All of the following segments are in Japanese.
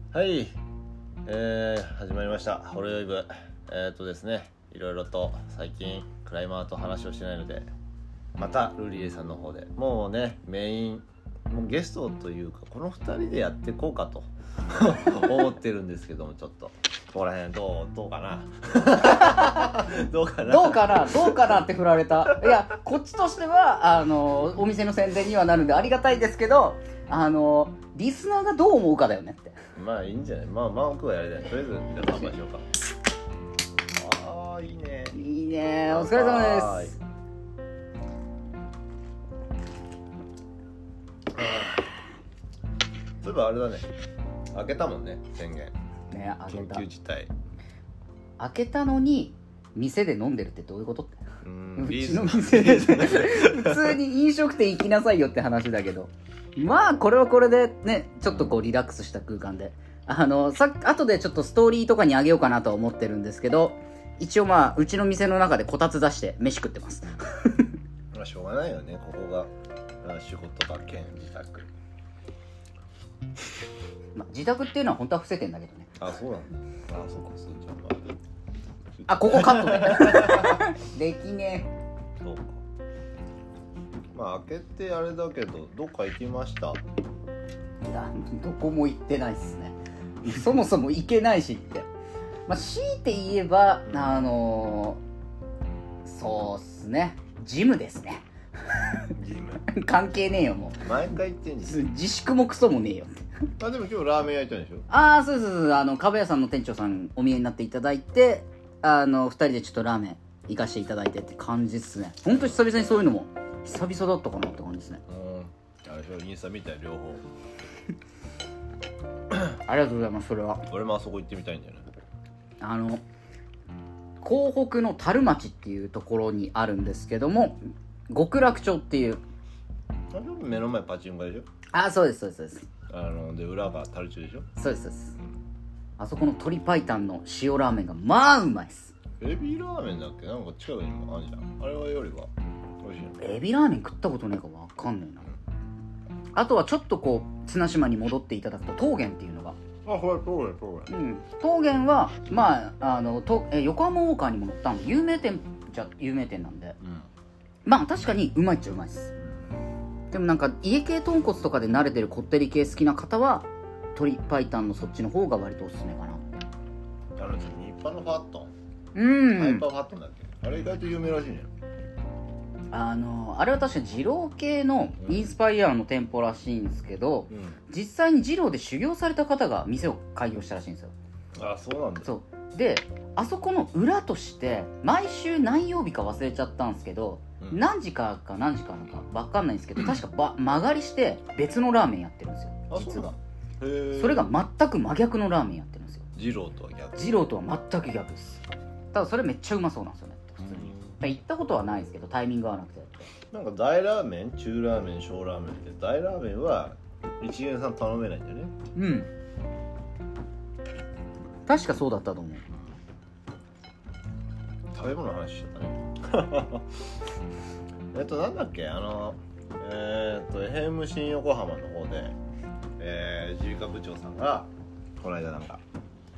はい、始まりましたホロヨイ部。ですね、いろいろと最近クライマーと話をしてないので、またルリエさんの方でもうね、メインもうゲストというかこの2人でやっていこうかと思ってるんですけども、ちょっとここら辺どうかなどうかなって振られた。いや、こっちとしてはお店の宣伝にはなるんでありがたいですけど、リスナーがどう思うかだよねって。 まあいいんじゃない。まあ僕はやりたい。とりあえずじゃあ乾杯しようか。ああ、いいねいいね、お疲れ様です。 そういえばあれだね、開けたもんね、宣言ね、開けた。 緊急事態開けたのに店で飲んでるってどういうことって。うちの店で普通に飲食店行きなさいよって話だけど、まあこれはこれでね、ちょっとこうリラックスした空間で、後でちょっとストーリーとかにあげようかなとは思ってるんですけど、一応まあうちの店の中でこたつ出して飯食ってますまあしょうがないよね、ここが仕事場兼自宅。 まあ自宅っていうのは本当は伏せてんだけどね。 あ、そうなんだ。あ、そうか、そうじゃん。 あ、ここカットでできねえ。そうか。まあ開けてあれだけど、どっか行きました？ いや、どこも行ってないっすね。そもそも行けないしって。まあ強いて言えばそうっすね、ジムですね。 ジム関係ねえよ、もう毎回行ってんじゃん。 自粛もクソもねえよって。 あ、でも今日ラーメン屋行ったんでしょ？ ああ、そうそうそう、かばやさんの店長さんお見えになっていただいて、2人でちょっとラーメン行かせていただいてって感じっすね。ほんと久々にそういうのも久々だったかなって感じですね。 あれでしょ、インスタ見たよ、両方。 ありがとうございます。それは俺もあそこ行ってみたいんだよね。 港北の樽町っていうところにあるんですけども、極楽町っていう。 あ、目の前パチンコでしょ？ あ、そうですそうですそうです。 で裏が樽中でしょ？ そうですそうです。あそこの鶏白湯の塩ラーメンがまあうまいっす。 エビラーメンだっけ？なんか近くにもあるじゃん。あれよりは美味しいの？ エビラーメン食ったことねえかわかんねえな。あとはちょっとこう綱島に戻っていただくと桃源っていうのが。 あ、これ桃源。 桃源はまあ横浜ウォーカーにも乗ったんで有名店じゃ有名店なんで、まあ確かにうまいっちゃうまいっす。でもなんか家系豚骨とかで慣れてるこってり系好きな方は鶏白湯のそっちの方が割とおすすめかなって。 日本のファットン、ハイパーファットンだっけ？あれ意外と有名らしいね。 あれは確か二郎系のインスパイアの店舗らしいんですけど、実際に二郎で修行された方が店を開業したらしいんですよ。 あ、そうなんだ。 そうで、あそこの裏として毎週何曜日か忘れちゃったんですけど、何時か何時かなんか分かんないんですけど、確か間借りして別のラーメンやってるんですよ、実は。それが全く真逆のラーメンやってるんですよ。 二郎とは逆？ 二郎とは全く逆です。ただそれめっちゃうまそうなんですよね、普通に。行ったことはないですけど、タイミング合わなくて。 なんか大ラーメン、中ラーメン、小ラーメンって大ラーメンは一元さん頼めないんだよね。 確かそうだったと思う。 食べ物の話しちゃったね。なんだっけ、FM 新横浜の方で、自由課部長さんがこの間なんか、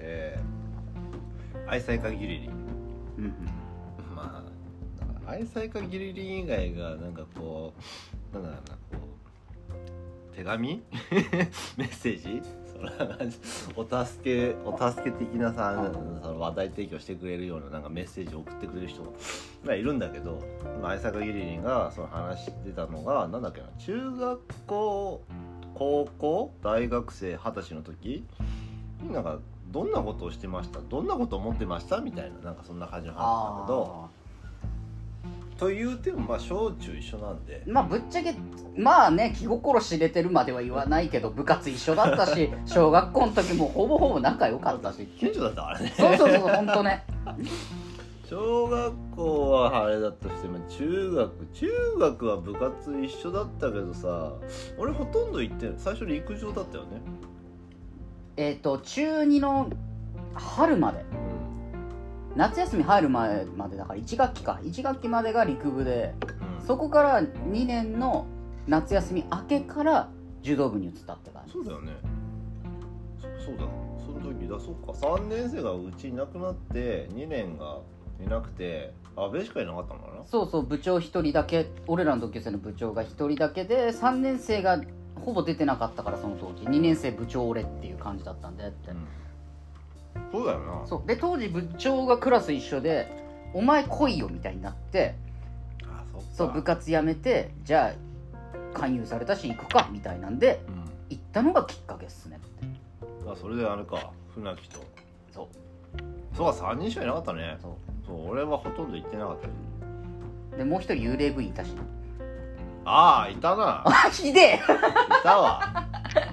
愛妻家ギリリン、まあ愛妻家ギリリン以外がなんかこう、なんだろうな、こう手紙メッセージ、お助け的なさ、その話題提供してくれるようななんかメッセージを送ってくれる人がいるんだけど、愛妻家ギリリンがその話してたのが、なんだっけな、中学校、高校、大学生、20歳の時になんかどんなことをしてました、どんなことを思ってましたみたいな、なんかそんな感じの話なんだけど、というてもまあ小中一緒なんで、 まあぶっちゃけまあね、気心知れてるまでは言わないけど、部活一緒だったし小学校の時もほぼほぼ仲良かったし、 近所だったからね。 そうほんとね。 小学校はあれだったとしても、中学は部活一緒だったけどさ、俺ほとんど行って最初陸上だったよね。 中2の春まで、夏休み入る前までだから1学期までが陸部で、そこから2年の夏休み明けから柔道部に移ったって感じ。 そうだよね。 そうだその時だそうか3年生がうちいなくなって2年がいなくて安倍しかいなかったのかな。 そうそう部長1人だけ俺らの同級生の部長が1人だけで3年生がほぼ出てなかったからその当時2年生部長俺っていう感じだったんでって、 そうだよな。 そうで当時部長がクラス一緒でお前来いよみたいになってあそっかそう部活やめてじゃあ勧誘されたし行くかみたいなんで、行ったのがきっかけっすねって。 あそれであれか船木とそうか3人しかいなかったね。 そう俺はほとんど行ってなかったでもう一人幽霊部員いたしああいたなあひでえいたわ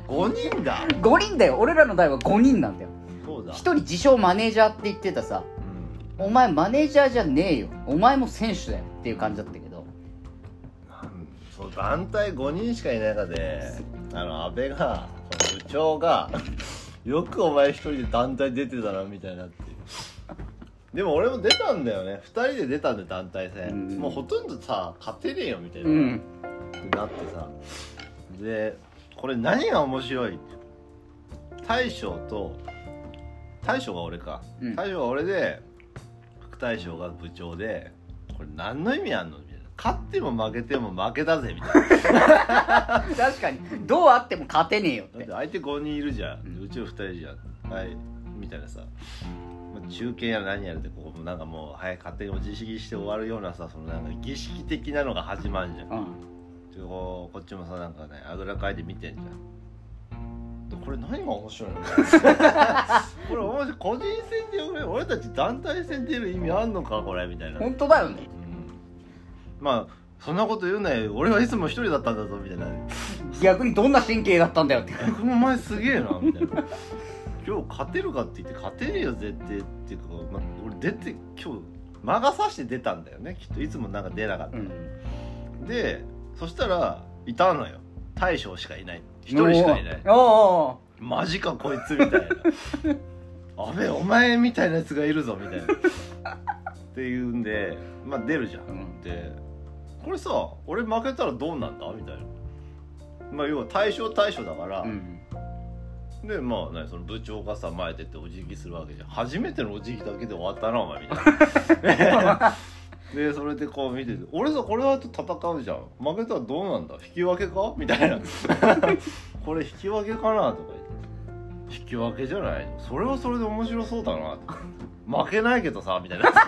5人だ 5人だよ俺らの代は5人なんだよ。 そうだ 1人自称マネージャーって言ってたさ、お前マネージャーじゃねえよお前も選手だよっていう感じだったけど、 そう団体5人しかいない中で安倍が部長がよくお前一人で団体出てたなみたいなっていうでも俺も出たんだよね2人で出たんだよ団体戦、もうほとんどさ勝てねえよみたいな、ってなってさでこれ何が面白い大将が俺か、大将が俺で副大将が部長でこれ何の意味あんのみたいな勝っても負けても負けだぜみたいな確かにどうあっても勝てねえよってだって相手5人いるじゃん、うちの2人じゃんはいみたいなさ中堅や何やるってこうなんかもう早く勝手に自識して終わるようなさそのなんか儀式的なのが始まるじゃん、こっちもさなんかねあぐらかいて見てんじゃんこれ何が面白いのこれ面白い個人戦で俺たち団体戦出る意味あんのかこれみたいな本当だよね、 まあそんなこと言うなよ俺はいつも一人だったんだぞみたいな逆にどんな神経だったんだよってお前すげえなみたいな今日勝てるかって言って勝てねえよ絶対っていうか、俺出て今日魔が差して出たんだよねきっといつもなんか出なかった、でそしたらいたのよ大将しかいない一人しかいないマジかこいつみたいなあべお前みたいなやつがいるぞみたいなっていうんで出るじゃん、でこれさ俺負けたらどうなんだみたいな要は大将だから、でその部長がさ前出てお辞儀するわけじゃん初めてのお辞儀だけで終わったなお前みたいなでそれでこう見てて俺さこれはと戦うじゃん負けたらどうなんだ引き分けかみたいなこれ引き分けかなとか言って引き分けじゃないのそれはそれで面白そうだなと負けないけどさみたいな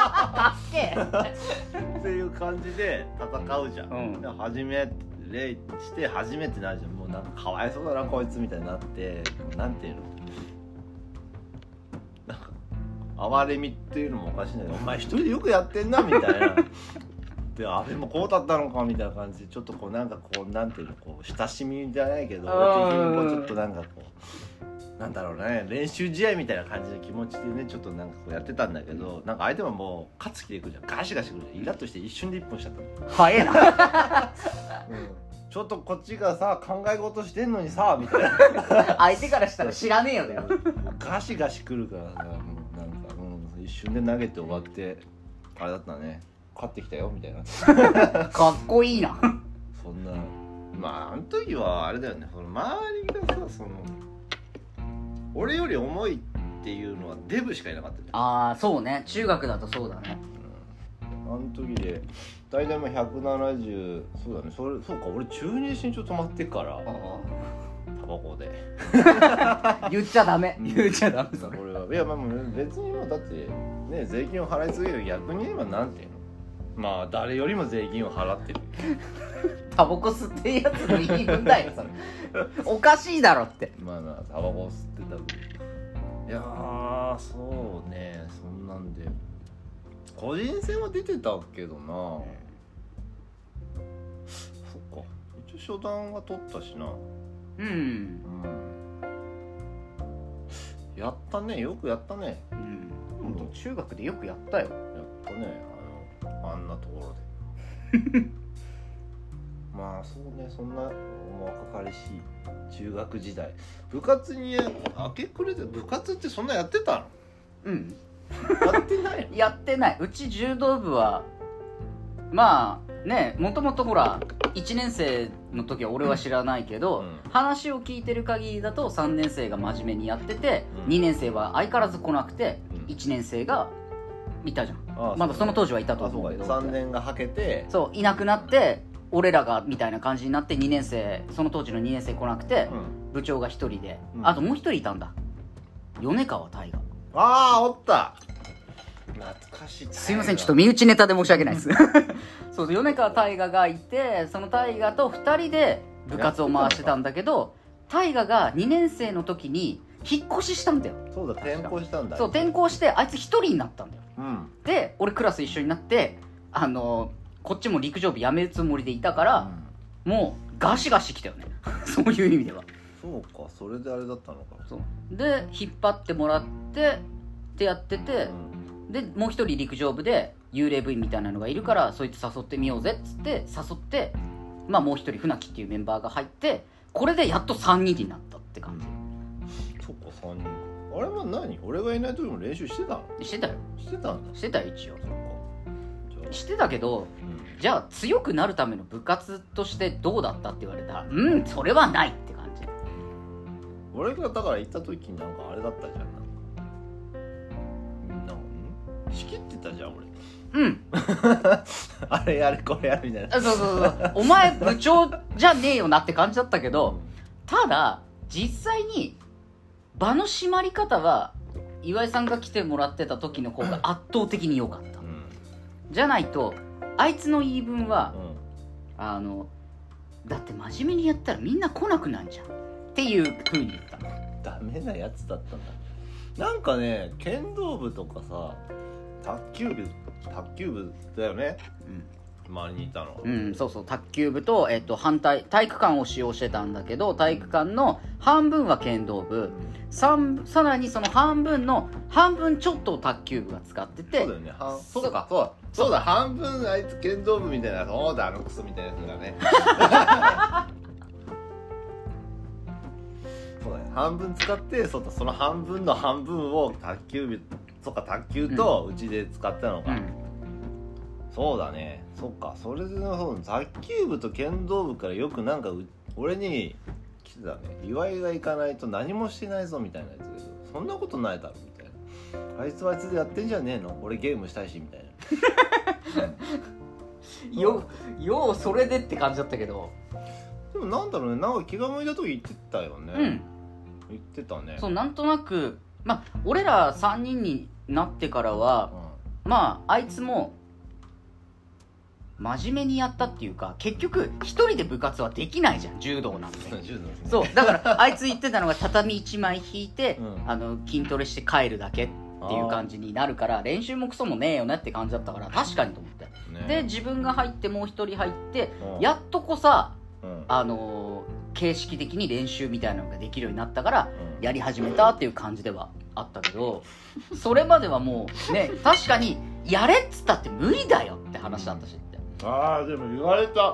っていう感じで戦うじゃん、で初め礼して初めてなるじゃんもうなんかかわいそうだなこいつみたいになってなんていうのなんか哀れみっていうのもおかしいんだけどお前一人でよくやってんなみたいなで安倍もこうだったのかみたいな感じでちょっとこうなんかこうなんていうのこう親しみじゃないけど俺的にこうちょっとなんかこうなんだろうね練習試合みたいな感じの気持ちでねちょっとなんかこうやってたんだけどなんか相手はもう勝つ気でいくじゃんガシガシくるじゃんイラッとして一瞬で一本しちゃったの早えなちょっとこっちがさ考え事してんのにさみたいな相手からしたら知らねえよだよガシガシくるからさなんか、一瞬で投げて終わってあれだったね勝ってきたよみたいなかっこいいなそんなあの時はあれだよねその周りがさその俺より重いっていうのはデブしかいなかったじゃんああそうね中学だとそうだね、 あの時で大体170そうだねそうか俺中二身長止まってっからタバコで言っちゃダメ言っちゃダメそれ俺はいや別に今だってね税金を払い続ける逆に言えばなんていうの誰よりも税金を払ってるタバコ吸ってるやつの言い分だよそれおかしいだろってタバコ吸ってたいやーそうねそんなんで個人戦は出てたけどな、そっか一応初段は取ったしなやったねよくやったね本当中学でよくやったよやったねあんなところでそうねそんな若かりしい中学時代部活に明け暮れて部活ってそんなやってたのやってないやってないうち柔道部はもともとほら 1年生の時は俺は知らないけど、話を聞いてる限りだと3年生が真面目にやってて、2年生は相変わらず来なくて、1年生がいたじゃん。まだその当時はいたと思うけど、 3年がはけて、 そういなくなって俺らがみたいな感じになって、2年生その当時の2年生来なくて、部長が1人で、あともう1人いたんだ、米川大河。 ああおった、懐かしい。 すいません、ちょっと身内ネタで申し訳ないですそう米川大河がいて、その大河と2人で部活を回してたんだけど、大河が2年生の時に引っ越ししたんだよ。 そうだ、転校したんだ。 そう、転校してあいつ1人になったんだよ、で俺クラス一緒になって、こっちも陸上部辞めるつもりでいたから、もうガシガシ来たよねそういう意味では。 そうか、それであれだったのか。 そうで引っ張ってもらってってやってて、でもう一人陸上部で幽霊部員みたいなのがいるから、そいつ誘ってみようぜっつって誘って、まあもう一人船木っていうメンバーが入って、これでやっと3人になったって感じ。 そっか、3人。あれは何、俺がいない時も練習してたの？ してたよ。 してたんだ。 してたよ一応。 そっか。 してたけど、じゃあ強くなるための部活としてどうだったって言われたら、それはないって感じ。 俺がだから行った時になんかあれだったじゃん、なんか仕切ってたじゃん俺。あれやれこれやれみたいな。 そうお前部長じゃねえよなって感じだったけど、ただ実際に場の締まり方は岩井さんが来てもらってた時の方が圧倒的に良かった、じゃないとあいつの言い分は、だって真面目にやったらみんな来なくなんじゃんっていう風に言った。 ダメなやつだったんだ。なんかね、剣道部とかさ、卓球部だよね、周りにいたの。 そうそう、卓球部と、反対体育館を使用してたんだけど、体育館の半分は剣道部、さらにその半分の半分ちょっとを卓球部が使ってて。 そうだよね、そうだ、半分あいつ剣道部みたいな、そうだ、クソみたいなやつだねそうだね、半分使って、その半分の半分を卓球部、そっか、卓球とうちで使ったのか、そうだね、そっか、それでそう卓球部と剣道部からよくなんか俺に来てたね、岩井が行かないと何もしてないぞみたいなやつけど、そんなことないだろみたいな、あいつはあいつでやってんじゃねえの、俺ゲームしたいしみたいなようそれでって感じだったけど、 でもなんだろうね、なんか気が向いた時言ってたよね、言ってたね。 そう、なんとなく、まあ俺ら3人になってからは、まああいつも真面目にやったっていうか、結局一人で部活はできないじゃん、柔道なんてそうだからあいつ言ってたのが畳1枚引いて、筋トレして帰るだけっていう感じになるから、練習もクソもねえよねって感じだったから、確かにと思って、で自分が入ってもう一人入って、やっとこさ、形式的に練習みたいなのができるようになったから、やり始めたっていう感じではあったけど、それまではもうね、確かにやれっつったって無理だよって話だったしって。 ああ、でも言われた。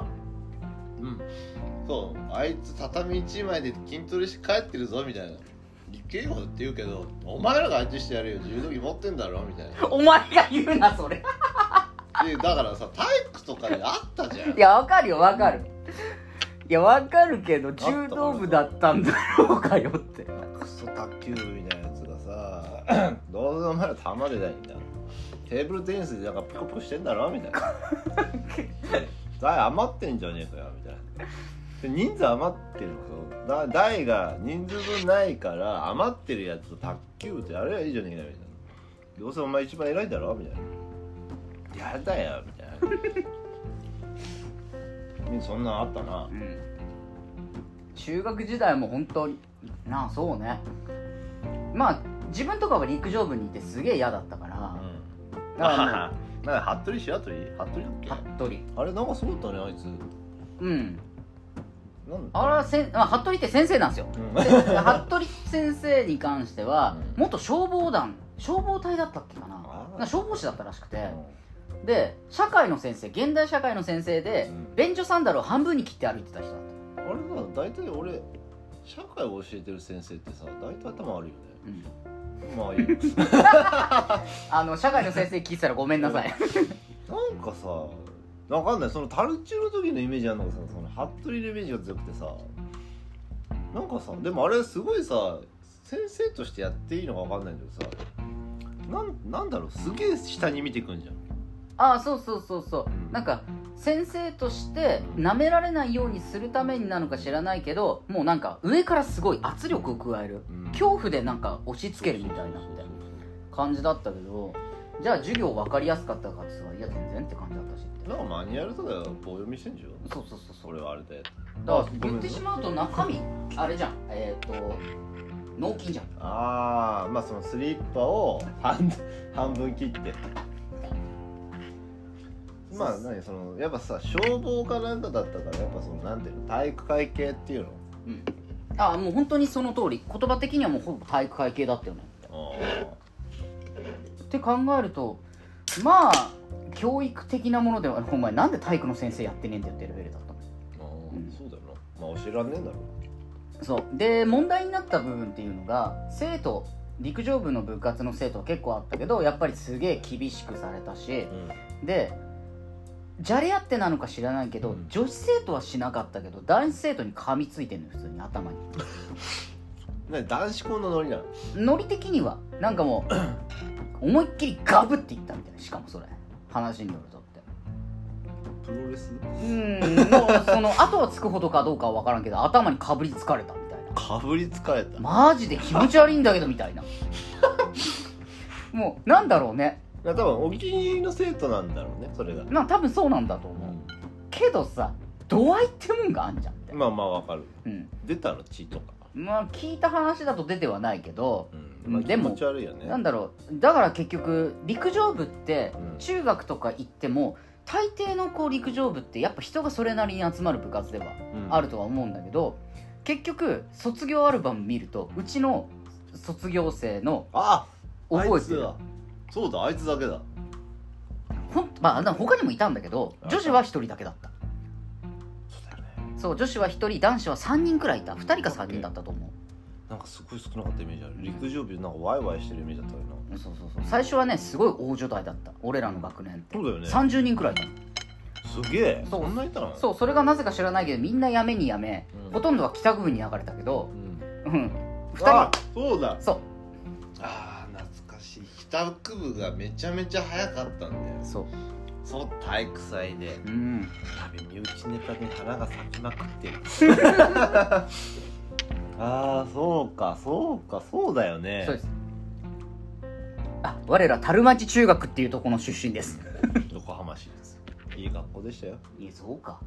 そう、あいつ畳1枚で筋トレして帰ってるぞみたいな、行けよって言うけど、お前らが相手してやるよ、柔道着持ってんだろみたいな。 お前が言うなそれだからさ、体育とかであったじゃん。 いや、わかるよ、わかる。いや、わかるけど、柔道部だったんだろうかよって。 クソ卓球部みたいなやつがさどうせお前ら球でないんだ、テーブルテニスでなんかピコピコしてんだろみたいな台余ってんじゃねえかよみたいな、で人数余ってるの、台が人数分ないから余ってるやつと卓球部ってやればいいじゃねえかよみたいな、どうせお前一番偉いんだろみたいな、やだよみたいなそんなんあったな、 中学時代も本当になあ、そうね、まあ自分とかは陸上部にいてすげえ嫌だったから、 だからなんか服部だっけ、 服部あれなんかそうだったね、あいつ。 あれは服部って先生なんですよ、服部先生に関しては、元消防隊だったっけかな、消防士だったらしくて、で社会の先生、現代社会の先生で、便所サンダルを半分に切って歩いてた人だった。 あれだ、大体俺社会を教えてる先生ってさ、大体頭悪いよね。まあいい社会の先生聞いてたらごめんなさいなんかさ、 分かんない、そのタルチューの時のイメージあるのがさ、その服部のイメージが強くてさ、なんかさ、でもあれすごいさ、先生としてやっていいのか分かんないんだけどさ、なんだろう、すげえ下に見てくんじゃん。 ああそうそうそうそう、なんか先生として舐められないようにするためになのか知らないけど、もうなんか上からすごい圧力を加える、恐怖でなんか押し付けるみたいなって感じだったけど、じゃあ授業分かりやすかったかってさ、いや全然って感じだったしって。 なんかマニュアルとか棒読みしてんじゃん。 そうそうそうそう、 それはあれで、 だから言ってしまうと中身あれじゃん、脳筋じゃん。 ああ、まあそのスリッパを半分切ってまあ何そのやっぱさ、消防かなんかだったから、やっぱそのなんていうの、体育会系っていうの、 ああもう本当にその通り、言葉的にはもうほぼ体育会系だったよねって考えると、まあ教育的なものでは、お前なんで体育の先生やってねえんだよってレベルだったの。 そうだよな、まあ教えらんねえんだろう。そうで問題になった部分っていうのが、生徒陸上部の部活の生徒は結構あったけど、やっぱりすげえ厳しくされたし、でじゃれ合ってなのか知らないけど、女子生徒はしなかったけど男子生徒に噛みついてんのよ、普通に頭に男子校のノリなの。 ノリ的にはなんかもう思いっきりガブっていったみたいな、しかもそれ話によるとってプロレスのその後はつくほどかどうかは分からんけど、頭にかぶりつかれたみたいな。 かぶりつかれた、 マジで気持ち悪いんだけどみたいなもうなんだろうね、 多分お気に入りの生徒なんだろうね、それが。 多分そうなんだと思う、けどさ、度合いってもんがあんじゃんって。 まあまあわかる、出たの血とか、 まあ聞いた話だと出てはないけど、でも気持ち悪いよね。 なんだろう、だから結局陸上部って中学とか行っても、大抵のこう陸上部ってやっぱ人がそれなりに集まる部活ではあるとは思うんだけど、結局卒業アルバム見るとうちの卒業生の覚えてる、 そうだ、あいつだけだ。 まあ他にもいたんだけど、女子は1人だけだった。 そうだよね。 そう、女子は1人、男子は3人くらいいた。2人か3人だったと思う。 なんかすごい少なかったイメージある。陸上部なんかワイワイしてるイメージだったよな。 そう最初はね、すごい大所帯だった、俺らの学年って。 そうだよね、 30人くらいいたの。 すげえ、そんないたの。 そう、それがなぜか知らないけどみんな辞めに辞め、ほとんどは帰宅部に流れたけど、2人。 そうだ、 そう、 懐かしい。帰宅部がめちゃめちゃ早かったんだよ。そう体育祭で、多分身内ネタに花が咲きまくってるそうだよね。 そうです。我ら樽町中学っていうところの出身です横浜市です。いい学校でしたよ。 いや、そうか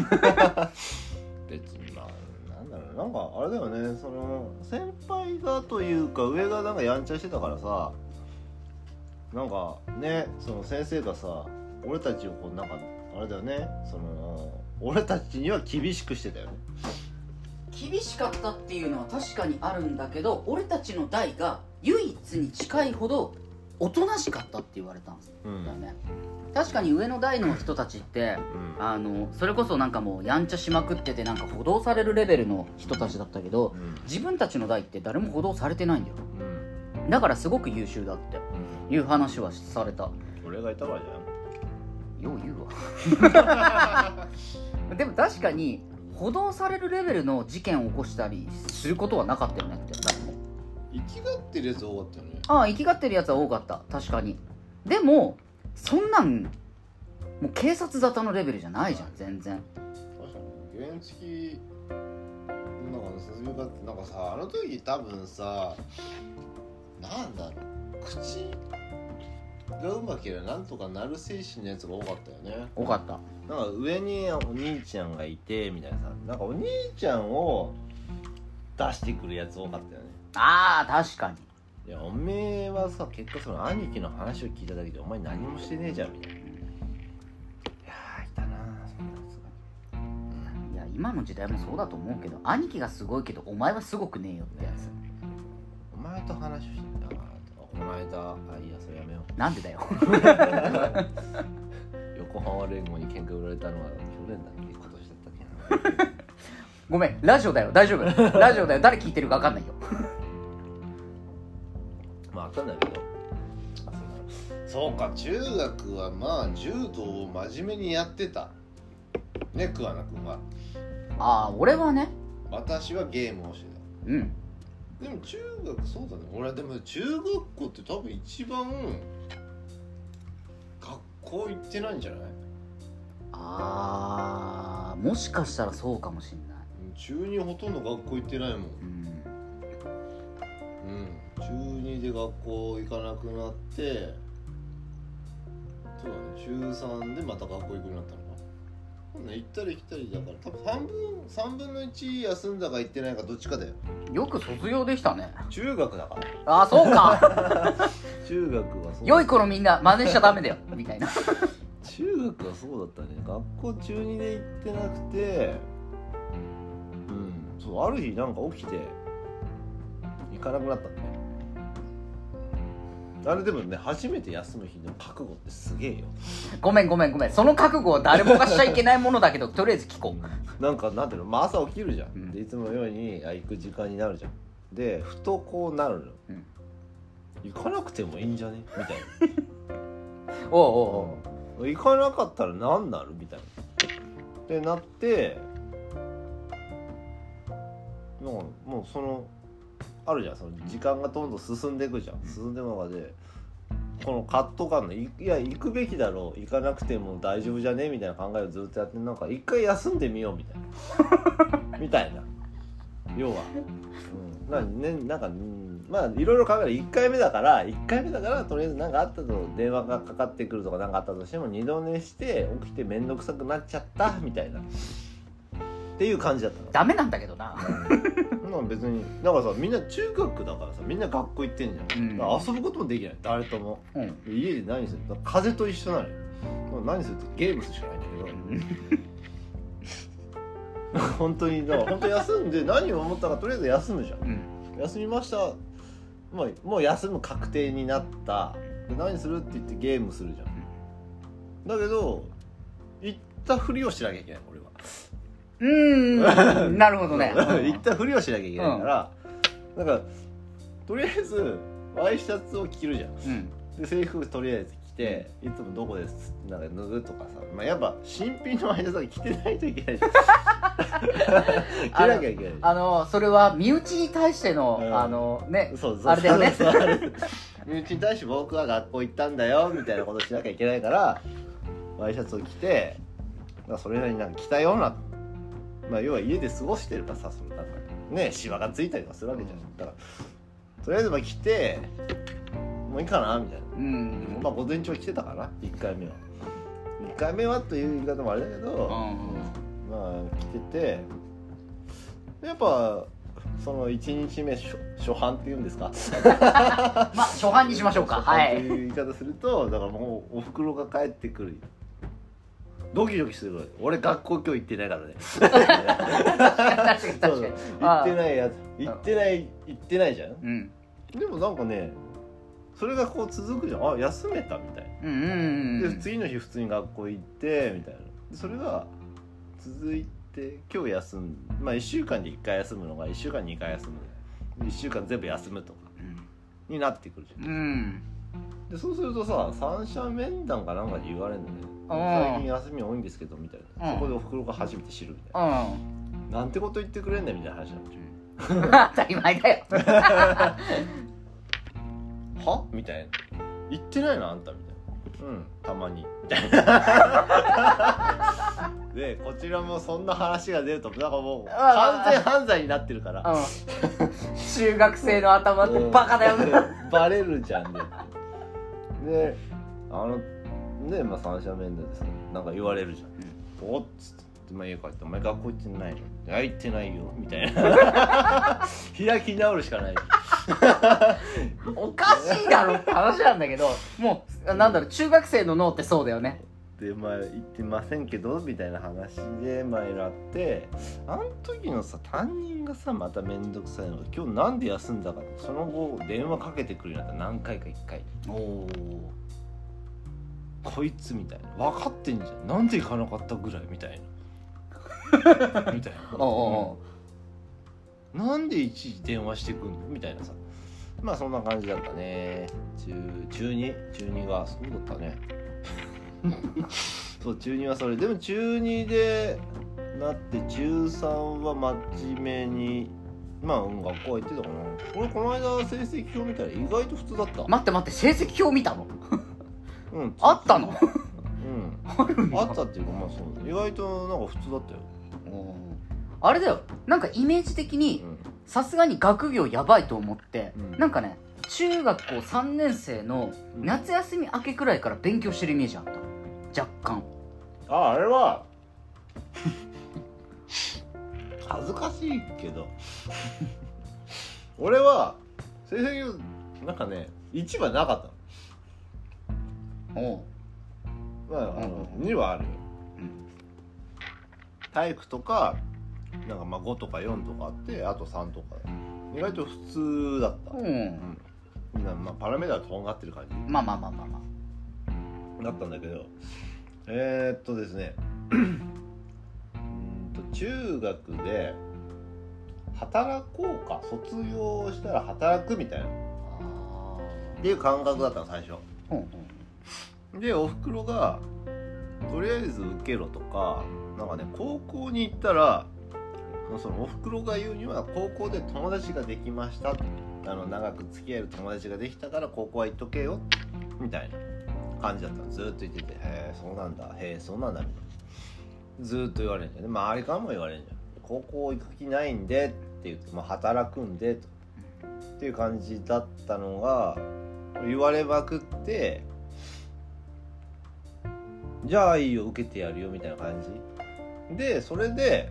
別にまあなんだろう、なんかあれだよね、その先輩がというか上がなんかやんちゃしてたからさ、なんかね、その先生がさ、俺たちをこうなんかあれだよね、その俺たちには厳しくしてたよね。 厳しかったっていうのは確かにあるんだけど、俺たちの代が唯一に近いほどおとなしかったって言われたんですよね。確かに上の代の人たちって、それこそなんかもうやんちゃしまくってて、なんか補導されるレベルの人たちだったけど、自分たちの代って誰も補導されてないんだよ、だからすごく優秀だっていう話はされた。 俺がいたわじゃん、 よう言うわでも確かに補導されるレベルの事件を起こしたりすることはなかったよねって。誰も生きがってるやつ多かったよね。 生きがってるやつは多かった、確かに。でもそんなんもう警察沙汰のレベルじゃないじゃん、全然。 確かに原付なんか卒業だって、なんかさ、あの時多分さ、なんだろう、口がうまければなんとかなる精神のやつが多かったよね。 多かった。 なんか上にお兄ちゃんがいてみたいなさ、なんかお兄ちゃんを出してくるやつ多かったよね。 確かに。 いや、おめえはさ、結果その兄貴の話を聞いただけでお前何もしてねえじゃんみたいな。いやー、いたなそんなやつが。 いや、今の時代もそうだと思うけど、兄貴がすごいけどお前はすごくねえよってやつ、 お前と話をしてたな。この間、いや、それやめよう。 なんでだよ横浜連合に喧嘩売られたのは去年だっけ、今年だったっけなごめん、ラジオだよ、大丈夫ラジオだよ、誰聞いてるか分かんないよまああったんだけど、 そうか、中学はまあ柔道を真面目にやってたね、桑名君は。 ああ俺はね、 私はゲームをしてた。 うんでも中学そうだね、俺でも中学校って多分一番学校行ってないんじゃない？ ああもしかしたらそうかもしんない。 中2ほとんど学校行ってないもん。中2で学校行かなくなって、そうだね、中3でまた学校行くようになったのか。行ったり来たりだから多分3分の1休んだか行ってないかどっちかだよ。 よく卒業できたね。 中学だから。 ああそうか中学はそう。 良い子のみんな真似しちゃダメだよみたいな中学はそうだったね。学校中2で行ってなくて、そうある日なんか起きて行かなくなったんだね。あれでもね、初めて休む日の覚悟ってすげえよ。 ごめんその覚悟は誰もがしちゃいけないものだけどとりあえず聞こう。 なんかなんていうの、朝起きるじゃん、でいつものように行く時間になるじゃん。でふとこうなるの、行かなくてもいいんじゃねみたいなおう行かなかったら何なるみたいなってなって、もうそのあるじゃん、その時間がどんどん進んでいくじゃん。進んでいく中でこの葛藤感のいや行くべきだろう、行かなくても大丈夫じゃねみたいな考えをずっとやって、なんか一回休んでみようみたいなみたいな、要は、なんか、まあいろいろ考える。1回目だからとりあえず何かあったと、電話がかかってくるとか何かあったとしても二度寝して起きて面倒くさくなっちゃったみたいなっていう感じだったの。 ダメなんだけどな別にだからさ、みんな中学だからさ、みんな学校行ってんじゃん、だから遊ぶこともできない、誰とも、家で何する、風と一緒なのよ。何するってゲームするしかないんだけど本当にだから本当休んで何を思ったか、とりあえず休むじゃん、休みました、もう休む確定になった。で何するって言ってゲームするじゃん。だけど行ったふりをしなきゃいけない、俺は。 なるほどね行ったふりをしなきゃいけないから、なんかとりあえずワイシャツを着るじゃん、で制服とりあえず着て、いつもどこですってなんか脱ぐとかさ、やっぱ新品のワイシャツは着てないといけないじゃん着なきゃいけない。 それは身内に対しての、あれだよね身内に対して僕は学校行ったんだよみたいなことしなきゃいけないから、ワイシャツを着て、それなりになんか着たような、要は家で過ごしてるからさ、そのなんかね、シワがついたりとかするわけじゃん。だからとりあえず着てもういいかなみたいな、午前中は着てたかな、1回目はという言い方もあれだけど、着てて、やっぱその1日目初版っていうんですか初版にしましょうか。 っていう言い方すると、だからもうおふくろが帰ってくる、ドキドキする。俺学校今日行ってないからね確かに行ってないやつ行ってないじゃん、でもなんかね、それがこう続くじゃん。休めたみたいな、で次の日普通に学校行ってみたいな、それが続いて、今日休む、1週間で1回休むのが1週間に2回休む、1週間全部休むとかになってくるじゃん、でそうするとさ、三者面談かなんかで言われるのね、最近休み多いんですけどみたいな、そこでおふくろが初めて知るみたいな、なんてこと言ってくれんだみたいな話なんでしょ当たり前だよはみたいな、言ってないのあんたみたいな、たまにみたいなでこちらもそんな話が出るとなんかもう完全犯罪になってるから、 中学生の頭ってバカだよねバレるじゃんね。で三者面談でさ、なんか言われるじゃん、おっつって、家帰って「お前学校行ってないの？」「行ってないよ」みたいな開き直るしかないおかしいだろって話なんだけど、もうなんだろう、中学生の脳ってそうだよね。 で行ってませんけどみたいな話でなって、あの時のさ担任がさ、まためんどくさいのが、今日なんで休んだかって、その後電話かけてくるようになった、何回か1回こいつみたいな、分かってんじゃん、なんで行かなかったぐらいみたいなみたいななんでいちいち電話してくんのみたいなさ、 まあそんな感じだったね。中2がそうだったねそう中2はそれでも中2でなって中3は真面目にまあ学校は行ってたかな。俺この間成績表見たら意外と普通だった。 待って成績表見たのうんあったのうんあるんだあったっていうかまあそう意外となんか普通だったよ。 あれだよ、なんかイメージ的にさすがに学業やばいと思って、なんかね中学校3年生の夏休み明けくらいから勉強してるイメージあった、若干。 あれは恥ずかしいけど俺は成績なんかね1はなかったの。まあ2はあるよ、体育とかなんかまあ5とか4とかあってあと3とか意外と普通だった。まあパラメーターとんがってる感じまあだったんだけどですね中学で働こうか卒業したら働くみたいなっていう感覚だったの最初、でおふくろがとりあえず受けろとかなんかね高校に行ったらそのおふくろが言うには高校で友達ができました長く付き合える友達ができたから高校は行っとけよみたいな感じだったのずっと言ってて、へえそうなんだみたいなずっと言われるんじゃん。で周りからも言われるんじゃん。高校行く気ないんでって言って、まあ、働くんでっていう感じだったのが言われまくって、じゃあいいよ受けてやるよみたいな感じで、それで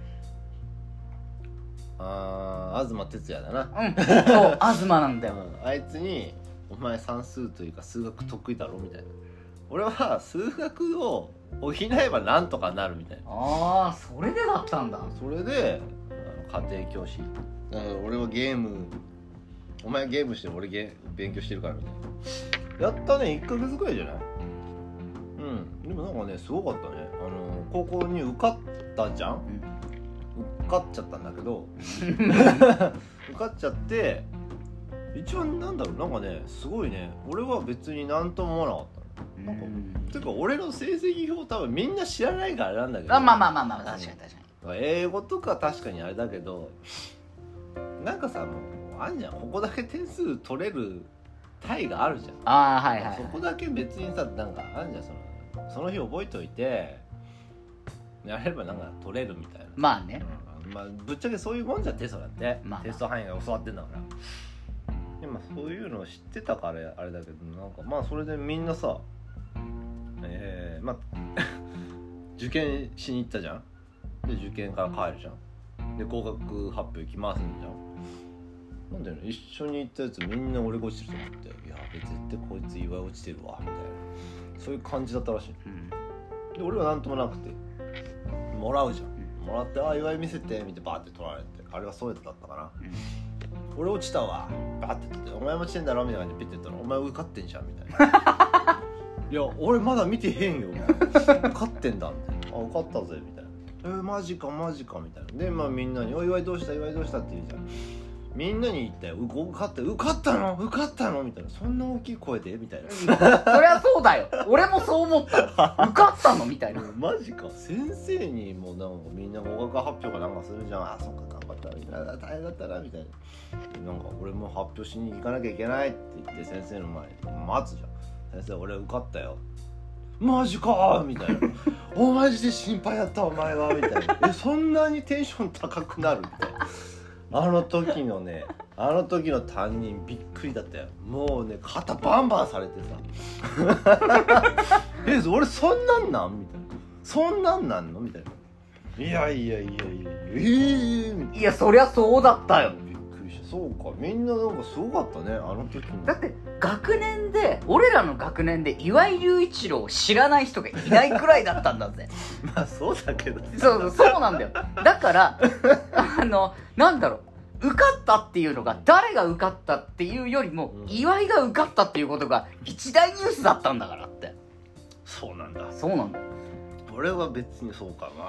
東哲也だな、 そう東なんだよ、 あいつにお前算数というか数学得意だろみたいな、俺は数学を補えばなんとかなるみたいな。 ああそれでだったんだ。 それで家庭教師俺はゲームお前ゲームして俺勉強してるからみたいなやったね。1ヶ月くらいじゃない。でもなんかねすごかったね。高校に受かったじゃん、受かっちゃったんだけど受かっちゃって一番なんだろうなんかねすごいね俺は別になんとも思わなかったの。なんかてか俺の成績表多分みんな知らないからなんだけど、 まあ確かに英語とか確かにあれだけどなんかさもうあんじゃんここだけ点数取れる単があるじゃん。そこだけ別にさなんかあんじゃんその日覚えといてやればなんか取れるみたいな。 まあね、 まあぶっちゃけそういうもんじゃんテストだって、テスト範囲が教わってんだからでもそういうのを知ってたからあれだけどなんかまあそれでみんなさまあ受験しに行ったじゃん。で受験から帰るじゃん。で合格発表行きますんじゃん。なんだよね一緒に行ったやつみんな俺が落ちてると思って、いや絶対こいつ岩井落ちてるわみたいなそういう感じだったらしい、で俺はなんともなくてもらうじゃん、もらって岩井見せてみてバーって取られて、あれはそうやったかな、俺落ちたわバーって言ってお前も落ちてんだろみたいな感じでピッて言ったらお前受かってんじゃんみたいないや俺まだ見てへんよ受かってんだみたいな、受かったぜみたいな、マジかみたいな。でまあみんなにお岩井どうしたって言うじゃん。みんなに言ったよ受かったのみたいな、そんな大きい声でみたいなそりゃそうだよ俺もそう思った受かったのみたいなマジか。先生にもなんかみんな合格発表かなんかするじゃん。そっか頑張ったらみたいな、大変だったなみたいな、なんか俺も発表しに行かなきゃいけないって言って先生の前に待つじゃん。先生俺受かったよ。マジかみたいなおマジで心配だったお前はみたいなそんなにテンション高くなるみたいな。あの時の担任びっくりだったよ。もうね肩バンバンされてさ俺そんなんなんみたいな、そんなんなんのみたいな、いやみたいな、 いやそりゃそうだったよ。 びっくりした。そうかみんななんかすごかったねあの時の。 だって俺らの学年で岩井隆一郎を知らない人がいないくらいだったんだぜまあそうだけどそうなんだよ。だからなんだろう、受かったっていうのが誰が受かったっていうよりも、岩井が受かったっていうことが一大ニュースだったんだからって。 そうなんだ俺は別にそうか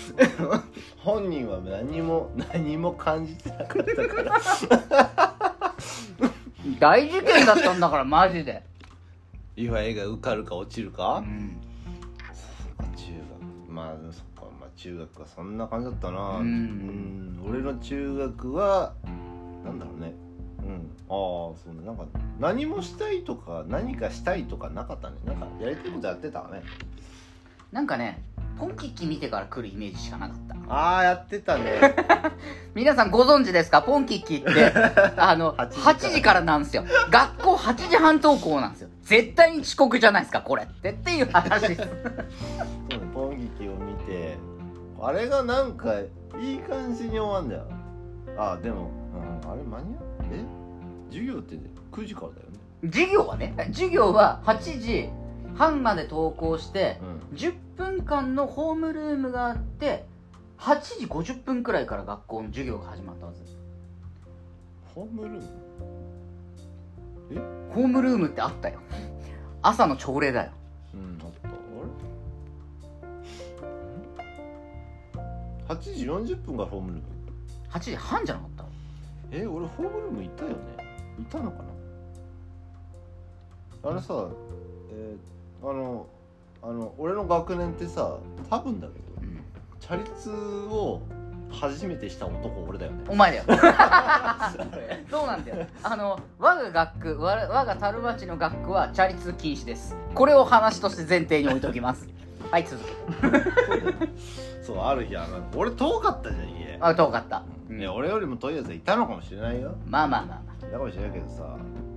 本人は何も感じてなかったから大事件だったんだからマジで。 岩井が受かるか落ちるか、 うん、 そうか中学、まあそっか、まあ中学はそんな感じだったな。俺の中学はなんだろうね、そうね、なんか何もしたいとか何かしたいとかなかったね。なんかやりたいことやってたわね。 なんかね、ポンキッキ見てから来るイメージしかなかった。 やってたね。 皆さんご存知ですか？ポンキッキって8時からなんですよ。学校8時半登校なんですよ。絶対に遅刻じゃないですかこれっていう話です。そうね、 ポンキッキを見て、あれがなんかいい感じに終わんだよ。でも、あれ間に合う？授業って9時からだよね。 授業は8時半まで登校して、10分間のホームルームがあって、8時50分くらいから学校の授業が始まったはず。 ホームルーム？ ホームルームってあったよ。朝の朝礼だよ。 あった。8時40分がホームルーム。 8時半じゃなかった？ 俺ホームルームいたよね。いたのかな。あれさ、俺の学年ってさ、多分だけど、チャリ通を初めてした男俺だよね。 お前だよ。そうなんだよ。我が樽町の学区はチャリ通禁止です。これを話として前提に置いときます。はい、続け。 そう、ある日俺遠かったじゃん、家。 遠かった。 俺よりも遠いやついたのかもしれないよ。 まあいたかもしれないけどさ、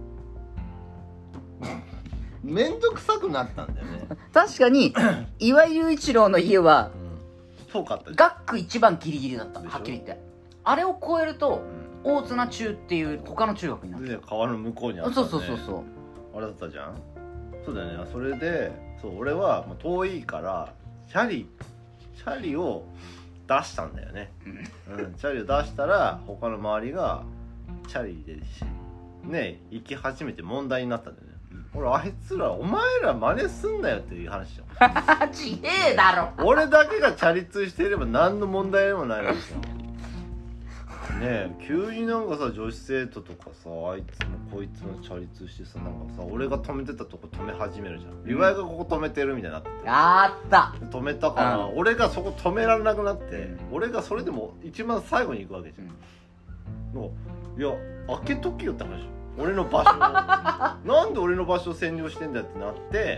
めんどくさくなったんだよね。 確かに岩井雄一郎の家は、 遠かったじゃん。 学区一番ギリギリだった。はっきり言って。あれを越えると、大綱中っていう他の中学になる。 で川の向こうにあったね。 そうあれだったじゃん。そうだよね。それで俺はもう遠いからチャリを出したんだよね。チャリを出したら他の周りがチャリでね行き始めて問題になったんだよね。俺あいつらお前ら真似すんなよっていう話じゃん。 ちげえだろ。 俺だけがチャリ通していれば何の問題でもないわけですよ。ねえ、急になんかさ女子生徒とかさあいつもこいつもチャリ通してさ、なんかさ俺が止めてたとこ止め始めるじゃん。岩井がここ止めてるみたいになって、 あった止めたから、俺がそこ止められなくなって、俺がそれでも一番最後に行くわけじゃん。いや開けとけよって話。俺の場所をなんで俺の場所を占領してんだよってなって、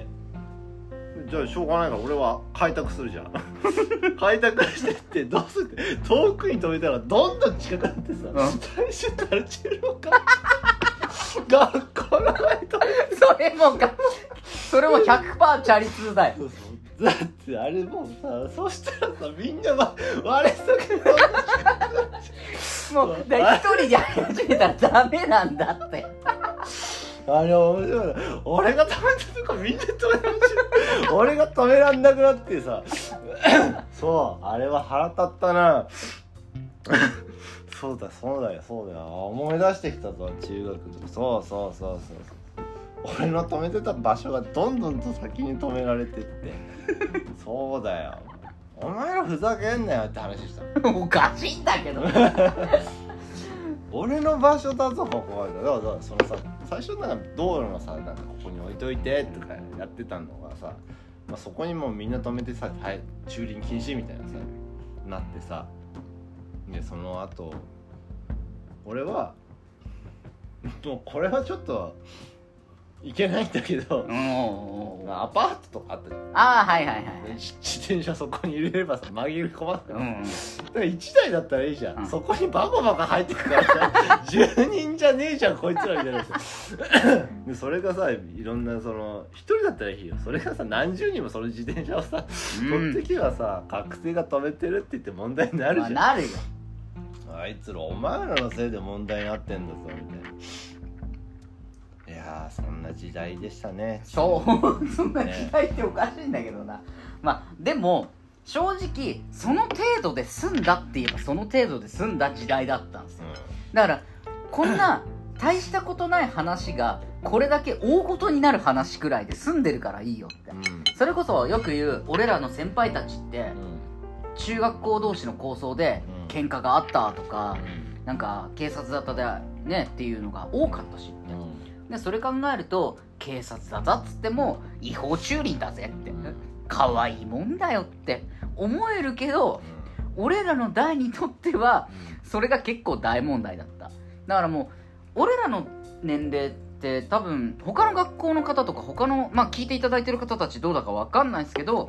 じゃあしょうがないから俺は開拓するじゃん。開拓してってどうするって遠くに止めたらどんどん近くなってさ、最終タルチェロか学校の前に止めて、 それも 100% チャリ通だよ。 だってあれもうさ、そしたらさみんな割れそうけどもう一人でやり始めたらダメなんだって。 面白いな。俺が止めたとこみんな止めてほしい。俺が止めらんなくなってさそうあれは腹立ったな。そうだよ思い出してきたぞ中学とか。そう俺の止めてた場所がどんどんと先に止められてってそうだよ、お前らふざけんなよって話した。 おかしいんだけど。 俺の場所だぞここは。だからそのさ、最初なんか道路のさ、なんかここに置いといてとかやってたのがさ、そこにもうみんな止めてさ、はい、駐輪禁止みたいなさなってさ、でその後俺はもうこれはちょっといけないんだけど、アパートとかあったじゃん。 はい自転車そこに入れればさ紛れ込まない、だから1台だったらいいじゃん、そこにバカバカ入ってくからさ住人じゃねえじゃんこいつらみたいなでそれがさ、いろんなその1人だったらいいよ、それがさ何十人もその自転車をさ取ってきはさ、学生が止めてるって言って問題になるじゃん。 なるよ。 あいつらお前らのせいで問題になってんだぞみたいな。いやー、そんな時代でしたね。 そんな時代っておかしいんだけどな。でも正直その程度で済んだって言えばその程度で済んだ時代だったんですよ、だからこんな大したことない話がこれだけ大事になる話くらいで済んでるからいいよって、それこそよく言う俺らの先輩たちって、中学校同士の抗争で喧嘩があったとか、なんか警察沙汰でねっていうのが多かったしって、 でそれ考えると警察だぞっつっても違法駐輪だぜって可愛いもんだよって思えるけど、俺らの代にとってはそれが結構大問題だった。だからもう俺らの年齢って多分他の学校の方とか他の聞いていただいてる方たちどうだか分かんないですけど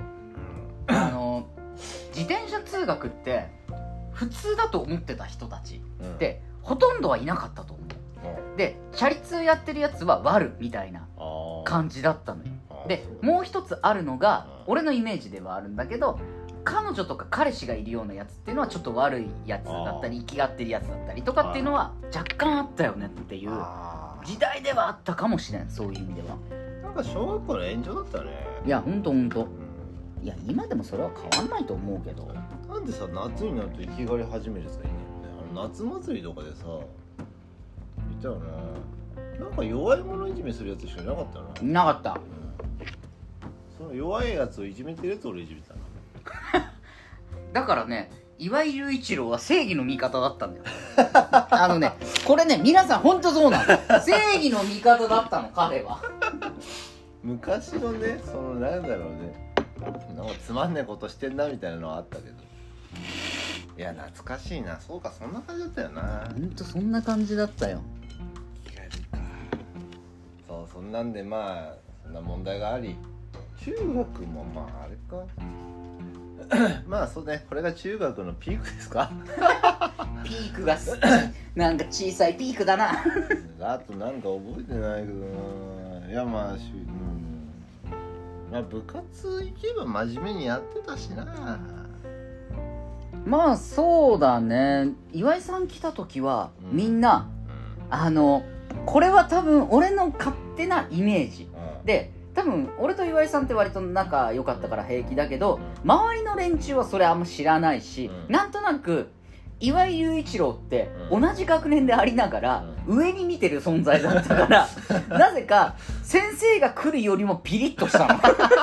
自転車通学って普通だと思ってた人たちってほとんどはいなかったと思う。でチャリ通やってるやつは悪みたいな感じだったのよ。でもう一つあるのが俺のイメージではあるんだけど、彼女とか彼氏がいるようなやつっていうのはちょっと悪いやつだったり生きがってるやつだったりとかっていうのは若干あったよねっていう時代ではあったかもしれん。そういう意味ではなんか小学校の炎上だったね。 いやほんとほんと、いや今でもそれは変わんないと思うけど、 なんでさ夏になると生きがり始めるやつがいいんだよね。夏祭りとかでさいたよな。なんか弱い者いじめするやつしかいなかったよな。 いなかった、 その弱いやつをいじめてるやつを俺いじめたなだからね岩井雄一郎は正義の味方だったんだよこれね皆さん本当そうなの正義の味方だったの彼は昔のねそのなんだろうね、なんかつまんねえことしてんなみたいなのはあったけど、いや懐かしいな。そうかそんな感じだったよな。 ほんとそんな感じだったよ。 そうそんなんでそんな問題があり、中学もあれかそうね、これが中学のピークですかピークがなんか小さいピークだなあとなんか覚えてないけどな。いや部活行けば真面目にやってたしな。 そうだね。岩井さん来た時は、みんなこれは多分俺の勝手なイメージ、で多分俺と岩井さんって割と仲良かったから平気だけど、周りの連中はそれあんま知らないし、なんとなく岩井雄一郎って同じ学年でありながら上に見てる存在だったからなぜか先生が来るよりもピリッとしたの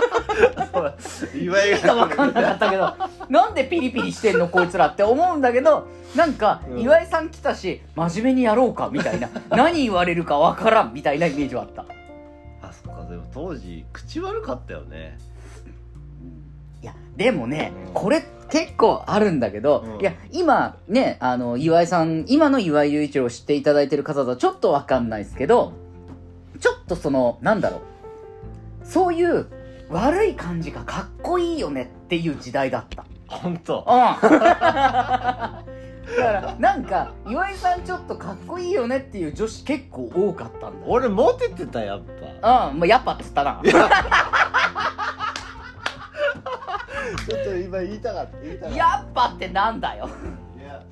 岩井が分かんなかったけどなんでピリピリしてんのこいつらって思うんだけど、なんか岩井さん来たし真面目にやろうかみたいな何言われるか分からんみたいなイメージはあった。 あそっか。でも当時口悪かったよね。 いやでもね、これ結構あるんだけど、いや今ね岩井さん今の岩井雄一郎を知っていただいてる方だとちょっと分かんないですけど、ちょっとそういう悪い感じがかっこいいよねっていう時代だった。 本当。 だからなんか岩井さんちょっとかっこいいよねっていう女子結構多かったんだ。 俺モテてた。やっぱやっぱっつったなちょっと今言いたかった。 やっぱってなんだよいや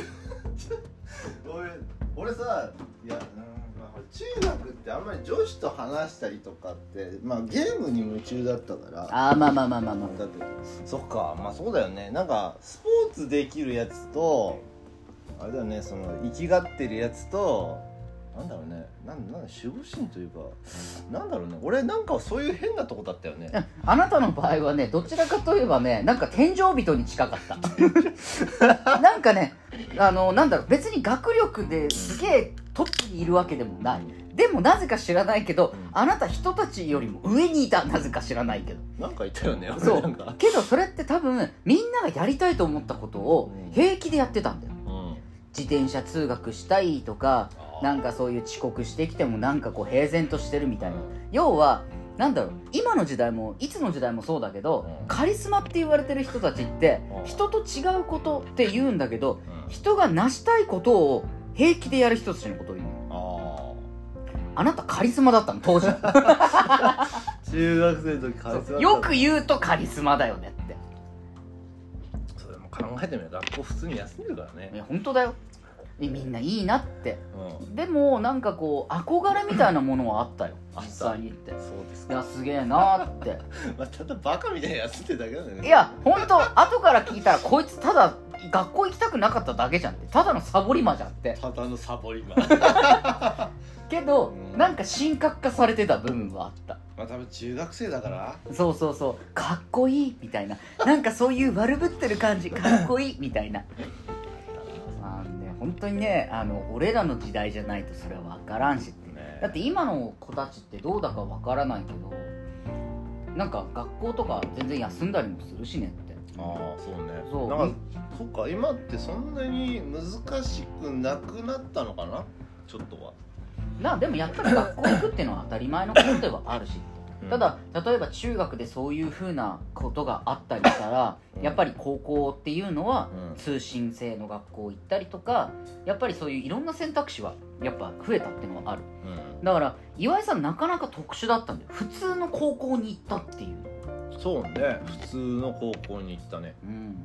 俺さ、いや中学ってあんまり女子と話したりとかってゲームに夢中だったから。だってそっかそうだよね。なんかスポーツできるやつとあれだよね、その生きがってるやつとなんだろうね、なん守護神というかなんだろうね。俺なんかそういう変なとこだったよね。 あなたの場合はねどちらかといえばねなんか天井人に近かったなんかね別に学力ですげえトップにいるわけでもない。でもなぜか知らないけど、あなた人たちよりも上にいた。なぜか知らないけどなんか言ったよね。 そうなんかけどそれって多分みんながやりたいと思ったことを平気でやってたんだよ。自転車通学したいとか、なんかそういう遅刻してきてもなんかこう平然としてるみたいな、要は今の時代もいつの時代もそうだけど、カリスマって言われてる人たちって人と違うことって言うんだけど、人が成したいことを平気でやる人たちのことを言うの。あなたカリスマだったの当時中学生の時カリスマだった。 よく言うとカリスマだよねって。 それも考えてみれば学校普通に休んでるからね。 いや本当だよ。みんないいなって、でもなんかこう憧れみたいなものはあったよ実際にって。 そうですか。 いやすげえなってただバカみたいに休んでるだけなんだよね。 いや本当後から聞いたらこいつただ学校行きたくなかっただけじゃんって、ただのサボり魔じゃんって。 ただのサボり魔けど、なんか神格化されてた部分はあった。 多分中学生だから。 そうかっこいいみたいな、なんかそういう悪ぶってる感じかっこいいみたいな本当にね俺らの時代じゃないとそれは分からんしって、 だって今の子たちってどうだかわからないけど、なんか学校とか全然休んだりもするしねって。 ああそうね。 そうなんかそうか、今ってそんなに難しくなくなったのかな、ちょっとは。 でもやっぱり学校行くっていうのは当たり前のことではあるし、ただ例えば中学でそういうふうなことがあったりしたら、やっぱり高校っていうのは通信制の学校行ったりとか、やっぱりそういういろんな選択肢はやっぱ増えたっていうのはある、だから岩井さんなかなか特殊だったんだよ、普通の高校に行ったっていう。 そうね、普通の高校に行ったね。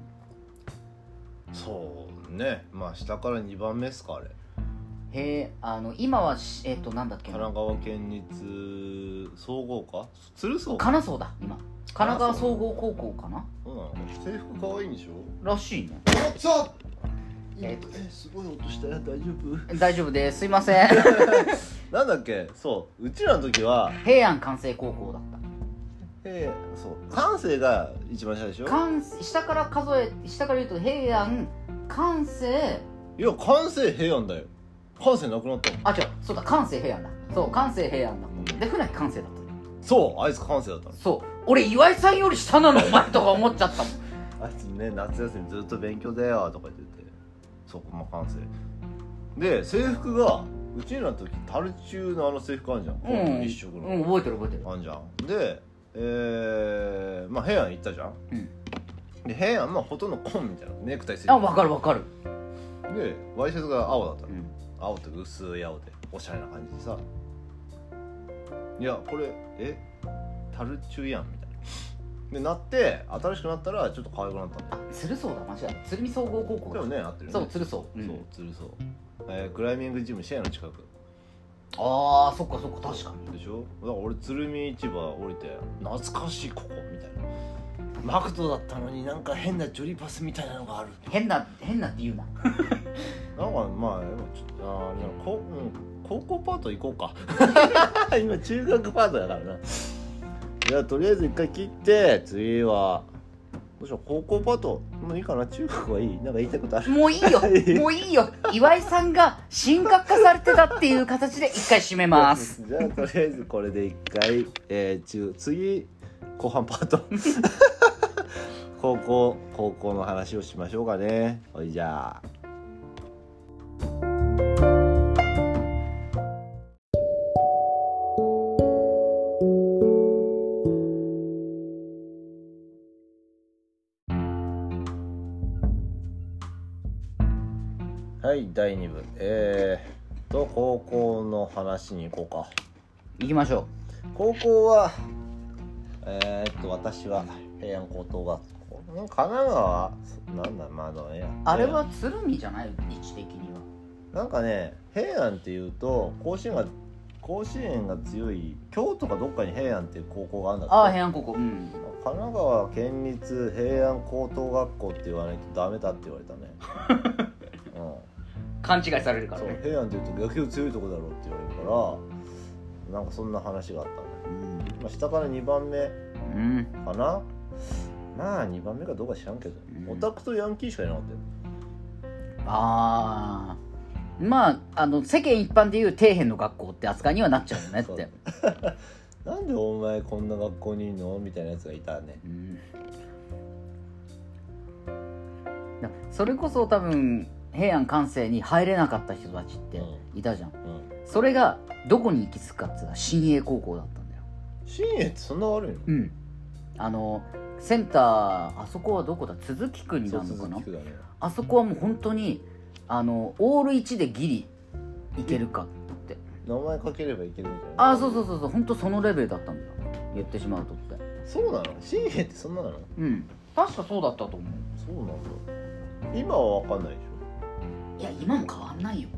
そうね、まあ下から2番目ですかあれ。 へえ、今はなんだっけな、 神奈川県立総合か鶴総金総だ、今神奈川総合高校かな。 そうなの。制服可愛いんでしょらしいね。 おっとすごい音したよ。大丈夫？ 大丈夫です、すいませんなんだっけ、そううちらの時は平安関西高校だった。 そう関西が一番下でしょ。 下から言うと平安関西。 いや関西平安だよ。関西なくなったもん。 あ、違う、そうだ、関西平安だ。そう、関西平安だ。で、船木関西だったね。 そう、あいつ関西だったの。 そう、俺岩井さんより下なのお前とか思っちゃったもんあいつね、夏休みずっと勉強だよとか言ってて、そう、まあ関西で制服がうちらの時タルチューの制服あんじゃん、一色の。 覚えてるあんじゃん。でまあ平安行ったじゃん。で平安まあほとんど紺みたいなネクタイしてる。 あ、分かる。 でワイシャツが青だったの。青と薄い青でおしゃれな感じでさ、いやこれタルチューやんみたいなでなって、新しくなったらちょっと可愛くなったんだよ。 鶴荘だ、間違いない、鶴見総合高校でもね、合ってるね。 そう、鶴荘、 そう鶴荘、クライミングジムシェアの近く。 ああ、そっか確かに。 でしょ。だから俺鶴見市場降りて懐かしいここみたいな、マクドだったのになんか変なジョリパスみたいなのがある。 変なって言うななんかまあでもちょっと高校パート行こうか今中学パートだからな。じゃあとりあえず一回切って、次はどうしよう。高校パートもういいかな。中学はいい。なんか言いたいことある？ もういいよ岩井さんが神格化されてたっていう形で一回締めますじゃあとりあえずこれで一回、次後半パート高校の話をしましょうかね。ほいじゃあはい、第2部高校の話に行こうか。 行きましょう。高校は私は平安高等学校。神奈川なんだ、まだね。 あれは鶴見じゃない、位置的には。 なんかね、平安っていうと甲子園が強い京都かどっかに平安っていう高校があるんだって。 ああ、平安高校。 神奈川県立平安高等学校って言わないとダメだって言われたね勘違いされるからね。 そう、平安って言うと野球強いとこだろうって言われるから、なんかそんな話があったね。まあ、下から2番目かな。まあ2番目かどうか知らんけど、オタクとヤンキーしかいなかったよ。 ああ、まあ世間一般でいう底辺の学校って扱いにはなっちゃうよねってなんでお前こんな学校にいるのみたいなやつがいたね。 それこそ多分平安関西に入れなかった人たちっていたじゃん、それがどこに行き着くかって言ったら新栄高校だったんだよ。 新栄ってそんな悪いの？ センター、あそこはどこだ、都筑区になるのかな、あそこはもう本当にオール1でギリいけるかって、 名前かければいけるみたいな。 あ、そう本当そのレベルだったんだよ、言ってしまうとって。 そうなの？新栄ってそんななの？ 確かそうだったと思う。 そうなんだ。今は分かんないでしょ。 いや、今も変わんないよ。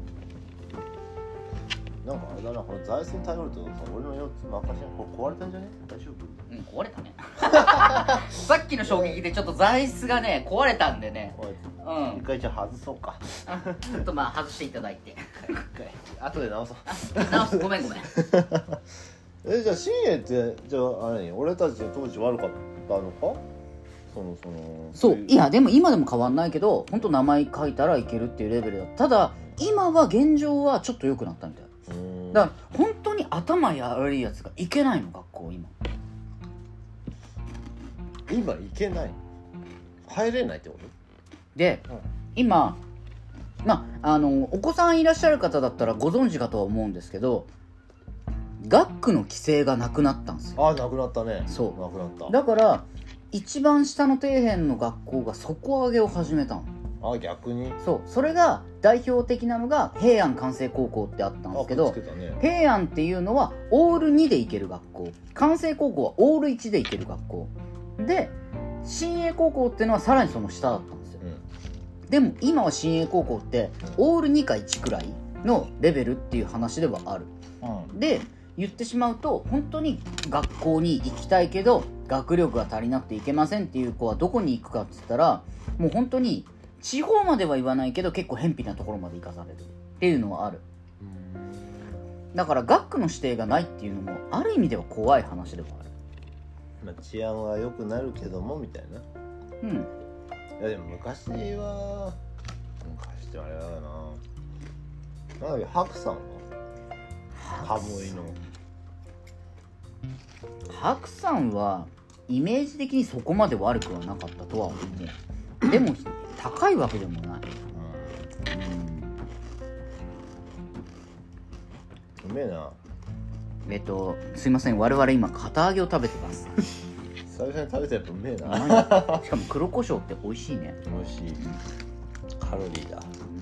なんかあれだな、これ座椅子に頼るとさ、俺の4つ任せん、これ壊れたんじゃね？大丈夫？ 壊れたねさっきの衝撃でちょっと座椅子がね壊れたんでね、 一回じゃあ外そうか。 ちょっとまあ外していただいて後で直そう。 直す、ごめんじゃあ新栄ってじゃああれ、俺たち当時悪かったのか？そう、 いやでも今でも変わんないけど、本当名前書いたらいけるっていうレベルだ。ただ今は現状はちょっと良くなったみたい。だから本当頭悪いやつが行けないの学校今行けない、入れないってことで、 うん、 今お子さんいらっしゃる方だったらご存知かとは思うんですけど、学区の規制がなくなったんですよ。 あ、なくなったね。 そうなくなった。 だから一番下の底辺の学校が底上げを始めたの。 あ、逆に。 そう、それが代表的なのが平安関西高校ってあったんですけど、 くっつけたね、 平安っていうのはオール2で行ける学校、関西高校はオール1で行ける学校で、新栄高校っていうのはさらにその下だったんですよ、でも今は新栄高校ってオール2か1くらいのレベルっていう話ではある、で言ってしまうと、本当に学校に行きたいけど学力が足りなくて行けませんっていう子はどこに行くかって言ったら、もう本当に地方までは言わないけど結構偏僻なところまで行かされるっていうのはある。だから学区の指定がないっていうのもある意味では怖い話ではある。 まあ、治安は良くなるけどもみたいな。 うん。 いやでも昔ってあれだよな。なんだっけ、白さんはカムイの白さんはイメージ的にそこまで悪くはなかったとは思う。でも高いわけでもない。 うめえな。 すいません、我々今堅揚げを食べてます。 久々に食べたらやっぱうめえな。 しかも黒胡椒って美味しいね。 美味しい。カロリーだ。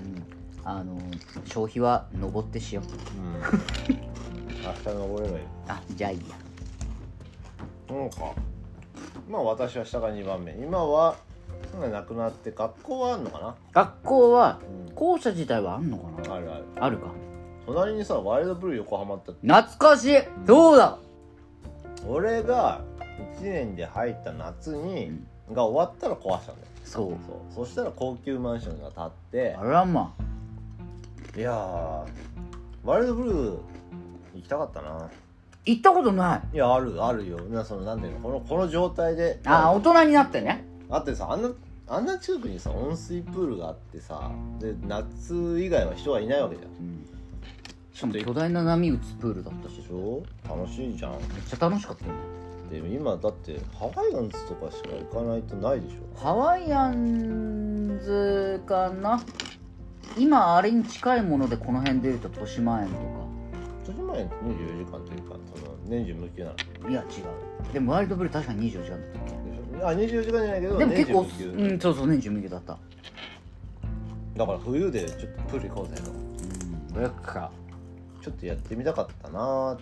消費は上ってしよう。 明日登ればいい。 あ、じゃあいいや。 なんかまあ私は下が2番目。今はなくなって学校はあんのかな。 学校は、校舎自体はあんのかな。 あるある。 あるか。 隣にさ、ワイルドブルー横浜って懐かしい、そうだ。 俺が1年で入った夏に、が終わったら壊したんだよ。そしたら高級マンションが建って、 あらまいやー、ワイルドブルー行きたかったな。 行ったことない。 いや、あるよ。なんていうの、この状態で、 大人になってね。 だってさ、あんな近くにさ温水プールがあってさ、で夏以外は人がいないわけじゃん、 しかも巨大な波打つプールだったし。 でしょ。楽しいじゃん。 めっちゃ楽しかったよね。 でも今だってハワイアンズとかしか行かないとないでしょ。 ハワイアンズかな。今あれに近いものでこの辺でいうと豊島園とか。 豊島園って24時間というか、その年中無休なの。 いや違う。でもワイルドブルー確かに24時間だったっけ。 あ、24時間じゃないけど、 でも結構年中無休。 そう年中無休だった。 だから冬でちょっとプール行こうぜと。 ブラックか。 ちょっとやってみたかったなーって。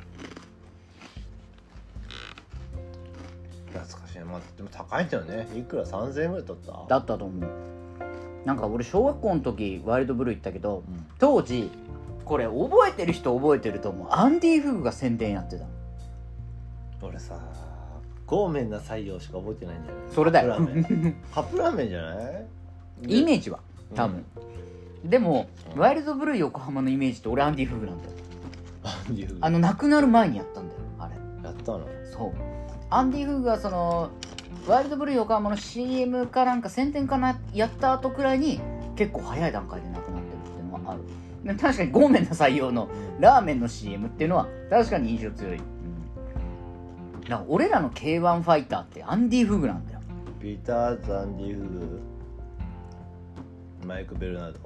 懐かしい。まあでも高いんだよね。いくら3000円ぐらい取った。 だったと思う。なんか俺小学校の時ワイルドブルー行ったけど、当時これ覚えてる人覚えてると思う。アンディ・フグが宣伝やってたの。 俺さ、ゴーメンな採用しか覚えてないんだよね。 それだよ。 カップラーメンじゃない？ イメージは多分、でも、ワイルドブルー横浜のイメージって俺アンディ・フグなんだよ。 アンディ・フグ亡くなる前にやったんだよあれ。 やったの？ そう、アンディ・フグがそのワイルドブルー横浜の CM かなんか宣伝かなやった後くらいに結構早い段階で亡くなってるっていうのはある。で確かにゴーメンな採用のラーメンの CM っていうのは確かに印象強い、だから俺らの K1 ファイターってアンディ・フグなんだよ。 ピーターズ・アンディ・フグ、マイク・ベルナード。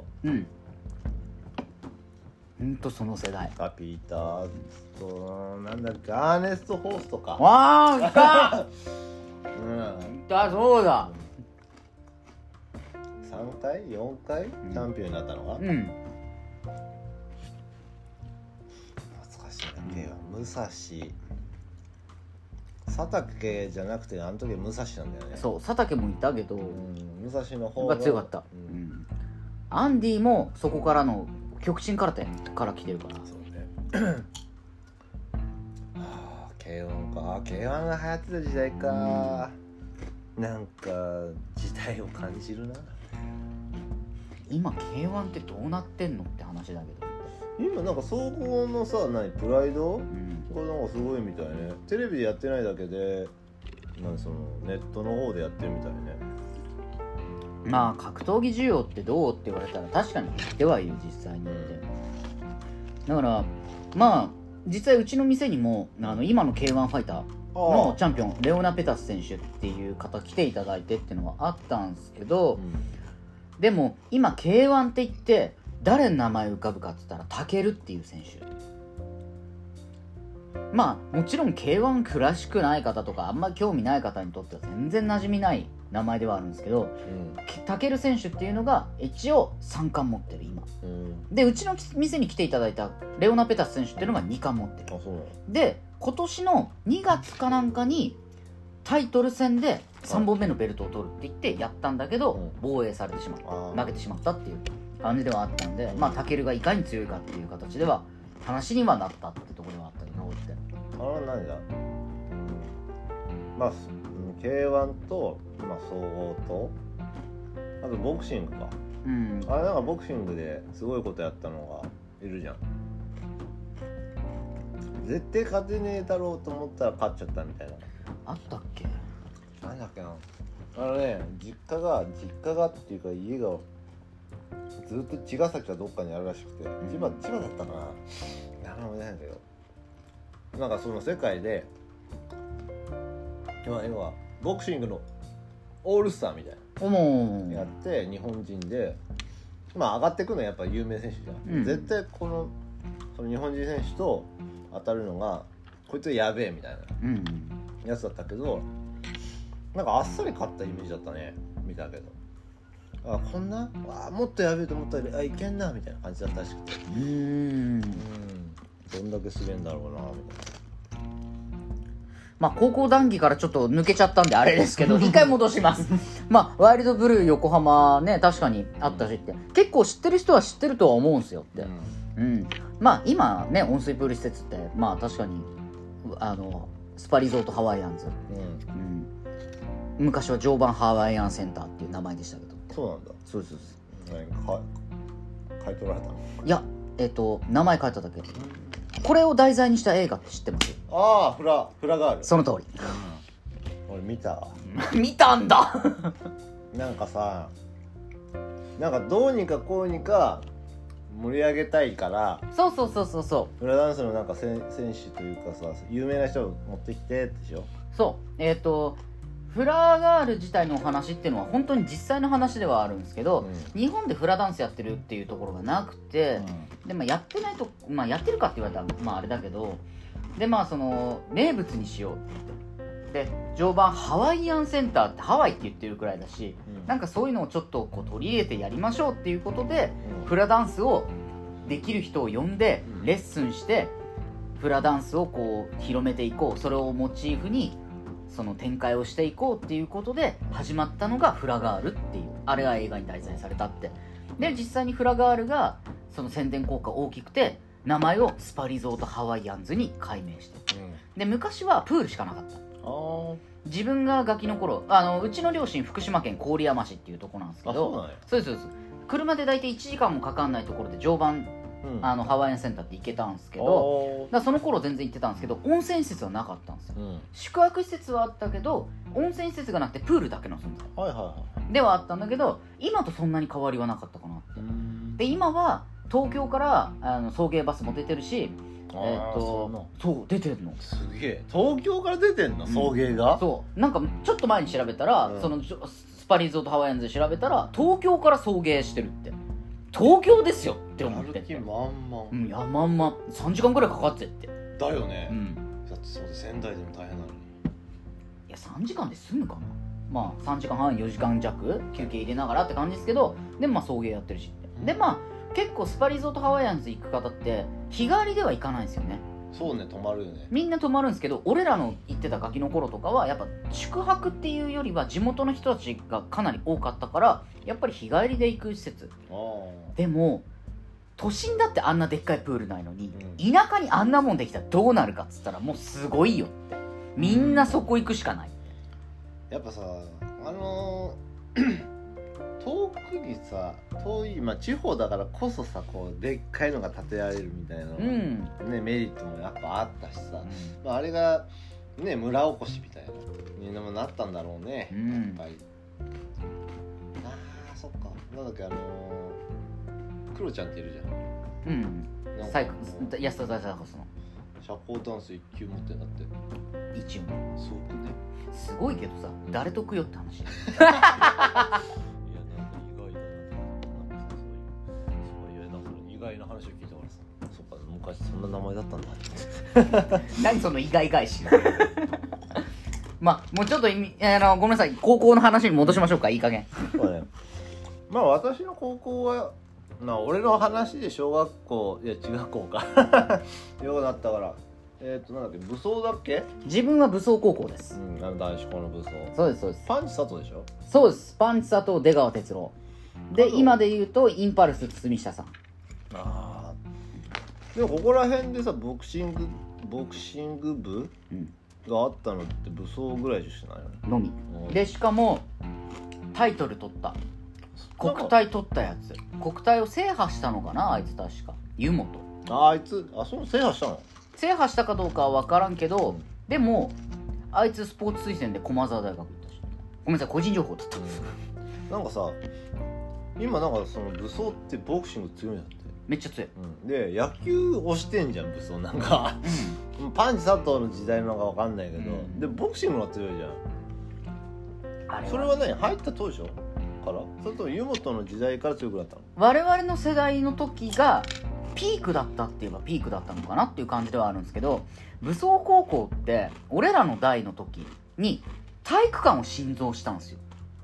ほんとその世代。 ピーターズとなんだっけ、アーネスト・ホーストか。 わーいただそうだ。 3回4回チャンピオンになったのが、懐かしいね。武蔵佐竹じゃなくて、あの時は武蔵なんだよね。 そう、佐竹もいたけど、 武蔵の方が強かった、アンディもそこからの極真空手から来てるから。 そうね。K1 か。K1 が流行ってた時代か。なんか時代を感じるな。 今 K1 ってどうなってんのって話だけど、 今なんか総合のさ、プライド、これなんかすごいみたいね。テレビでやってないだけで、そのネットの方でやってるみたいね。 まあ格闘技需要ってどうって言われたら確かに減ってはいる、実際に。だからまあ実際うちの店にも今の K1 ファイターのチャンピオンレオナ・ペタス選手っていう方来ていただいてっていうのはあったんですけど、でも今 K1 って言って誰の名前浮かぶかって言ったらタケルっていう選手。まあもちろん K1 詳しくない方とかあんまり興味ない方にとっては全然馴染みない名前ではあるんですけど、タケル選手っていうのが一応3冠持ってる今、でうちの店に来ていただいたレオナ・ペタス選手っていうのが2冠持ってる。で今年の2月かなんかにタイトル戦で3本目のベルトを取るって言ってやったんだけど、防衛されてしまった、負けてしまったっていう感じではあったんで、まあタケルがいかに強いかっていう形では話にはなったってところではあったりなって。 何だ、まあ K1 と、まあ、総合とあとボクシングか、あれなんかボクシングですごいことやったのがいるじゃん。絶対勝てねえだろうと思ったら勝っちゃったみたいな。 あったっけ？ なんだっけな。実家がっていうか家がずっと茅ヶ崎かどっかにあるらしくて、千葉だったかな。名前もないんだけど、なんかその世界で要はボクシングのオールスターみたいなやって日本人でまあ上がってくのはやっぱ有名選手じゃん、絶対その日本人選手と当たるのがこいつやべえみたいなやつだったけど、なんかあっさり勝ったイメージだったね、見たけど。こんなもっとやべえと思ったらいけんなみたいな感じだったらしくて、どんだけすげえんだろうなみたいな。 まあ高校談義からちょっと抜けちゃったんであれですけど一回戻しますまあワイルドブルー横浜ね確かにあったしって、結構知ってる人は知ってるとは思うんですよって、まあ今ね温水プール施設ってまあ確かにスパリゾートハワイアンズ、昔は常磐ハワイアンセンターっていう名前でしたけど。 そうなんだ。 そうです。 買い取られたの？ いや名前変えただけ。これを題材にした映画って知ってます？ ああ、フラガール。 その通り。 俺見た見たんだなんかさ、なんかどうにかこうにか盛り上げたいから、 そうフラダンスのなんか選手というかさ、有名な人を持ってきてでしょ。 そうフラガール自体のお話っていうのは本当に実際の話ではあるんですけど、日本でフラダンスやってるっていうところがなくて、でやってないと、やってるかって言われたらあれだけど、でその名物にしようって言って、で常磐ハワイアンセンターってハワイって言ってるくらいだし、なんかそういうのをちょっとこう取り入れてやりましょうっていうことで、フラダンスをできる人を呼んでレッスンして、フラダンスをこう広めていこう、それをモチーフにその展開をしていこうっていうことで始まったのがフラガールっていう、あれが映画に題材されたって。で実際にフラガールがその宣伝効果大きくて、名前をスパリゾートハワイアンズに改名して、で昔はプールしかなかった。自分がガキの頃、うちの両親福島県郡山市っていうところなんですけど、そうです車で大体1時間もかかんないところで常磐ハワイアンセンターって行けたんですけど、だその頃全然行ってたんですけど、温泉施設はなかったんですよ、宿泊施設はあったけど温泉施設がなくてプールだけの存在、ではあったんだけど、今とそんなに変わりはなかったかなって。で今は東京から送迎バスも出てるし、そう出てるの。 すげえ、東京から出てんの、送迎が。 そうなんかちょっと前に調べたら、そのスパリゾートハワイアンズで調べたら東京から送迎してるって。東京ですよって思ってて、まんま3時間くらいかかってってだよね、だってそうで仙台でも大変なのに。 いや3時間で済むかな。3時間半4時間弱休憩入れながらって感じですけど、でも送迎やってるしって、で結構スパリゾートハワイアンズ行く方って日帰りでは行かないんですよね。 そうね、泊まるよね。 みんな泊まるんですけど、俺らの行ってたガキの頃とかはやっぱ宿泊っていうよりは地元の人たちがかなり多かったから、やっぱり日帰りで行く施設。でも都心だってあんなでっかいプールないのに、田舎にあんなもんできたらどうなるかっつったらもうすごいよって。みんなそこ行くしかない。 やっぱさ、遠くにさ、遠い、地方だからこそさ、こうでっかいのが建てられるみたいな、メリットもやっぱあったしさ、あれがね、村おこしみたいなみんなもなったんだろうね、やっぱり。そっか、なんだっけ、クロちゃんっているじゃん。 安田大サーカスの。 社交ダンス1級持ってんだって一応そうねすごいけどさ、誰得よって話いやなんか意外だななんかさそういう意外な話を聞いたからさそっか昔そんな名前だったんだって何その意外返しまあもうちょっとごめんなさい、高校の話に戻しましょうか、いい加減。 そうねまあ私の高校は俺の話で小学校いや中学校かようなったからなんだっけ武装だっけ。 自分は武装高校です。 男子校の武装。 そうですそうです。 パンチ佐藤でしょ。 そうです。パンチ佐藤、出川哲朗で、今で言うとインパルス堤下さん。 ああでもここら辺でさボクシング部、があったのって武装ぐらいしかないよねのみで、しかもタイトル取った国体取ったやつ、国体を制覇したのかな、あいつ確か湯本。 あいつその制覇したの。 制覇したかどうかは分からんけど、でもあいつスポーツ推薦で駒澤大学行ったし。ごめんなさい、個人情報って言った、 なんかさ今なんかその武装ってボクシング強いんだって。 めっちゃ強い、 で野球推してんじゃん武装なんか、パンチ佐藤の時代のが分かんないけど、でボクシングが強いじゃん。あれはそれは何入った当初からそれとも湯本の時代から強くなったの。 我々の世代の時がピークだったって言えばピークだったのかなっていう感じではあるんですけど、武装高校って俺らの代の時に体育館を新造したんですよ。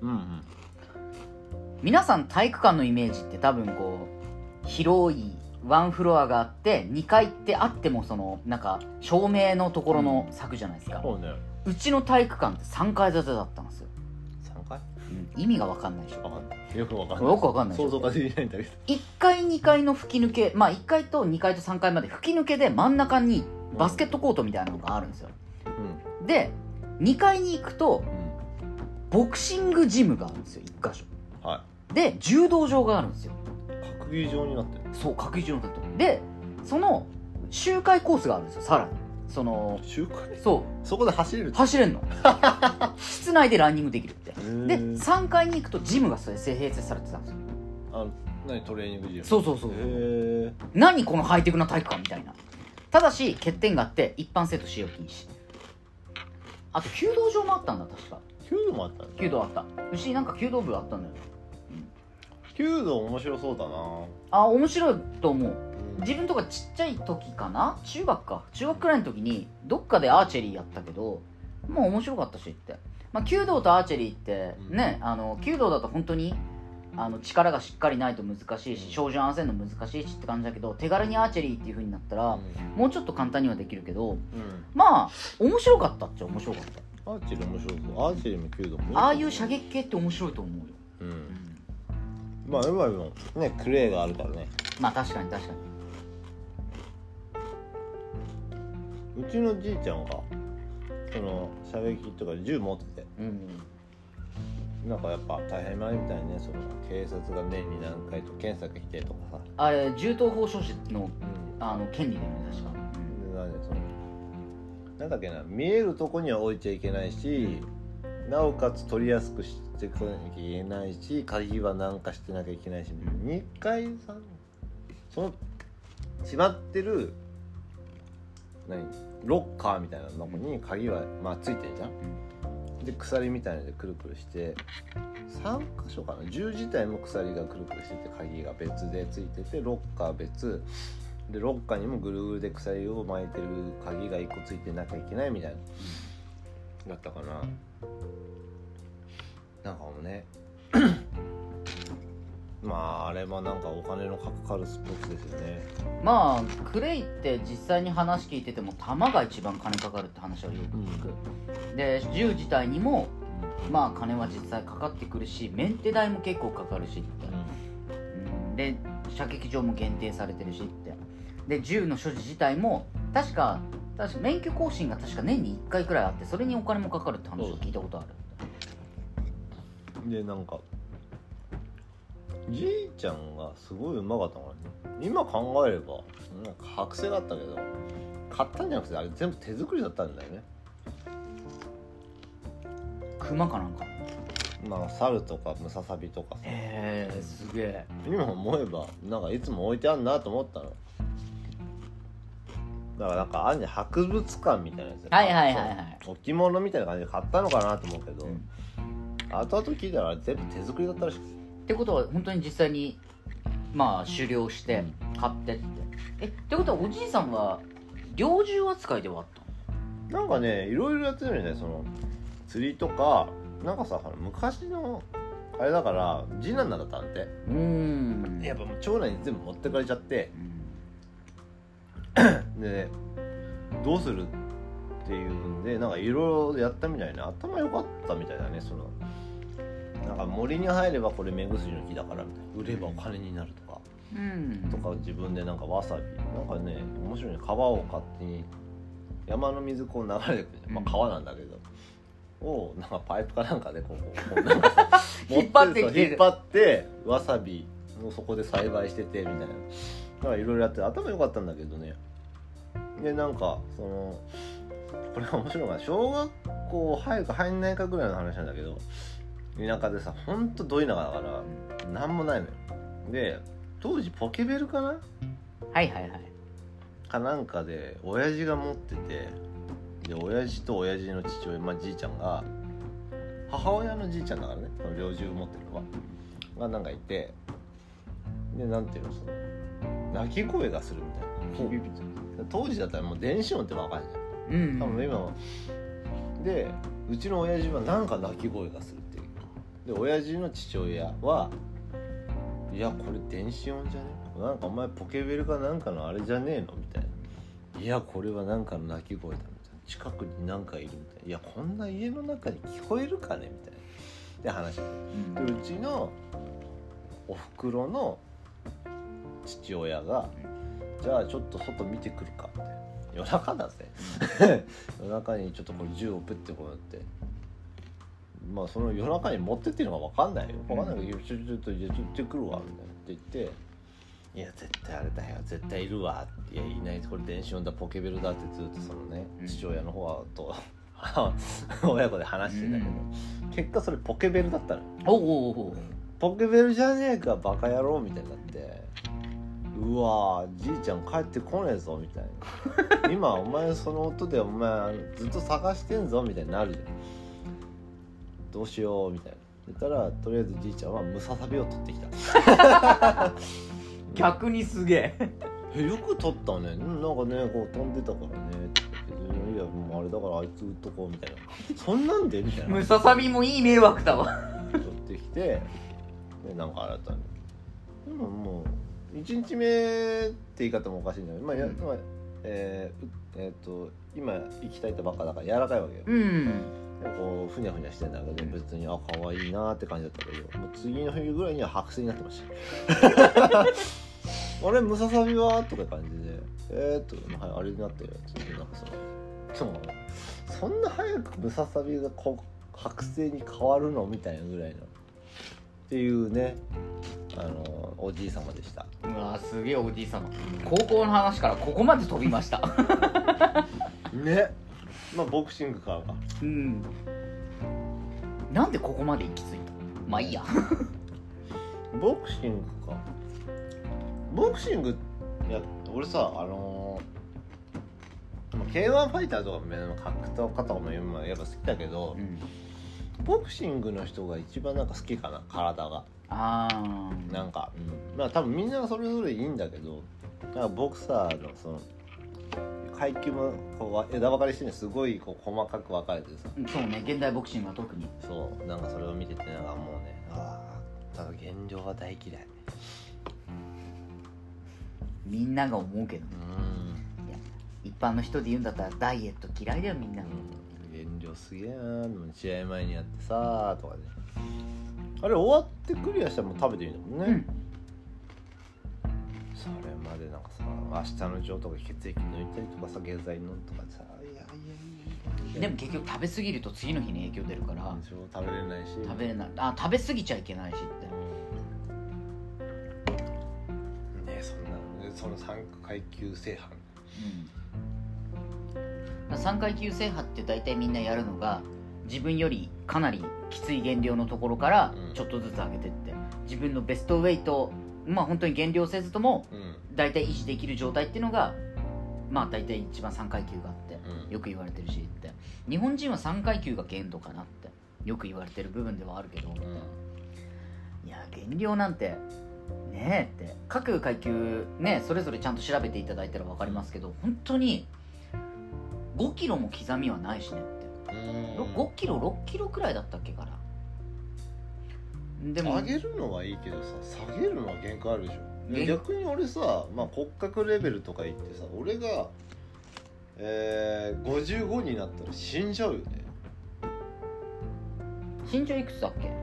皆さん体育館のイメージって多分こう広いワンフロアがあって2階ってあってもそのなんか照明のところの柵じゃないですか、うちの体育館って3階建てだったんですよ。 3階、 意味が分かんないでしょ。 よく分かんない、 よく分かんない想像ができないんだけど、 1階2階の吹き抜け、まあ1階と2階と3階まで吹き抜けで真ん中にバスケットコートみたいなのがあるんですよ、で2階に行くと、ボクシングジムがあるんですよ1箇所、で柔道場があるんですよ。 角技場になってる。そう、 角技場になってる。でその周回コースがあるんですよ。さらにその周回、 そこで走れるの室内でランニングできるって。で3階に行くとジムが併設されてたんですよ。 何トレーニングジム。 そう何このハイテクな体育館みたいな。ただし欠点があって一般生徒使用禁止。あと弓道場もあったんだ確か。 弓道もあったんだ。 弓道あった。うちなんか弓道部あったんだよ。 弓道面白そうだな。 面白いと思う。自分とかちっちゃい時かな、中学くらいの時にどっかでアーチェリーやったけど、もう面白かったしって、弓道とアーチェリーってね、弓道だと本当に力がしっかりないと難しいし、照準合わせるの難しいしって感じだけど、手軽にアーチェリーっていう風になったら、もうちょっと簡単にはできるけど、まあ面白かったっちゃ面白かった。 アーチェリー面白そう。アーチェリーも弓道もああいう射撃系って面白いと思うよ。 まあ今もねクレーがあるからね。 まあ確かにうちのじいちゃんがその射撃とか銃持ってて、なんかやっぱ大変前みたいね、その警察が年に何回と検査が来てとかさ、 あれ銃刀法所持の、権利だよね確か。 なんだっけな、見えるとこには置いちゃいけないし、なおかつ取りやすくしていかなきゃいけないし、鍵はなんかしてなきゃいけないし、2回さその閉まってるロッカーみたいなとこに鍵はついてるじゃん、で鎖みたいなのでくるくるして3箇所かな、銃自体も鎖がくるくるしてて鍵が別でついてて、ロッカー別で、ロッカーにもぐるぐるで鎖を巻いてる鍵が1個ついてなきゃいけないみたいなだったかな。なんかもうねあれもなんかお金のかかるスポーツですよね。 クレイって実際に話聞いてても弾が一番金かかるって話はよく聞く、で銃自体にも金は実際かかってくるし、メンテ代も結構かかるしって、で射撃場も限定されてるしって、で銃の所持自体も確か免許更新が確か年に1回くらいあって、それにお金もかかるって話を聞いたことある。 でなんかじいちゃんがすごいうまかったからね。今考えればなんか剥製があったけど、買ったんじゃなくてあれ全部手作りだったんだよね。 熊かなんか、 猿とかムササビとかさ。 すげえ。 今思えばなんかいつも置いてあるなと思ったの。 だからなんかあんじゃん博物館みたいなやつ、 はいはいはいはい、 置物みたいな感じで買ったのかなと思うけど、後々聞いたら全部手作りだったらしくて、 ってことは本当に実際にまあ狩猟して買ってってことはおじいさんは猟銃扱いではあったなんかねいろいろやってるみたいな、その釣りとかなんかさ昔のあれだから次男なんだったんで、やっぱもう長男に全部持ってかれちゃって、でどうするっていうんでなんかいろいろやったみたいな、頭良かったみたいだね。そのなんか森に入ればこれ目薬の木だからみたいな、売ればお金になるとか、とか自分でなんかわさびなんかね面白いね、川を勝手に山の水こう流れてくる、まあ川なんだけど、をなんかパイプかなんかでこうなんかさ引っ張ってきて引っ張ってわさびをそこで栽培しててみたいな、だからいろいろやって頭良かったんだけどね。でなんかそのこれは面白いのが小学校早く入んないかぐらいの話なんだけど、田舎でさほんとど田舎だからなんもないのよ。で当時ポケベルかな、 はいはいはい、 かなんかで親父が持ってて、で親父と親父の父親、まあ、じいちゃんが母親のじいちゃんだからね、その猟銃持ってるのがなんかいて、でなんていうのその鳴き声がするみたいな、ビビビって当時だったらもう電子音って分かんじゃん、多分今はでうちの親父はなんか鳴き声がするっていう。で親父の父親はいやこれ電子音じゃねえ、なんかお前ポケベルかなんかのあれじゃねえのみたいな、いやこれはなんかの鳴き声だみたいな、近くになんかいるみたいな、いやこんな家の中に聞こえるかねみたいなで話して、でうちのおふくろの父親がじゃあちょっと外見てくるかみたいな、夜中だぜ夜中にちょっとこれ銃をプッてこうやって、まあその夜中に持ってっていうのが分かんないよ、分かんないけどちょっと行ってくるわみたいなって言って、いや絶対あれだよ絶対いるわって、いやいない、これ電子音だポケベルだってずっとそのね、父親の方はと親子で話してんだけど、結果それポケベルだったの。ポケベルじゃねえかバカ野郎みたいになって、うわじいちゃん帰ってこねえぞみたいな今お前その音でお前ずっと探してんぞみたいになるじゃん、どうしようみたいな言ったら、とりあえずじいちゃんはムササビを取ってきた逆にすげえよく取ったね、なんかねこう飛んでたからねって言って、いやもうあれだからあいつ撃っとこうみたいなそんなんでみたいな、 ムササビもいい迷惑だわ取ってきて、でなんか新たにでももう1日目って言い方もおかしいんだけど、まあ今生きたいってばっかだから柔らかいわけよ、こうふにゃふにゃしてんだけど別に可愛いなって感じだったけど、もう次の日ぐらいには白線になってましたあれムササビはとか感じではい、あれになったよってなんかそんな早くムササビが剥製に変わるのみたいなぐらいのっていうね、おじい様でした。 うわすげえおじい様、高校の話からここまで飛びましたね、まあボクシングからか、 なんでここまで行き着いた、まあいいやボクシングか、ボクシングいや俺さK1 ファイターとかも格闘家とかもやっぱ好きだけど、ボクシングの人が一番なんか好きかな、体がなんか、まあ多分みんなそれぞれいいんだけど、なんかボクサーのその階級もこう枝分かれしてね、すごいこう細かく分かれてさ、 そうね、現代ボクシングは特にそうなんかそれを見ててなんかもうね、ただ現状は大嫌い、 みんなが思うけど、いや一般の人で言うんだったらダイエット嫌いだよみんな、 現状すげえな、試合前にやってさとかね、あれ終わってクリアしたらもう食べていいんだもんね、それまでなんかさ明日の情とか血液抜いたりとかさ、下剤飲むとかさ、いやでも結局食べ過ぎると次の日に影響出るから、 食べれないし、 食べ過ぎちゃいけないしって、 ね、その3階級制覇、 3階級制覇って大体みんなやるのが、自分よりかなりきつい減量のところからちょっとずつ上げてって、自分のベストウェイト、まあ本当に減量せずとも大体維持できる状態っていうのがまあ大体一番3階級があってよく言われてるしって、日本人は3階級が限度かなってよく言われてる部分ではあるけど、いや減量なんてねえって、各階級ねそれぞれちゃんと調べていただいたら分かりますけど、本当に5キロも刻みはないしねって、5キロ6キロくらいだったっけかな。でも上げるのはいいけどさ、下げるのは限界あるでしょ。逆に俺さ、まあ、骨格レベルとか言ってさ、俺が、55になったら死んじゃうよね。 身長いくつだっけ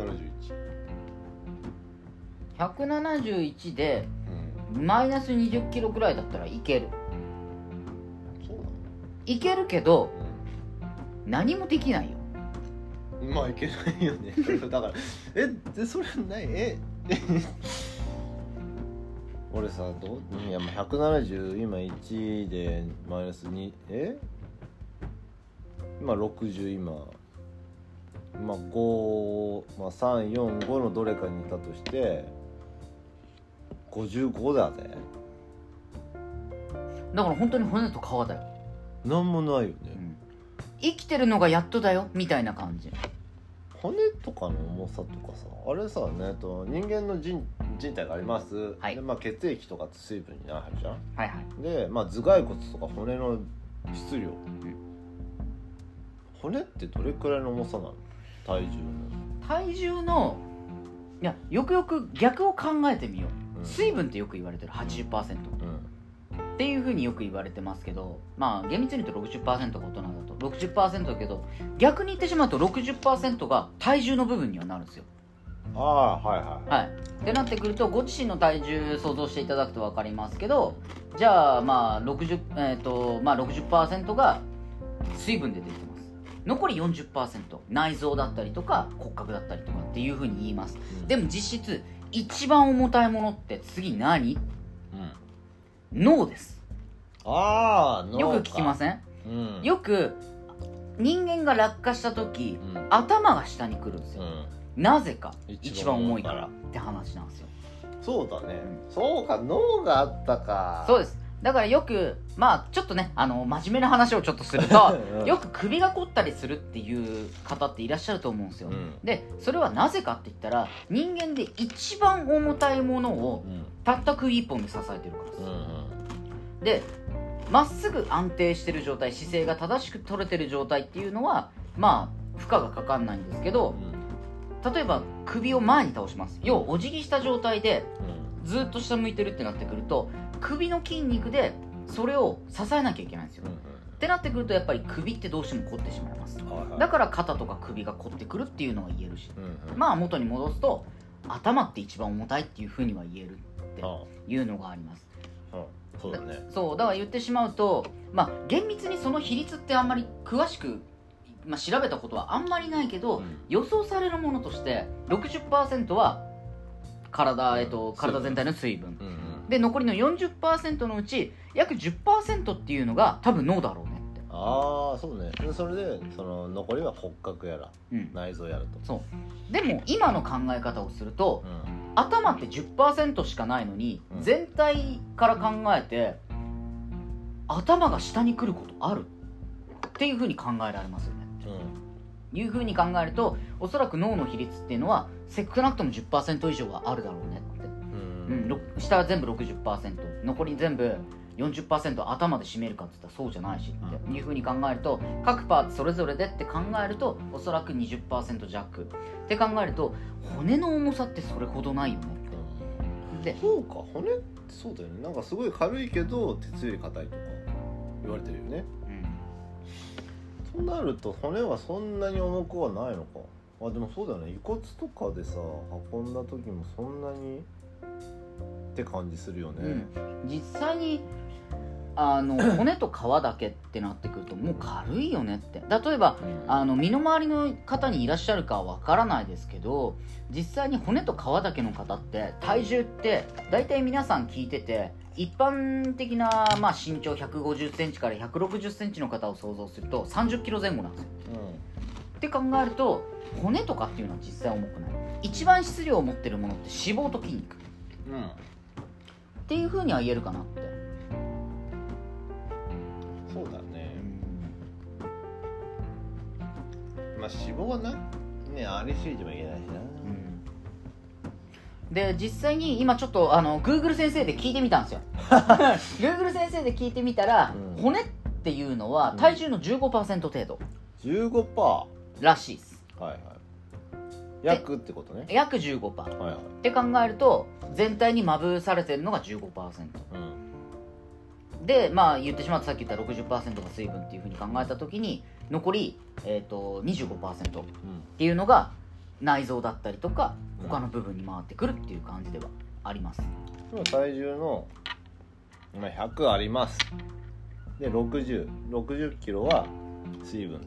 ？171で、マイナス20キロくらいだったらいける。 そうなの？ いけるけど、何もできないよ。 まあいけないよね。だからそれない俺さいやまあ170今1でマイナス2今60今まあ5まあ345のどれかにいたとして55だぜ。 だから本当に骨と皮だよ。 なんもないよね、 生きてるのがやっとだよみたいな感じ。 骨とかの重さとかさ、あれさね人間の人体があります、 はい、 でまあ、血液とかって水分になるじゃん、 はいはい、 で、まあ、頭蓋骨とか骨の質量、骨ってどれくらいの重さなの？体重のいやよくよく逆を考えてみよう、水分ってよく言われてる 80%、っていう風によく言われてますけど、まあ厳密に言うと 60% が大人だと 60% だけど、逆に言ってしまうと 60% が体重の部分にはなるんですよ。 はいはいはい。 ってなってくると、ご自身の体重想像していただくと分かりますけど、じゃあまあ 60% が水分でできてます。残り 40% 内臓だったりとか骨格だったりとかっていう風に言います、でも実質一番重たいものって次何？脳です。 脳か。 よく聞きません？よく人間が落下した時、頭が下に来るんですよ、なぜか一番重いからって話なんですよ。 そうだね、そうか、脳があったか。 そうです。だからよくまあちょっとね真面目な話をちょっとするとよく首が凝ったりするっていう方っていらっしゃると思うんですよ、でそれはなぜかって言ったら、人間で一番重たいものをたった首一本で支えてるからです、でまっすぐ安定してる状態、姿勢が正しく取れてる状態っていうのはまあ負荷がかかんないんですけど、例えば首を前に倒します。要はお辞儀した状態でずっと下向いてるってなってくると、首の筋肉でそれを支えなきゃいけないんですよ、ってなってくるとやっぱり首ってどうしても凝ってしまいます、だから肩とか首が凝ってくるっていうのは言えるし、まあ元に戻すと頭って一番重たいっていうふうには言えるっていうのがあります、 そうだね。 そうだから言ってしまうと、まあ厳密にその比率ってあんまり詳しく、調べたことはあんまりないけど、予想されるものとして 60% は体全体の水分、で残りの 40% のうち約 10% っていうのが多分脳だろうねって。 そうね。それでその残りは骨格やら、内臓やらと。 そうでも今の考え方をすると、頭って 10% しかないのに、全体から考えて頭が下に来ることあるっていうふうに考えられますよね、いうふうに考えると、おそらく脳の比率っていうのは少なくとも 10% 以上はあるだろうねって、下は全部 60%、 残り全部 40% 頭で占めるかって言ったらそうじゃないしっていうふうに考えると、各パーツそれぞれでって考えるとおそらく 20% 弱って考えると、骨の重さってそれほどないよねって。 でそうか、骨ってそうだよね。なんかすごい軽いけど鉄より硬いとか言われてるよね、となると骨はそんなに重くはないのか。でもそうだよね、遺骨とかでさ運んだ時もそんなにって感じするよね、 実際に骨と皮だけってなってくるともう軽いよねって。例えば、身の回りの方にいらっしゃるかはわからないですけど、実際に骨と皮だけの方って体重って大体皆さん聞いてて、一般的な、身長150センチから160センチの方を想像すると30キロ前後なんですよ、って考えると骨とかっていうのは実際重くない。一番質量を持ってるものって脂肪と筋肉、っていう風には言えるかなって。 そうだね。まあ脂肪はなねありすぎてもいけないしな。 で実際に今ちょっとGoogle 先生で聞いてみたんですよGoogle 先生で聞いてみたら、骨っていうのは体重の 15% 程度 15% らしいです。 はいはい。約ってことね。 約 15%、 はいはい、 って考えると全体にまぶされてるのが 15%、でまあ言ってしまうとさっき言った 60% が水分っていうふうに考えた時に残り、25% っていうのが内臓だったりとか他の部分に回ってくるっていう感じではあります。 体重の100あります。で60キロは水分、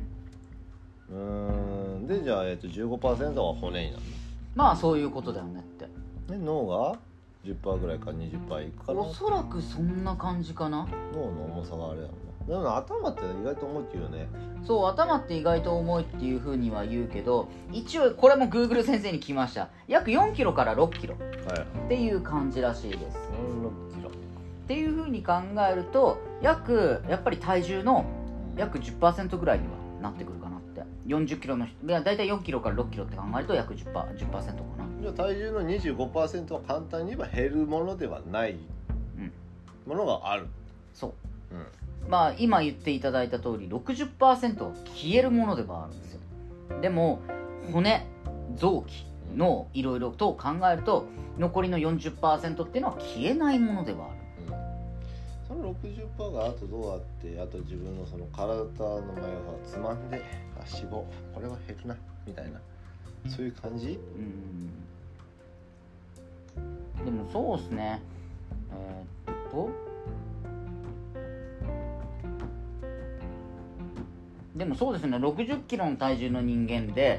でじゃあ、15% は骨になる。 まあそういうことだよねって。 で脳が 10% ぐらいか 20% いくかな。 おそらくそんな感じかな。 脳の重さがあれだもんな。でも頭って意外と重いっていうよね。 そう頭って意外と重いっていうふうには言うけど、一応これも Google 先生に聞きました。約4キロから6キロっていう感じらしいです。 6キロっていうふうに考えるとやっぱり体重の約 10% ぐらいにはなってくるかなって。40キロの人、だいたい4キロから6キロって考えると約 10% かな。 じゃあ体重の 25% は簡単に言えば減るものではないものがある。 そう、まあ今言っていただいた通り 60% 消えるものではあるんですよ。でも骨臓器のいろいろと考えると残りの 40% っていうのは消えないものではある。 その 60% があとどうあって、あと自分のその体の前をつまんで脂肪これは減るなみたいな、そういう感じ。 でもそうですね。でもそうですね、60キロの体重の人間で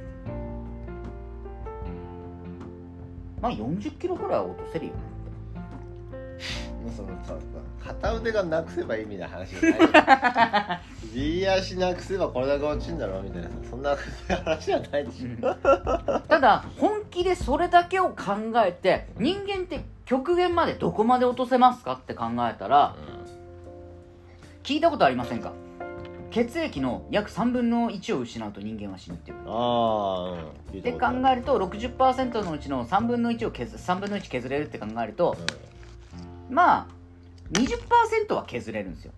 まあ40キロくらいは落とせるよね。 そのさ片腕がなくせばいいみたいな話じゃない右足なくせばこれだけ落ちるんだろうみたいな、そんな話じゃないでしょただ本気でそれだけを考えて、人間って極限までどこまで落とせますかって考えたら、聞いたことありませんか？血液の約3分の1を失うと人間は死ぬっていう。って考えると 60% のうちの3分の1を3分の1削れるって考えると、まあ 20% は削れるんですよ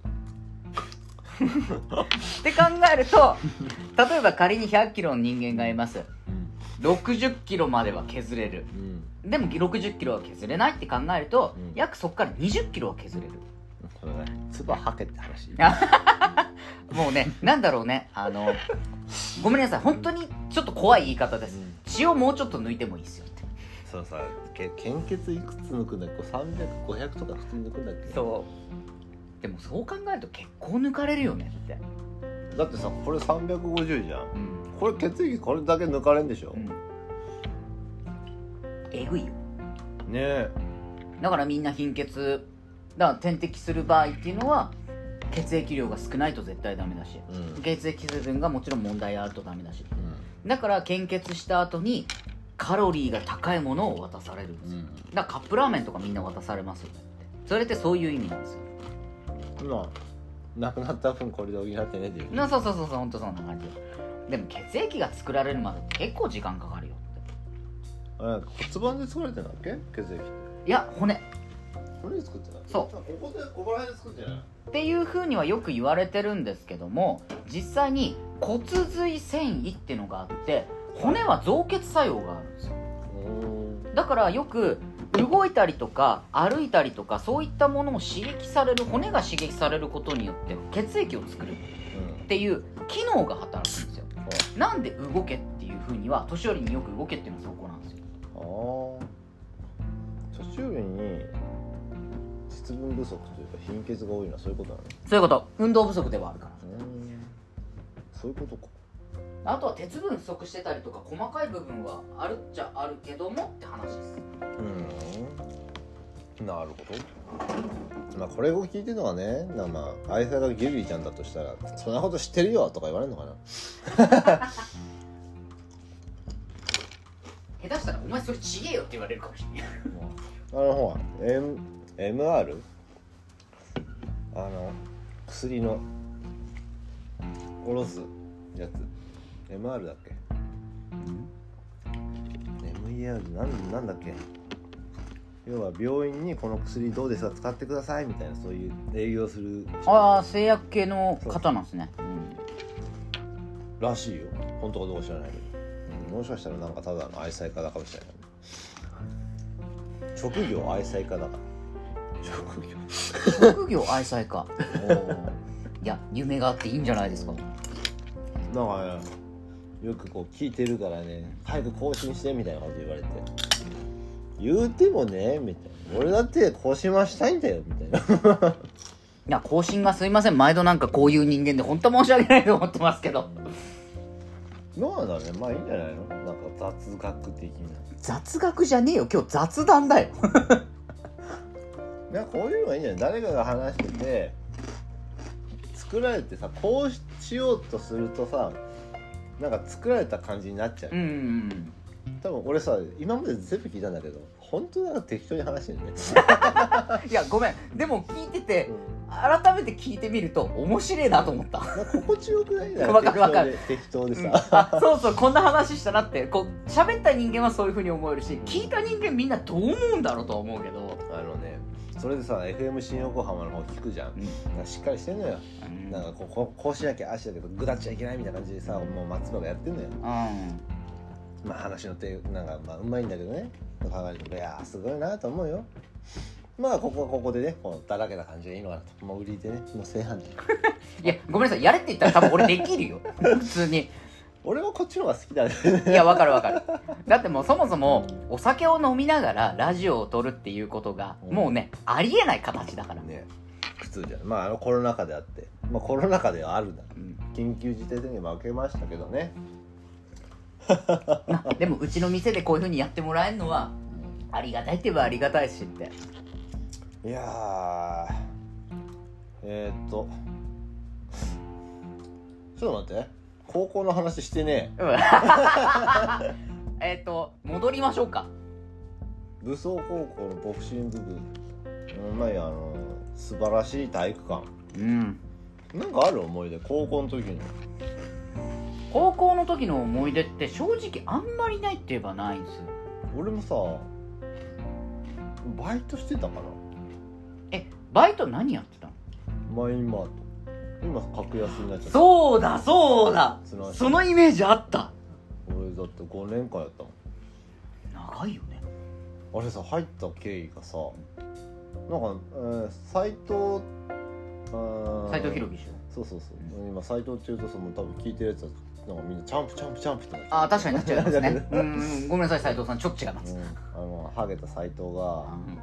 って考えると、例えば仮に100キロの人間がいます、60キロまでは削れる、でも60キロは削れないって考えると、約そこから20キロは削れる。 これね、唾吐けって話もうね、なんだろうね、ごめんなさい、本当にちょっと怖い言い方です、血をもうちょっと抜いてもいいですよって。 そうさ、献血いくつ抜くんだっけ？300、500とか普通に抜くんだっけ？ そうでもそう考えると結構抜かれるよねって。 だってさ、これ350じゃん、これ血液これだけ抜かれんでしょ、 えぐいよねえ。 だからみんな貧血だから点滴する場合っていうのは血液量が少ないと絶対ダメだし、血液成分がもちろん問題あるとダメだし、だから献血した後にカロリーが高いものを渡されるんですよ、だからカップラーメンとかみんな渡されますよねって。それってそういう意味なんですよ。 まあなくなった分これで補ってねっていう。 そう本当そんな感じ。でも血液が作られるまで結構時間かかるよって。 骨盤で作られてるんだっけ、血液って。 いや、骨で作ってた。 そう、 ここら辺で作ってないっていう風にはよく言われてるんですけども、実際に骨髄線維っていうのがあって、骨は造血作用があるんですよ。だからよく動いたりとか歩いたりとかそういったものを刺激される、骨が刺激されることによって血液を作るっていう機能が働くんですよ。なんで動けっていう風には、年寄りによく動けっていうのはそこなんですよ。 年寄りに鉄分不足というか貧血が多いのはそういうことなの？ そういうこと。運動不足ではあるから。 そういうことか。 あとは鉄分不足してたりとか細かい部分はあるっちゃあるけどもって話です。 なるほど。まあこれを聞いてるのはね、まあ愛さがギルリーちゃんだとしたらそんなこと知ってるよとか言われるのかな下手したらお前それちげえよって言われるかもしれないほら MR 薬のおろすやつ MR だっけ、MER なんだっけ、要は病院にこの薬どうですか使ってくださいみたいな、そういう営業する。 ああ、製薬系の方なんですね。 らしいよ、本当かどうか知らないけど、もしかしたらなんかただの愛妻家だかもしれない。職業愛妻家だから。 職業愛妻家。いや、夢があっていいんじゃないですか。 なんかね、よくこう聞いてるからね、早く更新してみたいなこと言われて、言うてもねみたいな、俺だって更新はしたいんだよみたいな。 いや、更新がすいません、毎度なんかこういう人間で本当申し訳ないと思ってますけど。 どうなんだろうね、まあいいんじゃないの、なんか雑学的な。 雑学じゃねえよ、今日雑談だよ。 なんかこういうのがいいんじゃない、誰かが話してて作られてさ、こうしようとするとさ、なんか作られた感じになっちゃう。多分俺さ、今まで全部聞いたんだけど、本当なんか適当に話してるね。 いや、ごめん、でも聞いてて、改めて聞いてみると面白いなと思った。 心地よくないんだよ。 わかる適当でさ、 そうそう、こんな話したなって、こう喋った人間はそういう風に思えるし、聞いた人間みんなどう思うんだろうとは思うけど、 それでさ FM 新横浜の方聞くじゃん、なんかしっかりしてんのよ、なんかこうしなきゃああしなきゃぐだっちゃいけないみたいな感じでさ、もう松葉がやってんのよ。まあ話の手なんかまあうまいんだけどね、考えて、いやーすごいなと思うよ。まあここでね、このだらけた感じがいいのかなと。もう売りでね、もう正反対。 いや、ごめんなさい、やれって言ったら多分俺できるよ。普通に。 俺はこっちの方が好きだね。 いや、わかる。だってもうそもそもお酒を飲みながらラジオを撮るっていうことがもうね、ありえない形だからね。普通じゃん。まあコロナ禍であって、まあコロナ禍ではあるんだ、緊急事態宣言負けましたけどね。 でもうちの店でこういう風にやってもらえるのはありがたいって言えばありがたいしって。 いやー、ちょっと待って、高校の話してねえ。戻りましょうか。 武装高校のボクシング部、前素晴らしい体育館。なんかある思い出、高校の時の。 高校の時の思い出って正直あんまりないって言えばないんですよ。 俺もさ、バイトしてたかな。 バイト何やってたの？ マインマート。今格安になっちゃった。 そうだそのイメージあった。 俺だって5年間やったもん。 長いよね。 あれさ、入った経緯がさ、なんか、斎藤博樹でしょ。 そう、今斎藤っていうとさ、もう多分聞いてるやつはなんかみんなチャンプってなっちゃう。 確かになっちゃいますね。ごめんなさい、斎藤さん、ちょっと違います。 ハゲた斎藤が、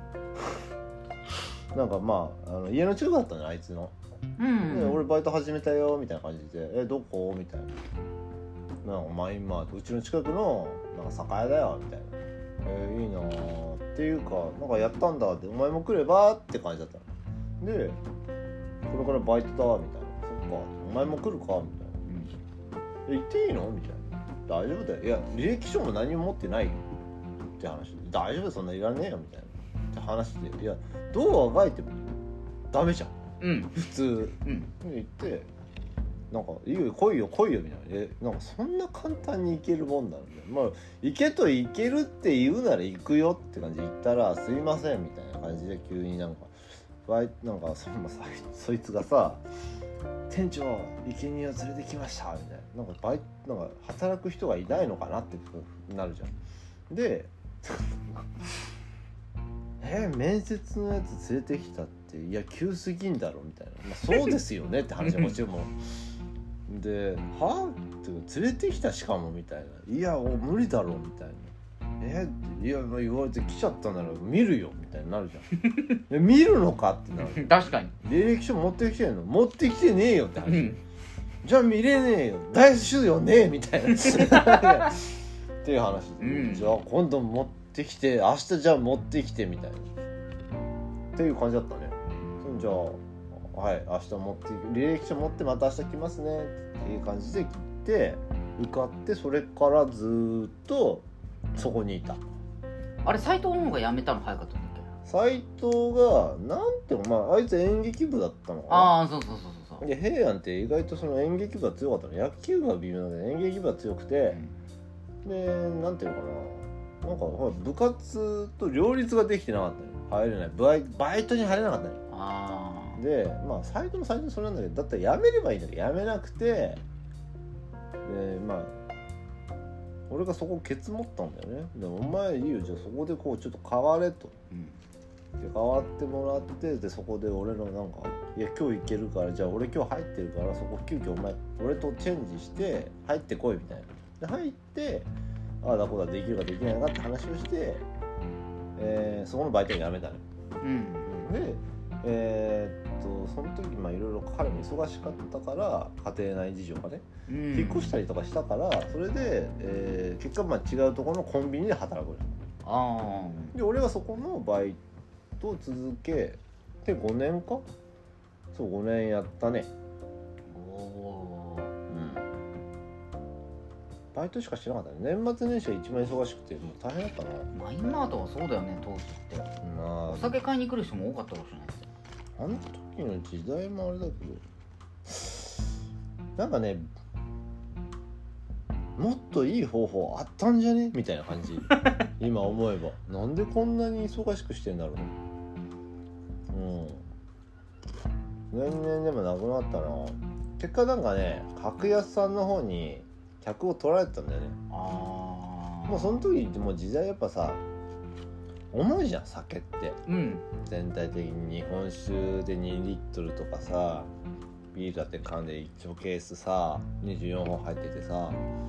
なんかまあ家の近くだったね、あいつの。で俺バイト始めたよみたいな感じで、どこみたいな、なんかマインマートうちの近くのなんか酒屋だよみたいな、いいなーっていうか、なんかやったんだって、お前も来ればって感じだったので、これからバイトだみたいな、そっかお前も来るかみたいな、行っていいのみたいな、大丈夫だよ、いや履歴書も何も持ってないよって話で、大丈夫そんないらねえよみたいなって話で、いやどうあがいてもダメじゃん、普通、言って、なんかいいよ来いよみたいな、なんかそんな簡単に行けるもんなのね。まあ行けと行けるって言うなら行くよって感じで言ったら、すいませんみたいな感じで急になんかそいつがさ、店長生贄を連れてきましたみたいな、なんか働く人がいないのかなってなるじゃん。で面接のやつ連れてきたって、いや急すぎんだろみたいな、まあ、そうですよねって話はもちろんもで、はぁって連れてきた、しかもみたいな、いや無理だろみたいな、いや言われて来ちゃったなら見るよみたいになるじゃん見るのかってなる確かに。 履歴書持ってきてんの？持ってきてねえよって話、じゃあ見れねえよ、大事よねみたいなっていう話で、じゃあ今度持ってきて、明日じゃあ持ってきてみたいなっていう感じだったね。じゃあはい明日持って履歴書持ってまた明日来ますねっていう感じで来て、受かって、それからずっとそこにいた。 あれ、斎藤の方が辞めたの早かったんだっけ？ 斎藤がなんてもあいつ演劇部だったのかな。 ああそうで平安って意外とその演劇部が強かったの。野球部は微妙で演劇部は強くて、でなんていうのかな、なんか部活と両立ができてなかったの。入れないバイトに入れなかったの。で斎藤も最初それなんだけど、だったらやめればいいんだけどやめなくて、で俺がそこケツ持ったんだよね。でお前いいよ、じゃあそこでこうちょっと変われと、で変わってもらって、でそこで俺のなんかいや今日行けるから、じゃあ俺今日入ってるからそこ急遽お前俺とチェンジして入ってこいみたいな。で入ってああだこうだできるかできないかって話をして、そこのバイトに辞めたのよ。でその時いろいろ彼も忙しかったから家庭内事情がね、引っ越したりとかしたから、それで、結果違うところのコンビニで働くの。で俺はそこのバイトを続けて5年か、そう5年やったね。バイトしかしてなかったね。年末年始は一番忙しくてもう大変だったな。 マインマートはそうだよね当時って、お酒買いに来る人も多かったかもしれないですよ。 あの時の時代もあれだけど、なんかねもっといい方法あったんじゃねみたいな感じ今思えば。なんでこんなに忙しくしてんだろう。年々でもなくなったな。結果なんかね格安さんの方に客を取られてたんだよね。もうその時もう時代やっぱさ重いじゃん酒って、全体的に日本酒で2リットルとかさ、ビールだって缶で1ケースさ24本入っててさ、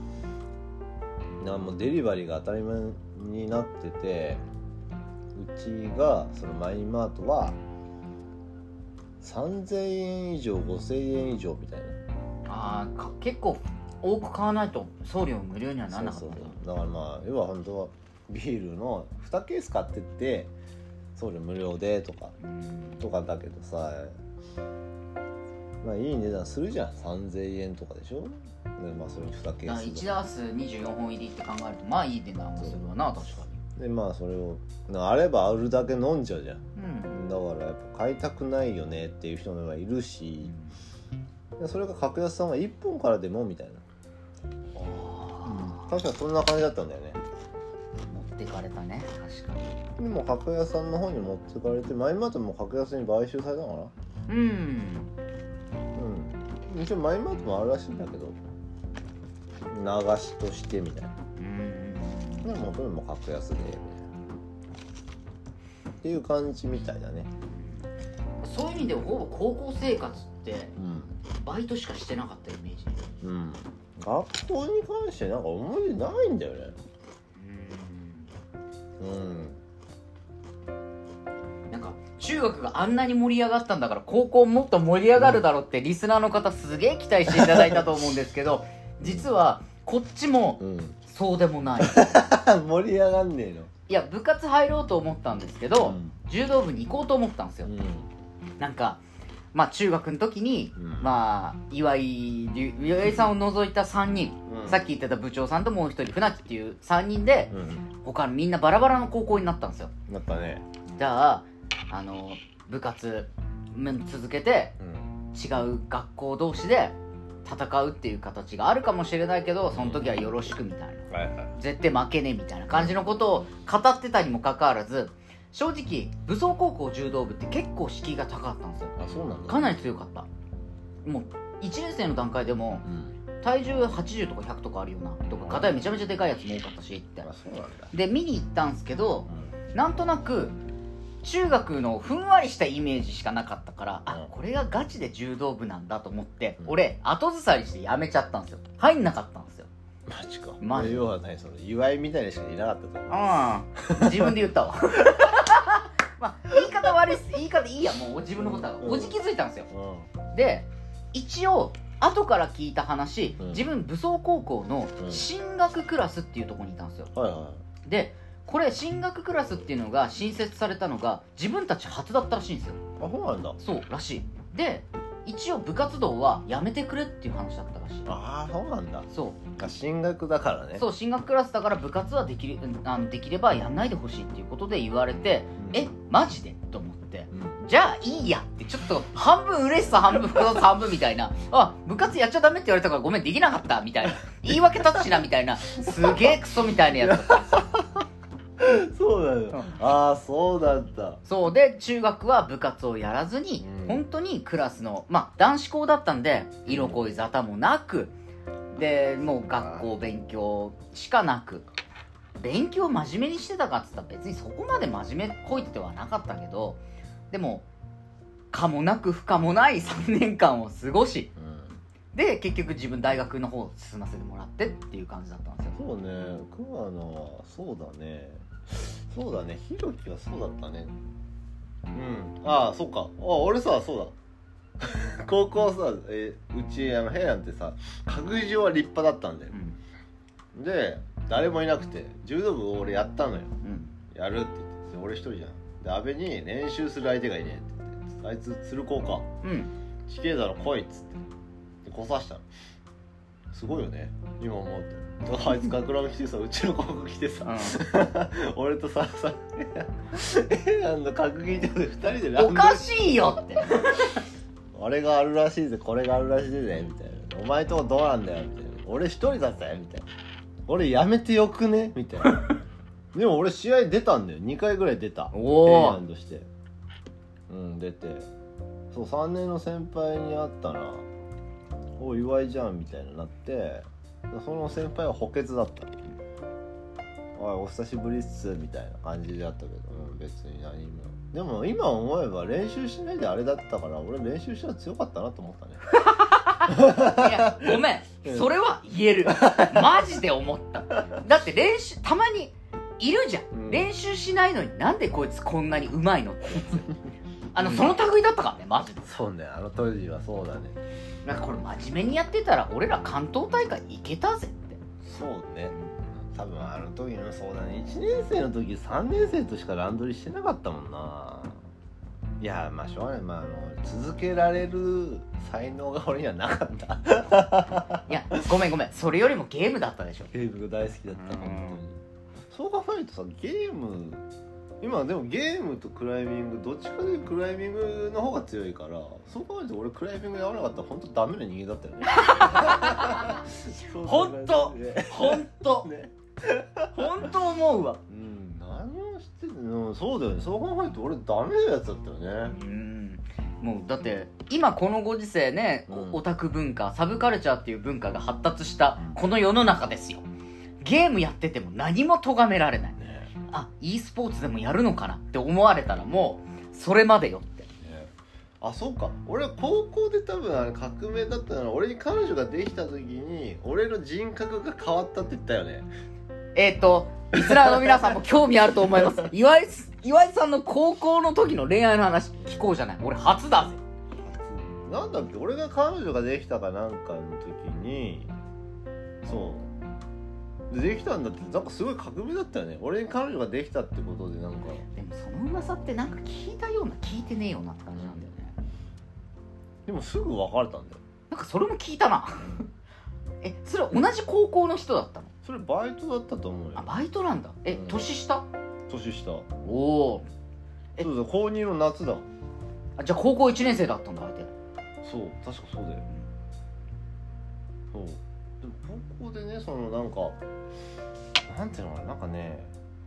もうデリバリーが当たり前になってて、うちがそのマインマートは3000円以上5000円以上みたいな。 結構多く買わないと送料無料にはならなかった。 だから要は本当はビールの2ケース買ってって送料無料でとかだけどさ、いい値段するじゃん。3000円とかでしょ。でそれに2ケース 1ダース24本入りって考えるといい値段もするわな。確かに。でそれをあればあるだけ飲んじゃうじゃん、だからやっぱ買いたくないよねっていう人がいるし、それが格安さんは1本からでもみたいな。確かそんな感じだったんだよね。 持ってかれたね。確かに。 でも格安さんの方に持ってかれて、マインマートも格安に買収されたのかな。一応マインマートもあるらしいんだけど流しとしてみたいな。でもそれも格安でっていう感じみたいだね。 そういう意味ではほぼ高校生活ってバイトしかしてなかったイメージ。 学校に関してなんか思い出ないんだよね。 なんか中学があんなに盛り上がったんだから高校もっと盛り上がるだろうってリスナーの方すげえ期待していただいたと思うんですけど、実はこっちもそうでもない。 盛り上がんねえの。 いや部活入ろうと思ったんですけど、柔道部に行こうと思ったんですよ。なんか中学の時に、岩井さんを除いた3人、さっき言ってた部長さんともう一人船木っていう3人で、他のみんなバラバラの高校になったんですよ。 なったね。 じゃあ部活続けて、違う学校同士で戦うっていう形があるかもしれないけど、その時はよろしくみたいな、絶対負けねえみたいな感じのことを語ってたにもかかわらず、正直武装高校柔道部って結構敷居が高かったんですよ。 そうなんだ。 かなり強かった。もう1年生の段階でも、体重80とか100とかあるようなとか、肩めちゃめちゃでかいやつも多かったしって。 そうなんだ。 で見に行ったんですけど、なんとなく中学のふんわりしたイメージしかなかったから、これがガチで柔道部なんだと思って、俺後ずさりしてやめちゃったんですよ。入んなかったんですよ。 マジか。要は何その岩井みたいにしかいなかったと。自分で言ったわ。言い方悪いっす。言い方いいや、もう自分のことだから。おじ気づいたんですよ。で一応後から聞いた話、自分武装高校の進学クラスっていうところにいたんですよ。でこれ進学クラスっていうのが新設されたのが自分たち初だったらしいんですよ。 そうなんだ。 そうらしい。で一応部活動はやめてくれっていう話だったらしい。 ああそうなんだ。 そう進学だからね。 そう、進学クラスだから部活はできればやんないでほしいっていうことで言われて、マジでと思って、じゃあいいやってちょっと半分嬉しさ半分複雑半分みたいな、部活やっちゃダメって言われたからごめんできなかったみたいな、言い訳立つしなみたいな、すげえクソみたいなやつだったんですよ。 そうなんだ、ああそうなんだ。 そうで中学は部活をやらずに、本当にクラスの男子校だったんで色恋沙汰もなく、でもう学校勉強しかなく、勉強真面目にしてたかっつったら別にそこまで真面目こいてはなかったけど、でも可もなく不可もない3年間を過ごし、で結局自分大学の方を進ませてもらってっていう感じだったんですよ。 そうね、桑名はそうだね、そうだね、ひろきはそうだったね。ああそっか、俺さそうだ高校さ、うち平安ってさ学場は立派だったんだよ、で誰もいなくて柔道部俺やったのよ、やるって言って俺一人じゃん。で阿部に練習する相手がいねえって言って、あいつ鶴高か、地形だろ来いっつって来さしたの。すごいよね今思うと。あいつ学ラン来てさ、うちの高校来てさ、俺とさ平安の閣議場で2人でランドおかしいよってあれがあるらしいぜ、これがあるらしいぜみたいな、お前とこどうなんだよみたいな、俺一人だぜみたいな、俺やめてよくねみたいなでも俺試合出たんだよ、2回ぐらい出た、平安として出て、そう3年の先輩に会ったらお祝いじゃんみたいになって、その先輩は補欠だった。おいお久しぶりっすみたいな感じだったけど、別に何も。でも今思えば練習しないであれだったから、俺練習したら強かったなと思ったねいやごめん、それは言えるマジで思った。だって練習たまにいるじゃん、練習しないのになんでこいつこんなにうまいのってやつその類だったからねマジで。 そうね、あの当時はそうだね。 なんかこれ真面目にやってたら俺ら関東大会行けたぜって。 そうね、多分あの時のそうだね、1年生の時3年生としかランドリーしてなかったもんな。いやまあしょうがない、続けられる才能が俺にはなかったいやごめん、それよりもゲームだったでしょ。 ゲームが大好きだった、本当に。そう考えるとさ、ゲーム今でもゲームとクライミングどっちかでクライミングの方が強いから、そう考えると俺クライミングやらなかったら本当ダメな人間だったよね本当ね本当思うわ。 何をしてんの。そうだよね、そう考えると俺ダメなやつだったよね。 もうだって今このご時世ね、オタク文化サブカルチャーっていう文化が発達したこの世の中ですよ。ゲームやってても何も咎められない、e スポーツでもやるのかなって思われたらもうそれまでよって、 そうか、俺高校で多分あれ革命だったのは、俺に彼女ができた時に俺の人格が変わったって言ったよね。 リスナーの皆さんも興味あると思います岩井さんの高校の時の恋愛の話聞こうじゃない。俺初だぜ。 なんだっけ、俺が彼女ができたかなんかの時にできたんだって、なんかすごい革命だったよね。俺に彼女ができたってことで、なんかでもその噂ってなんか聞いたような聞いてねえようなって感じなんだよね。 でもすぐ別れたんだよ。 なんかそれも聞いたなそれ同じ高校の人だったの？ それバイトだったと思うよ。 バイトなんだ。年下？ 年下。 おお。 そうだ、高2の夏だ。 じゃあ高校1年生だったんだ相手。 そう、確かそうだよ。そうでも高校でね、なんかなんていうのかな、なんかね、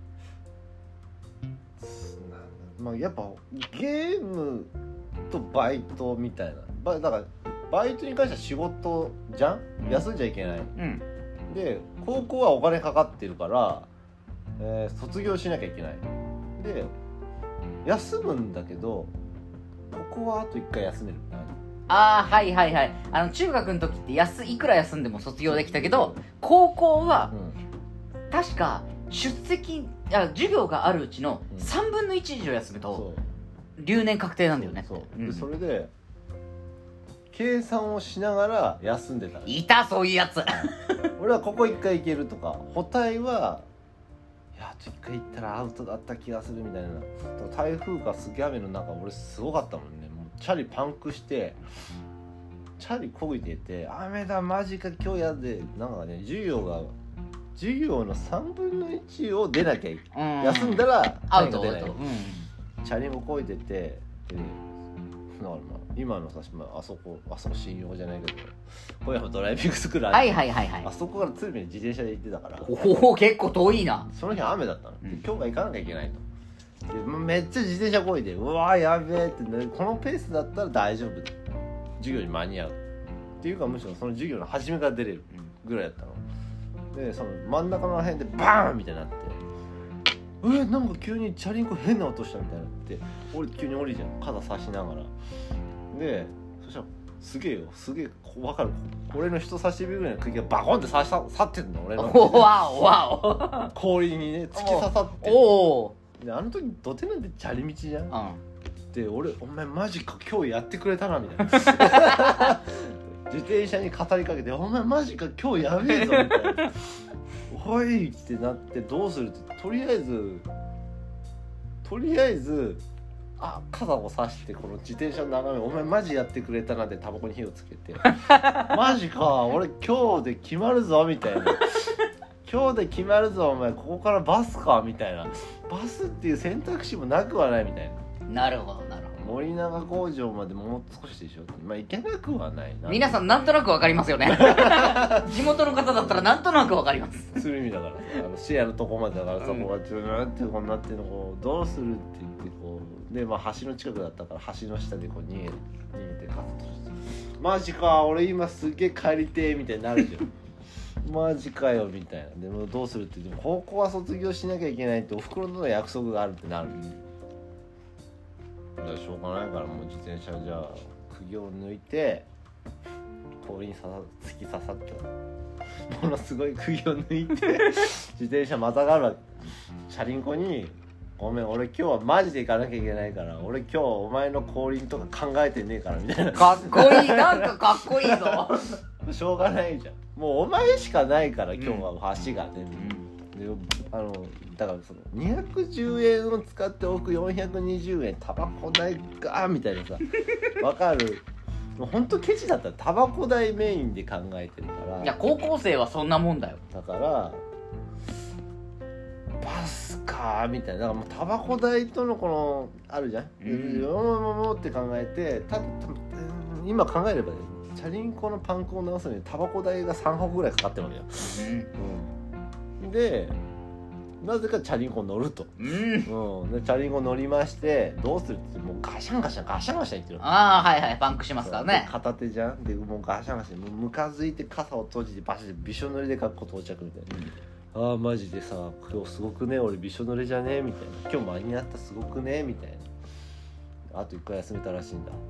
やっぱゲームとバイトみたいな、だからバイトに関しては仕事じゃん、休んじゃいけない、で高校はお金かかってるから、卒業しなきゃいけない。で休むんだけど、ここはあと1回休めるみたいな。 はい中学の時っていくら休んでも卒業できたけど、高校は、確か授業があるうちの3分の1以上休むと留年確定なんだよね。 でそれで計算をしながら休んでた。 いたそういうやつ俺はここ1回行けるとか、補体はいやあと1回行ったらアウトだった気がするみたいな。台風がすげえ雨の中、俺すごかったもんね。もうチャリパンクしてチャリこいでて雨だマジか今日やでなんかね授業の3分の1を出なきゃいけない、休んだらアウト出ない、チャリンコこいでてでだから今のさ、あそこ信用じゃないけど小山ドライビングスクールある、あそこから鶴見に自転車で行ってたから、 おお結構遠いな。 その日雨だったの、今日は行かなきゃいけないとでめっちゃ自転車こいでうわーやべえって、ね、このペースだったら大丈夫授業に間に合うっていうかむしろその授業の初めから出れるぐらいだったのでその真ん中の辺でバーンみたいになってなんか急にチャリンコ変な音したみたいになって俺急に降りじゃん肩差しながらでそしたらすげえ分かる俺の人差し指ぐらいの釘がバコンって刺ってんの俺のわお氷にね突き刺さってであの時土手なんてチャリ道じゃん、で俺お前マジか今日やってくれたなみたいな自転車に語りかけてお前マジか今日やべえぞみたいなおいってなってどうするってとりあえず傘を差してこの自転車の眺めお前マジやってくれたなってタバコに火をつけてマジか俺今日で決まるぞみたいな今日で決まるぞお前ここからバスかみたいなバスっていう選択肢もなくはないみたいな。 なるほど森永工場までもう少しでしょ行けなくはないな。 皆さんなんとなくわかりますよね地元の方だったらなんとなくわかります。 鶴見だからシェアのとこまでだからさ、こうやってなんてこうなってんのこうどうするって言ってこうで橋の近くだったから橋の下でこう逃げてカットしてマジか俺今すげえ帰りてーみたいになるじゃんマジかよみたいな。でもどうするって言っても高校は卒業しなきゃいけないっておふくろとの約束があるってなる、だからしょうがないからもう自転車じゃあ釘を抜いて氷に突き刺さってものすごい釘を抜いて自転車またがるわけ。チャリンコにごめん俺今日はマジで行かなきゃいけないから俺今日お前の降臨とか考えてねえからみたいな。 かっこいいなんかかっこいいぞしょうがないじゃんもうお前しかないから今日は橋がね、でだからその210円を使っておく420円タバコ代かみたいなさわかる。もうほんとケチだったらタバコ代メインで考えてるから。 いや高校生はそんなもんだよ。 だからバスかみたいな。だからもうタバコ代とのこのあるじゃん、って考えて今考えればねチャリンコのパンクを直すのにタバコ代が3箱ぐらいかかってるわけよ、でなぜかチャリンコ乗ると、でチャリンコ乗りましてどうするってもうガシャンガシャン言ってる。 パンクしますからね。 片手じゃんでもうガシャンガシャンムカついて傘を閉じてバシッびしょ濡れで学校到着みたいな、マジでさ今日すごくね俺びしょ濡れじゃねみたいな今日間に合ったすごくねみたいな。あと1回休めたらしいんだ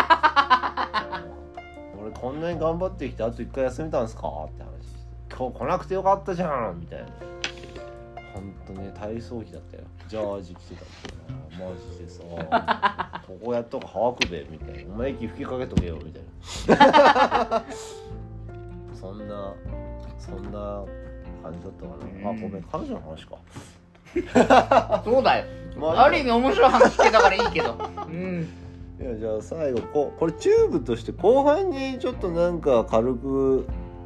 俺こんなに頑張ってきてあと1回休めたんすかって話して今日来なくてよかったじゃんみたいな。ほんとね体操着だったよジャージ着てたんだよマジでさここやっとか乾くべみたいなお前息吹きかけとけよみたいなそんな感じだったかな。ごめん彼女の話かそうだよ、ある意味面白い話聞けたからいいけどいやじゃあ最後これチューブとして後半にちょっとなんか軽く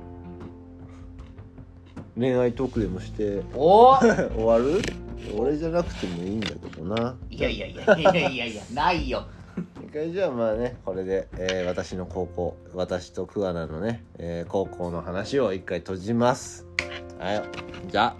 恋愛トークでもして終わる？俺じゃなくてもいいんだけどな。 いやないよ一回じゃあまあねこれで、私と桑名のね、高校の話を一回閉じます。はいじゃあ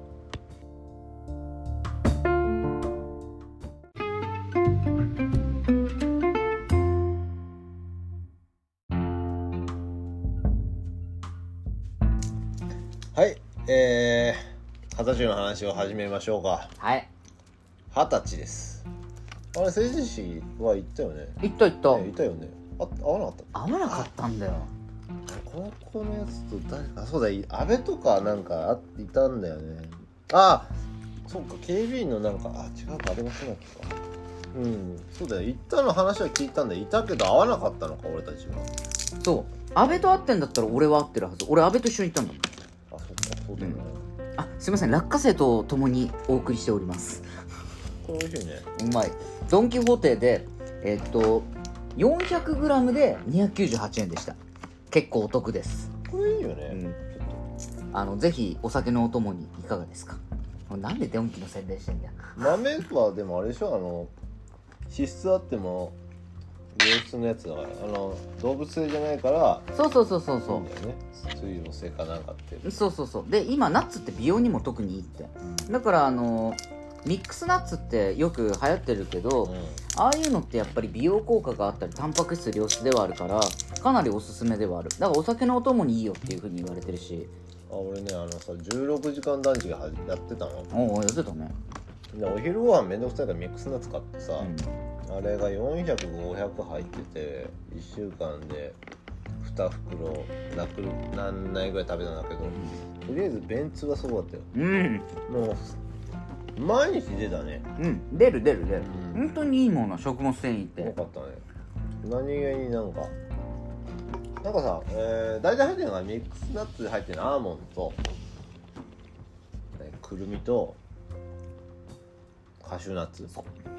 はい20歳の話を始めましょうか。 はい。 20歳です。あれ成人式は行ったよね。 行った。 いたよね。会わなかった。 会わなかったんだよ。 高校のやつと誰かそうだ安倍とかなんかいたんだよね。そうか警備員のなんか違うかあれがそうだっけか。そうだよ行ったの話は聞いたんだよ。いたけど会わなかったのか俺たちは。 そう安倍と会ってんだったら俺は会ってるはず。俺安倍と一緒に行ったんだもん。 そうだね。 すいません落花生と共にお送りしております。 これ美味しいね。 うまい。ドン・キホーテで 400g で298円でした。結構お得です。 これいいよね、 ぜひお酒のお供にいかがですか。なんでドンキの宣伝してんだよ。 豆はでもあれでしょ、脂質あっても良質のやつだから、動物性じゃないから、 そういいんだよね、水溶性かなんかって。 そうで、今ナッツって美容にも特にいいって、だからミックスナッツってよく流行ってるけど、ああいうのってやっぱり美容効果があったりタンパク質良質ではあるからかなりおすすめではある。だからお酒のお供にいいよっていう風に言われてるし。 俺ね16時間断食やってたの。 やってたね。 でお昼ご飯めんどくさいからミックスナッツ買ってさ、あれが400、500入ってて1週間で2袋何内ぐらい食べたんだけど、とりあえず便通はすごかったよ。もう毎日出たね。 出る、本当にいいもの、食物繊維ってよかったね。何気になんかさ、大体入ってるのがミックスナッツで入ってるのアーモンドとくるみとカシューナッツ。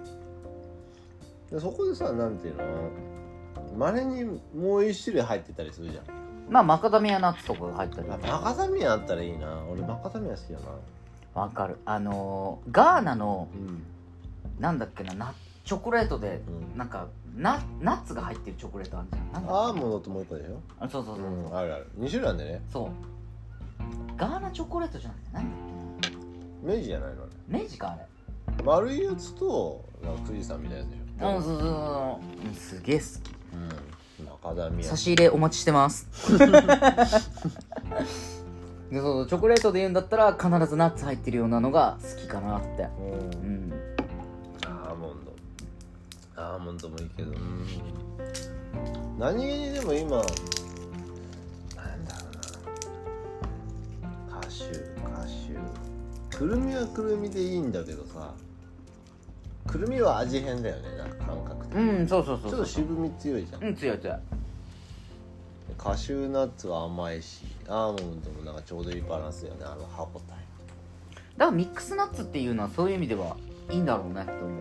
そこでさ、なんていうの、稀にもう一種類入ってたりするじゃん。 まあマカダミアナッツとかが入ったり。 マカダミアあったらいいな。俺マカダミア好きだな。 わかる。ガーナの、なんだっけな、チョコレートで、なんかナッツが入ってるチョコレートあるじゃん。 アーモンドともう一個でしょ。 そう、 ある2種類なんでね。 そう、ガーナチョコレートじゃなくて何だっけ、明治じゃないの。 明治かあれ。 丸いやつと富士山みたいなやつでしょ。 そうすげえ好き。 マカダミア差し入れお待ちしてますで、そうチョコレートで言うんだったら必ずナッツ入ってるようなのが好きかなって。 アーモンドもいいけど、何気にでも今なんだろうな、カシューくるみはくるみでいいんだけどさ、くるみは味変だよね、なんか感覚的に。 そうちょっと渋み強いじゃん。 強い。 カシューナッツは甘いし、アーモンドもなんかちょうどいいバランスだよね、歯応え。 だからミックスナッツっていうのはそういう意味ではいいんだろうねって思う。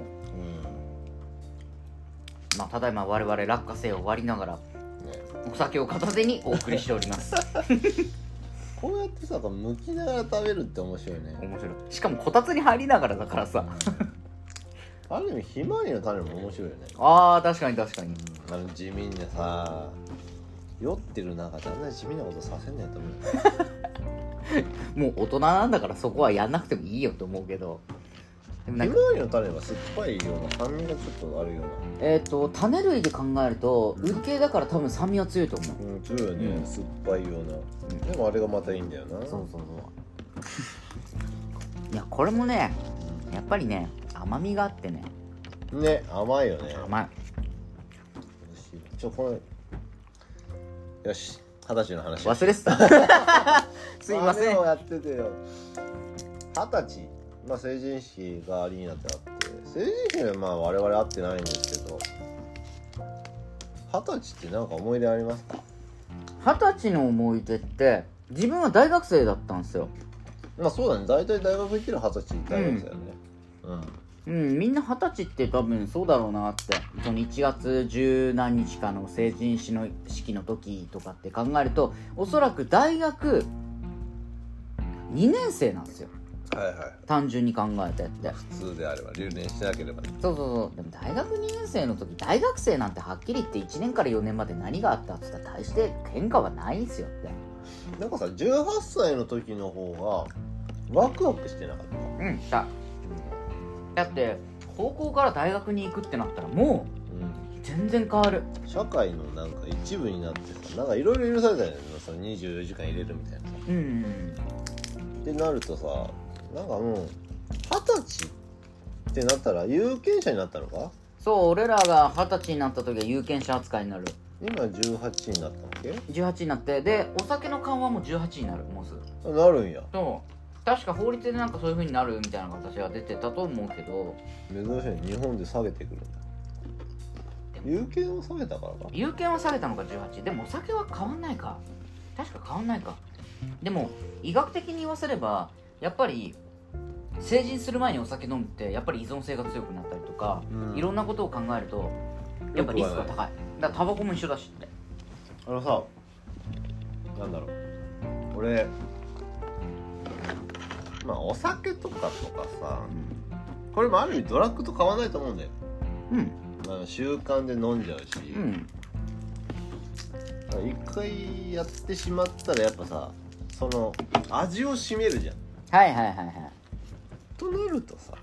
まあ、ただいま我々落花生を割りながら、お酒を片手にお送りしておりますこうやってさ、剥きながら食べるって面白いね。 面白い。しかもこたつに入りながらだからさある意味ひまわりの種も面白いよね。 確かに地味にさ、酔ってる中であんなに地味なことさせんねえと思うもう大人なんだからそこはやんなくてもいいよと思うけど、 ひまわりの種は酸っぱいような、酸味がちょっとあるような。種類で考えるとウリ系だから多分酸味は強いと思う。 強いよね、酸っぱいような。でもあれがまたいいんだよな。 そういや、これもね、やっぱりね、甘みがあってね。 甘いよね。 甘い。 よし、20歳の話忘れてたすいません。 やっててよ。20歳、成人式がアリーナってあって、成人式は我々会ってないんですけど、20歳って何か思い出ありますか ？20歳の思い出って自分は大学生だったんですよ。 そうだね、大体大学行ってる20歳大学生だよね。 みんな20歳って多分そうだろうなって。その1月十何日かの成人式の時とかって考えると、おそらく大学2年生なんですよ。単純に考えてって普通であれば留年しなければね。 そうでも大学2年生の時、大学生なんてはっきり言って1年から4年まで何があったって言ったら大して変化はないんですよって。 なんかさ、18歳の時の方がワクワクしてなかった？ だって高校から大学に行くってなったらもう全然変わる。 社会のなんか一部になってさ、なんかいろいろ許されたよね、その24時間入れるみたいなさ。ってなるとさ、なんかもう20歳ってなったら有権者になったのか？ そう、俺らが20歳になった時は有権者扱いになる。 今18になったっけ ？18になって、でお酒の緩和も18になる。もうすぐなるんや。 そう確か法律でなんかそういう風になるみたいな形が出てたと思うけど、 珍しい、日本で下げてくるんだ。有権を下げたからか。 有権は下げたのか18。でもお酒は変わんないか。確か変わんないか。でも医学的に言わせればやっぱり成人する前にお酒飲むってやっぱり依存性が強くなったりとか、いろんなことを考えるとやっぱリスクが高い。 だからタバコも一緒だしって。 さ、なんだろう、俺まあお酒とかさ、これもある意味ドラッグと変わらないと思うんだよ。習慣で飲んじゃうし、一回やってしまったらやっぱさ、その味を占めるじゃん。 はいはいはいはい。 となるとさ、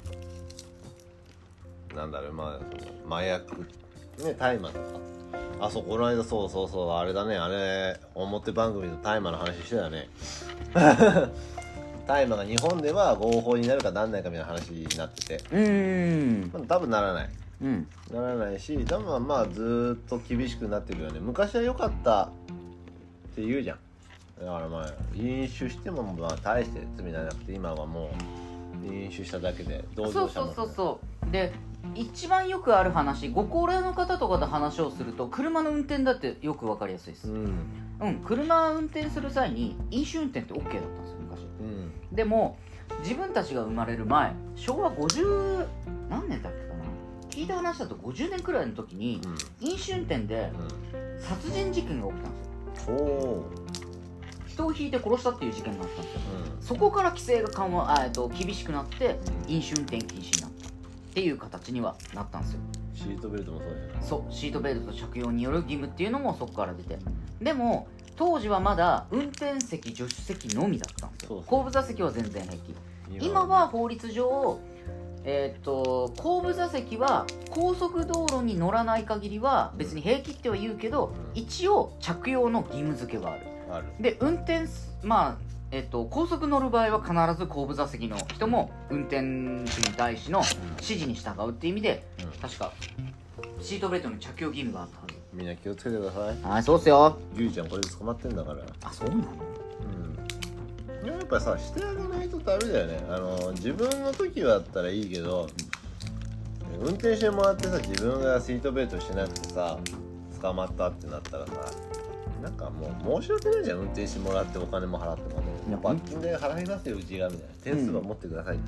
なんだろう、まあ麻薬ね、大麻とか、あ、そう、この間そうあれだね、あれ表番組の大麻の話してたよね。大麻が日本では合法になるかなんないかみたいな話になってて、多分ならない、ならないし、多分まあずっと厳しくなってるよね。昔は良かったって言うじゃん。だからまあ飲酒してもまあ大して罪にならなくて、今はもう飲酒しただけで同情者も、 そうで、一番よくある話、ご高齢の方とかと話をすると、車の運転だってよく分かりやすいです。車運転する際に飲酒運転って OK だったんですよ昔。でも自分たちが生まれる前、昭和50何年だっけかな、聞いた話だと50年くらいの時に、飲酒運転で殺人事件が起きたんですよ。人をひいて殺したっていう事件があったんですよ。そこから規制が厳しくなって、飲酒運転禁止になったっていう形にはなったんですよ。 シートベルトもそうじゃない。 そう、シートベルト着用による義務っていうのもそこから出て、でも当時はまだ運転席助手席のみだったんですよ。後部座席は全然平気。今は法律上後部座席は高速道路に乗らない限りは別に平気っては言うけど、一応着用の義務付けはある。で運転高速乗る場合は必ず後部座席の人も運転手に対しての指示に従うっていう意味で、確かシートベルトの着用義務があったはず。 みんな気をつけてください。 はい、そうっすよ。 ゆいちゃんこれで捕まってんだから。 あ、そうなの？ やっぱさ、してあげないとダメだよね。自分の時はあったらいいけど、運転してもらってさ、自分がシートベルトしてなくてさ捕まったってなったらさ、なんかもう申し訳ないじゃん。運転してもらってお金も払ってもね、罰金で払いますようちがみたいな、点数は持ってくださいって、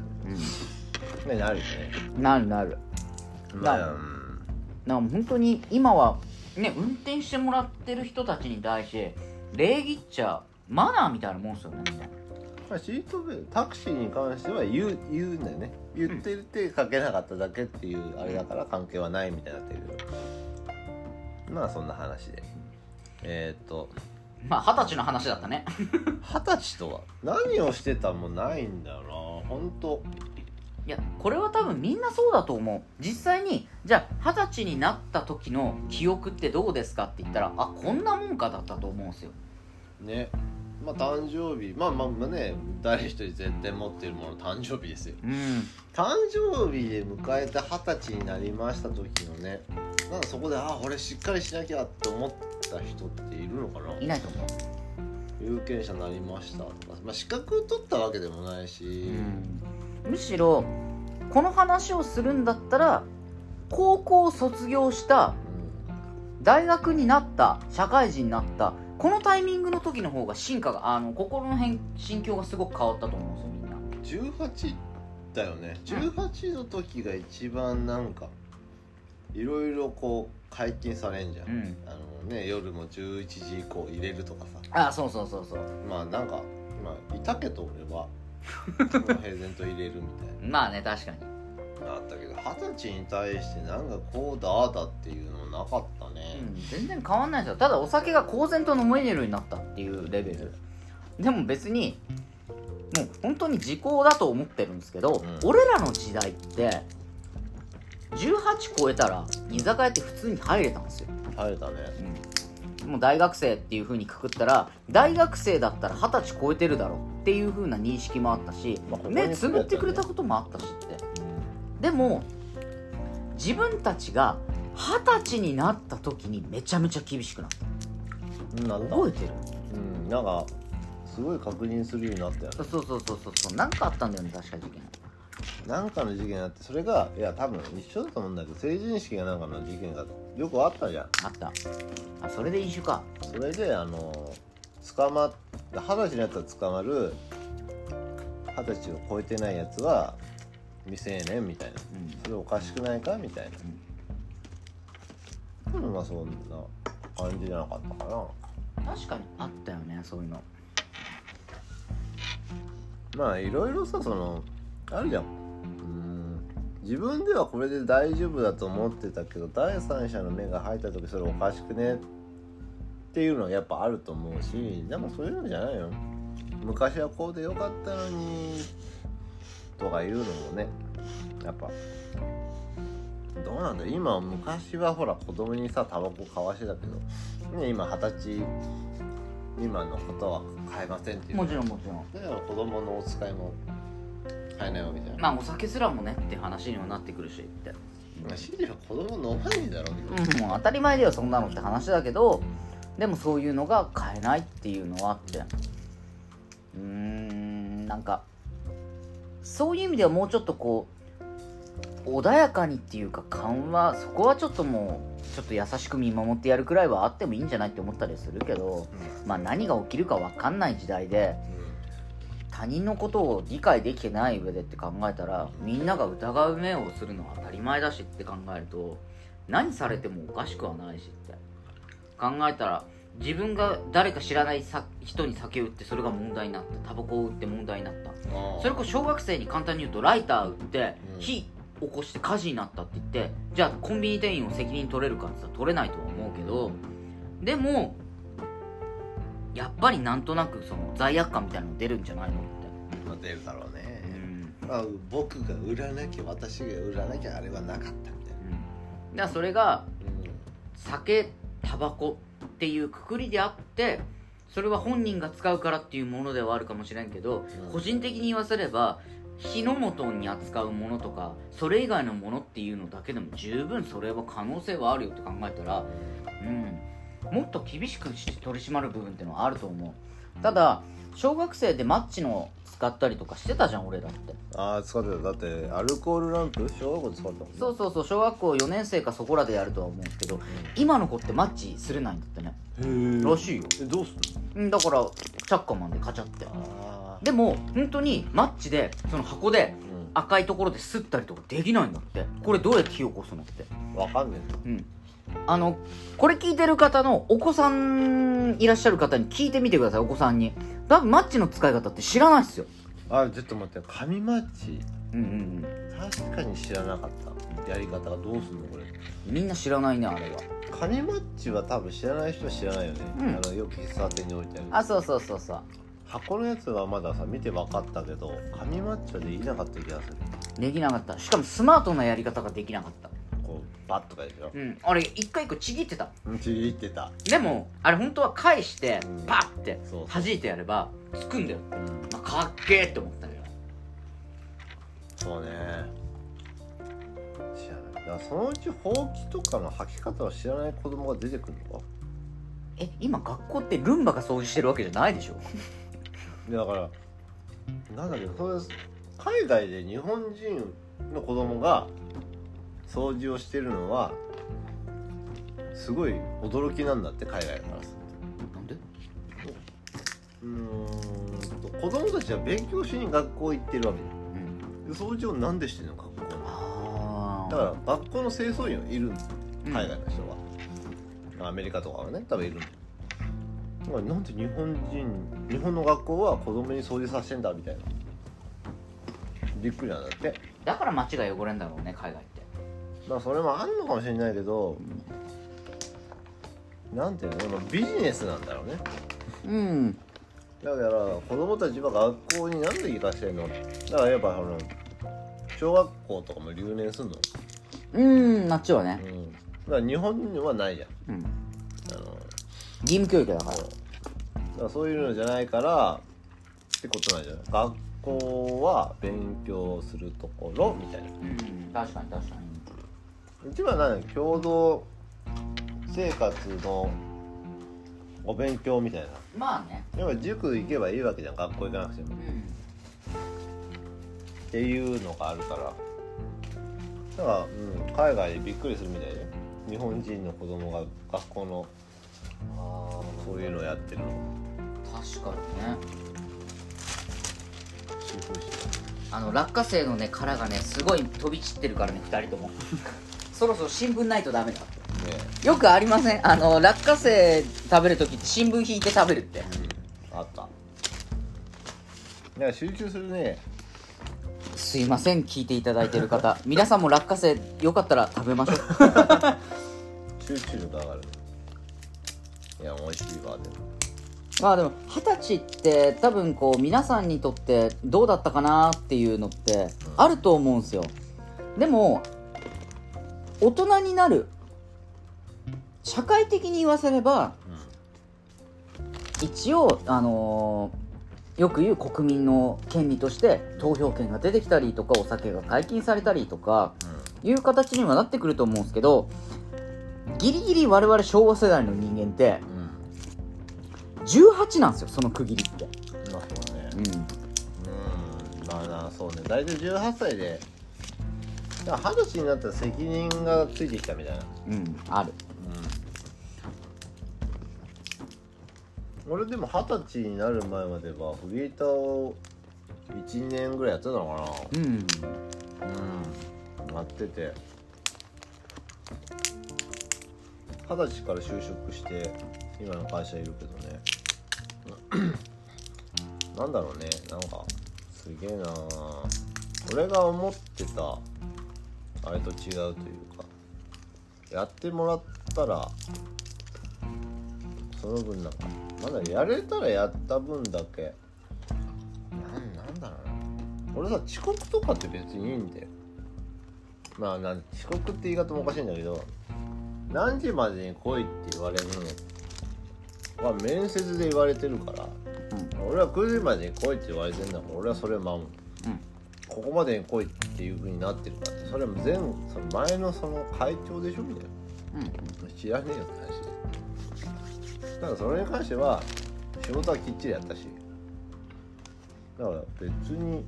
なるよね。なるなんか本当に今はね、運転してもらってる人たちに対して礼儀っちゃマナーみたいなもんですよね。 シートベルト、タクシーに関しては言うんだよね。言ってるってかけなかっただけっていうあれだから関係はないみたいになってるけど、まあそんな話で、 まあ20歳の話だったね。 20歳とは何をしてたもないんだよな、本当。 いや、これは多分みんなそうだと思う。実際にじゃあ20歳になった時の記憶ってどうですかって言ったら、あ、こんなもんかだったと思うんですよね。まあ誕生日、まあね、誰一人絶対持ってるもの誕生日ですよ。誕生日で迎えて20歳になりました時のね、なんかそこで俺しっかりしなきゃって思った人っているのかな。 いないと思う。 有権者になりましたとか、まあ、資格を取ったわけでもないし、 むしろこの話をするんだったら、高校を卒業した、大学になった、社会人になったこのタイミングの時の方が進化が心の心境がすごく変わったと思うんですよ、みんな。 18だよね。18の時が一番なんかいろいろこう解禁されんじゃん、夜も11時以降入れるとかさ。 そうまあなんかいたけど俺は平然と入れるみたいな。 まあね、確かにあったけど、20歳に対してなんかこうだあだっていうのなかったね。 全然変わんないですよ。ただお酒が公然と飲めるようになったっていうレベルでも、別にもう本当に時効だと思ってるんですけど、俺らの時代って18超えたら居酒屋って普通に入れたんですよ。 入れたね。 もう大学生っていう風にくくったら、大学生だったら20歳超えてるだろっていう風な認識もあったし、目つぶってくれたこともあったしって、でも自分たちが20歳になった時にめちゃめちゃ厳しくなった。覚えてる？ なんかすごい確認するようになったよね。 そうなんかあったんだよね、確か事件。 なんかの事件あって、それが多分一緒だと思うんだけど、成人式がなんかの事件がよくあったじゃん。 あった。それで飲酒か。 それで捕まって20歳のやつは捕まる、20歳を超えてないやつは未成年みたいな、それおかしくないかみたいな、 でもまあそんな感じじゃなかったかな。 確かにあったよねそういうの。 まあいろいろさ、そのあるじゃん。自分ではこれで大丈夫だと思ってたけど第三者の目が入った時それおかしくねっていうのはやっぱあると思うし、でもそういうのじゃないよ。昔はこうでよかったのにとかいうのもね、やっぱどうなんだ。今昔はほら子供にさタバコ買わしてたけど、ね、今20歳今のことは買えませんっていう。 もちろんもちろん。 だから子供のお使いも買えないわけじゃん。 まあお酒すらもねって話にはなってくるしって。 シリは子供飲まないんだろうけど、もう当たり前だよそんなのって話だけど、でもそういうのが買えないっていうのはあって、なんかそういう意味ではもうちょっとこう穏やかにっていうか緩和、そこはちょっともうちょっと優しく見守ってやるくらいはあってもいいんじゃないって思ったりするけど、まあ何が起きるか分かんない時代で、他人のことを理解できてない上でって考えたら、みんなが疑う目をするのは当たり前だしって考えると、何されてもおかしくはないしって考えたら、自分が誰か知らない人に酒を売ってそれが問題になった、タバコを売って問題になった、それこそ小学生に簡単に言うとライター売って火起こして火事になったって言って、じゃあコンビニ店員を責任取れるかって言ったら取れないとは思うけど、でもやっぱりなんとなくその罪悪感みたいなの出るんじゃないのって。 まあ出るだろうね。まあ、僕が売らなきゃ、私が売らなきゃあれはなかったみたいな。だからそれが、酒タバコっていうくくりであって、それは本人が使うからっていうものではあるかもしれんけど、個人的に言わせれば火の元に扱うものとかそれ以外のものっていうのだけでも十分それは可能性はあるよって考えたら、もっと厳しく取り締まる部分っていうのはあると思う。ただ小学生でマッチの使ったりとかしてたじゃん俺だって。 ああ使ってた。だってアルコールランプ小学校で使ったもんね。 そうそうそう、小学校4年生かそこらでやるとは思うんですけど、今の子ってマッチすれないんだってね。らしいよ。 どうする？ だからチャッカマンでカチャって。でも本当にマッチでその箱で赤いところで吸ったりとかできないんだって。これどうやって火を起こすのって。 わかんねえ。 これ聞いてる方のお子さんいらっしゃる方に聞いてみてください。お子さんに多分マッチの使い方って知らないっすよ。 あ、ちょっと待って、紙マッチ。確かに知らなかった。やり方がどうすんのこれ。 みんな知らないねあれは。 紙マッチは多分知らない人は知らないよね。よく喫茶店に置いてある。 あ、そうそうそうそう。 箱のやつはまださ見て分かったけど、紙マッチはできなかった気がする。 できなかった。しかもスマートなやり方ができなかった。 こうバッとかでしょ。 あれ一回一個ちぎってた。 ちぎってた。 でもあれ本当は返してパッて弾いてやればつくんだよ。かっけーって思ったけど。 そうね。知らない。だからそのうちほうきとかの履き方を知らない子供が出てくるのか。 今学校ってルンバが掃除してるわけじゃないでしょ。 だからなんだけど、それ海外で日本人の子供が掃除をしてるのはすごい驚きなんだって、海外からすると。なんで？子供たちは勉強しに学校行ってるわけで、掃除をなんでしてんの学校に。だから学校の清掃員はいるんですよ、海外の人は。アメリカとかはね多分いるんだよ。だからなんで日本の学校は子供に掃除させてんだみたいな、びっくりなんだって。 だから街が汚れんだろうね海外って。 まあそれもあんのかもしれないけど、なんていうの、ビジネスなんだろうね。だから子供たちは学校になんで行かしてんの。だからやっぱ小学校とかも留年すんの。 あっちはね。 だから日本にはないじゃん。 義務教育だから。 だからそういうのじゃないからってことなんじゃない。学校は勉強するところみたいな。 確かに確かに。 うちは何、共同生活のお勉強みたいな。 まあね。 やっぱ塾行けばいいわけじゃん、学校行かなくても。っていうのがあるから。だから、海外でびっくりするみたいで、日本人の子供が学校のそういうのをやってるの。 確かにね。 すごいし。 落花生のね殻がねすごい飛び散ってるからね2人とも。そろそろ新聞ないとダメだ。 よくありません？落花生食べるときって新聞引いて食べるって、 あった。いや集中するね。 すいません聞いていただいてる方皆さんも落花生よかったら食べましょう集中力上がる。いや美味しいわ。でもまあでも20歳って多分こう皆さんにとってどうだったかなっていうのってあると思うんですよ。でも大人になる社会的に言わせれば、一応よく言う国民の権利として投票権が出てきたりとかお酒が解禁されたりとかいう形にはなってくると思うんですけど、ギリギリ我々昭和世代の人間って18なんですよ、その区切りって。 まあそうね。まあな、そうね。大体18歳で20歳になったら責任がついてきたみたいな。 ある。 俺でも20歳になる前まではフリーターを 1,2 年ぐらいやってたのかな。やってて20歳から就職して今の会社いるけどねなんだろうね、なんかすげえな、俺が思ってたあれと違うというか、やってもらったらその分なんかまだやれたらやった分だけなんだろうな、俺さ遅刻とかって別にいいんだよ。まあ遅刻って言い方もおかしいんだけど、何時までに来いって言われるのは面接で言われてるから、俺は9時までに来いって言われてるんだから俺はそれを守る、ここまでに来いっていう風になってるから、それはその前のその会長でしょみたいな、知らねえよって話で。だからそれに関しては仕事はきっちりやったし、だから別に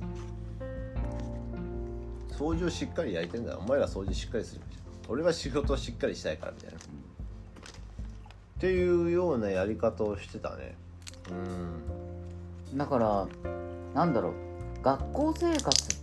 掃除をしっかりやりてんだらお前ら掃除しっかりするみたいな、俺は仕事をしっかりしたいからみたいな、っていうようなやり方をしてたね。 だからなんだろう、学校生活って、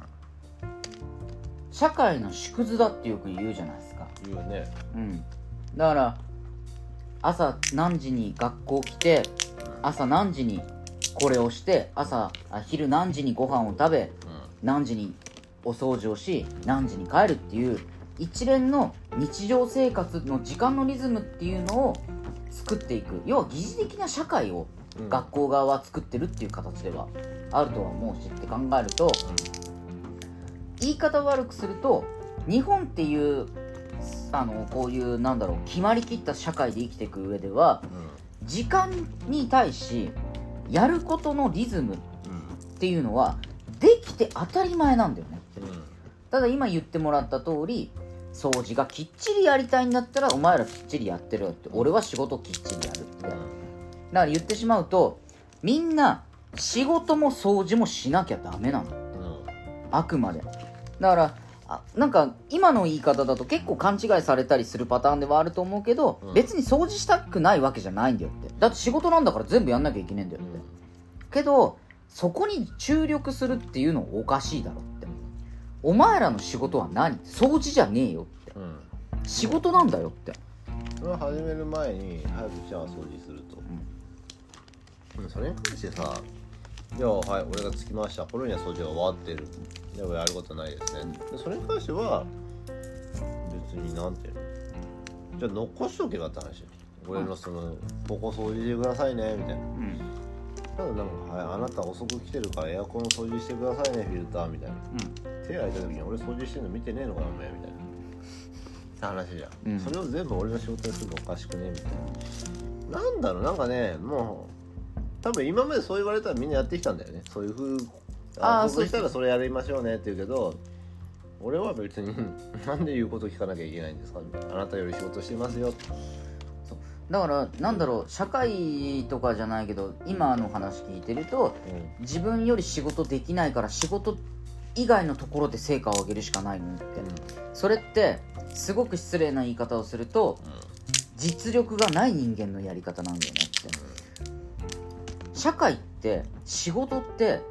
社会の縮図だってよく言うじゃないですか。 言うね。 だから朝何時に学校来て、朝何時にこれをして、昼何時にご飯を食べ、何時にお掃除をし、何時に帰るっていう一連の日常生活の時間のリズムっていうのを作っていく、要は疑似的な社会を学校側は作ってるっていう形ではあるとは思うしって考えると、言い方悪くすると日本っていうこういう決まりきった社会で生きていく上では、時間に対しやることのリズムっていうのはできて当たり前なんだよねって、ただ今言ってもらった通り、掃除がきっちりやりたいんだったらお前らきっちりやってるよって、俺は仕事きっちりやるって、だから言ってしまうとみんな仕事も掃除もしなきゃダメなの、あくまで。だからなんか今の言い方だと結構勘違いされたりするパターンではあると思うけど、別に掃除したくないわけじゃないんだよって。だって仕事なんだから全部やんなきゃいけねえんだよって、けどそこに注力するっていうのおかしいだろって。お前らの仕事は何？掃除じゃねえよって、仕事なんだよって。 それを始める前に早くじゃあ掃除すると、それに関してさ、じゃあはい俺が着きました、これには掃除が終わってる、でもやることないですね。でそれに関しては別になんていうの、じゃあ残しとけばって話。俺のここ掃除してくださいねみたいな、ただなんか、はい、あなた遅く来てるからエアコン掃除してくださいねフィルターみたいな、手空いた時に俺掃除してるの見てねえのかなお前みたいな話じゃん、それを全部俺の仕事にするのおかしくねみたいな。なんだろう、なんかね、もう多分今までそう言われたらみんなやってきたんだよね。そういう風そうしたらそれやりましょうねって言うけど、俺は別になんで言うこと聞かなきゃいけないんですかみたいな、あなたより仕事してますよ。 だからなんだろう、社会とかじゃないけど今の話聞いてると、自分より仕事できないから仕事以外のところで成果を上げるしかないのって、それってすごく失礼な言い方をすると、実力がない人間のやり方なんだよねって、社会って仕事って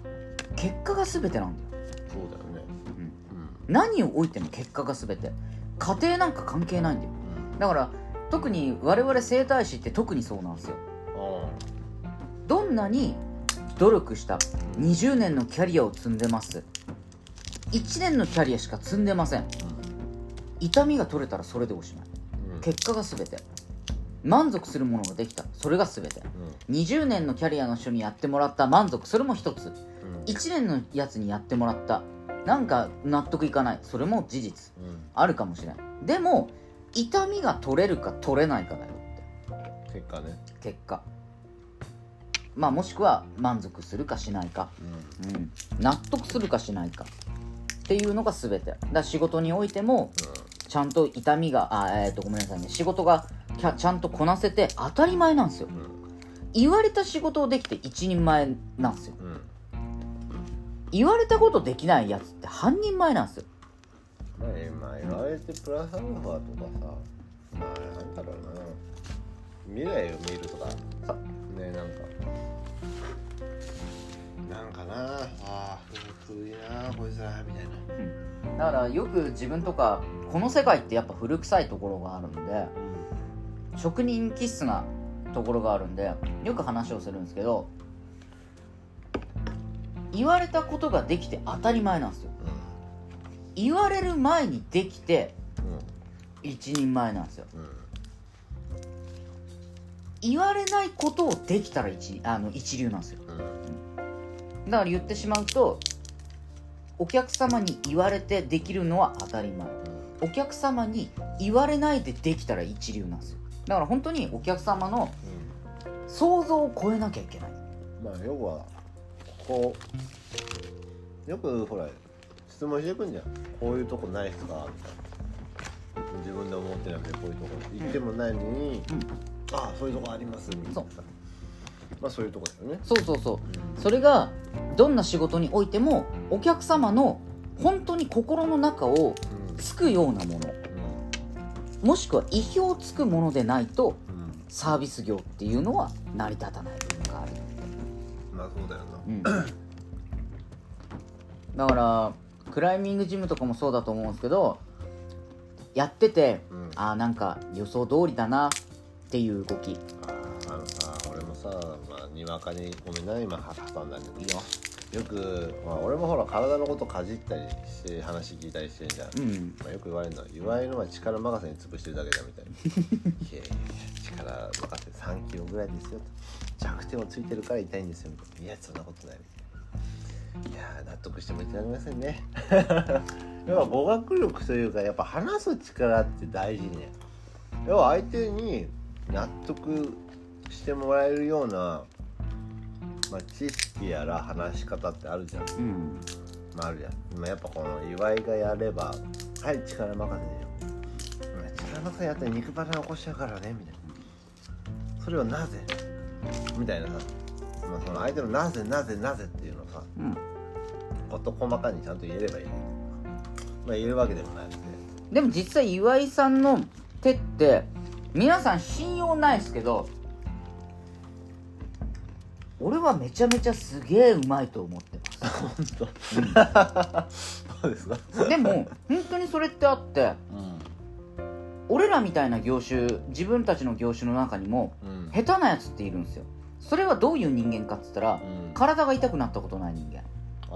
結果が全てなんだよ。 そうだよね、 何を置いても結果が全て。 家庭なんか関係ないんだよ。だから特に我々整体師って特にそうなんですよ。どんなに努力した20年のキャリアを積んでます、1年のキャリアしか積んでません。痛みが取れたらそれでおしまい、結果が全て。満足するものができた、それが全て。20年のキャリアの人にやってもらった満足、それも一つ。1年のやつにやってもらったなんか納得いかない、それも事実、あるかもしれない。でも痛みが取れるか取れないかだよって。 結果ね。 結果、まあもしくは満足するかしないか、納得するかしないかっていうのが全てだ。仕事においても、ちゃんと痛みがごめんなさいね、仕事がちゃんとこなせて当たり前なんですよ。言われた仕事をできて一人前なんですよ。言われたことできないやつって半人前なんですよ。 まあ言われてプラスアルファとかさ、まあなんだろうな、未来を見るとかさね、なんかな古いなこいつらみたいな、 だからよく自分とかこの世界ってやっぱ古臭いところがあるんで、職人気質なところがあるんでよく話をするんですけど、言われたことができて当たり前なんですよ。言われる前にできて一人前なんですよ。言われないことをできたら一流なんですよ。だから言ってしまうと、お客様に言われてできるのは当たり前、お客様に言われないでできたら一流なんですよ。だから本当にお客様の想像を超えなきゃいけない。 まあ要はこうよくほら質問してくんじゃん、こういうとこないっすかみたいな。自分で思ってなくてこういうとこ行ってもないのに、ああそういうとこありますみたいなさ、まあそういうとこだよね。 そうそうそう、それがどんな仕事においてもお客様の本当に心の中をつくようなもの、もしくは意表をつくものでないと、サービス業っていうのは成り立たない部分がある。 まあそうだよな、 だからクライミングジムとかもそうだと思うんですけど、やってて、なんか予想通りだなっていう動き。 俺もさ、にわかにごめんな今挟んだんだけどよく、俺もほら体のことかじったりして話聞いたりしてんじゃん、よく言われるのは岩井のは力任せに潰してるだけだみたいないや力任せ3キロぐらいですよと、弱点をついてるから痛いんですよみたいな。いやそんなことないみたいな。いや納得してもいただけませんねやっぱ語学力というか、やっぱ話す力って大事ね。要は相手に納得してもらえるような、知識やら話し方ってあるじゃん、あるじゃん。やっぱこの岩井がやればはい力任せでよ、力任せやったら肉離れ起こしちゃうからねみたいな。それをなぜみたいなさ、その相手のなぜっていうのをさ、事細かにちゃんと言えればいい、言えるわけでもないので。 でも実際岩井さんの手って皆さん信用ないですけど、俺はめちゃめちゃすげえうまいと思ってます。 本当、そうですか。 でも本当にそれってあって、俺らみたいな業種、自分たちの業種の中にも、下手なやつっているんですよ。それはどういう人間かって言ったら、体が痛くなったことない人間。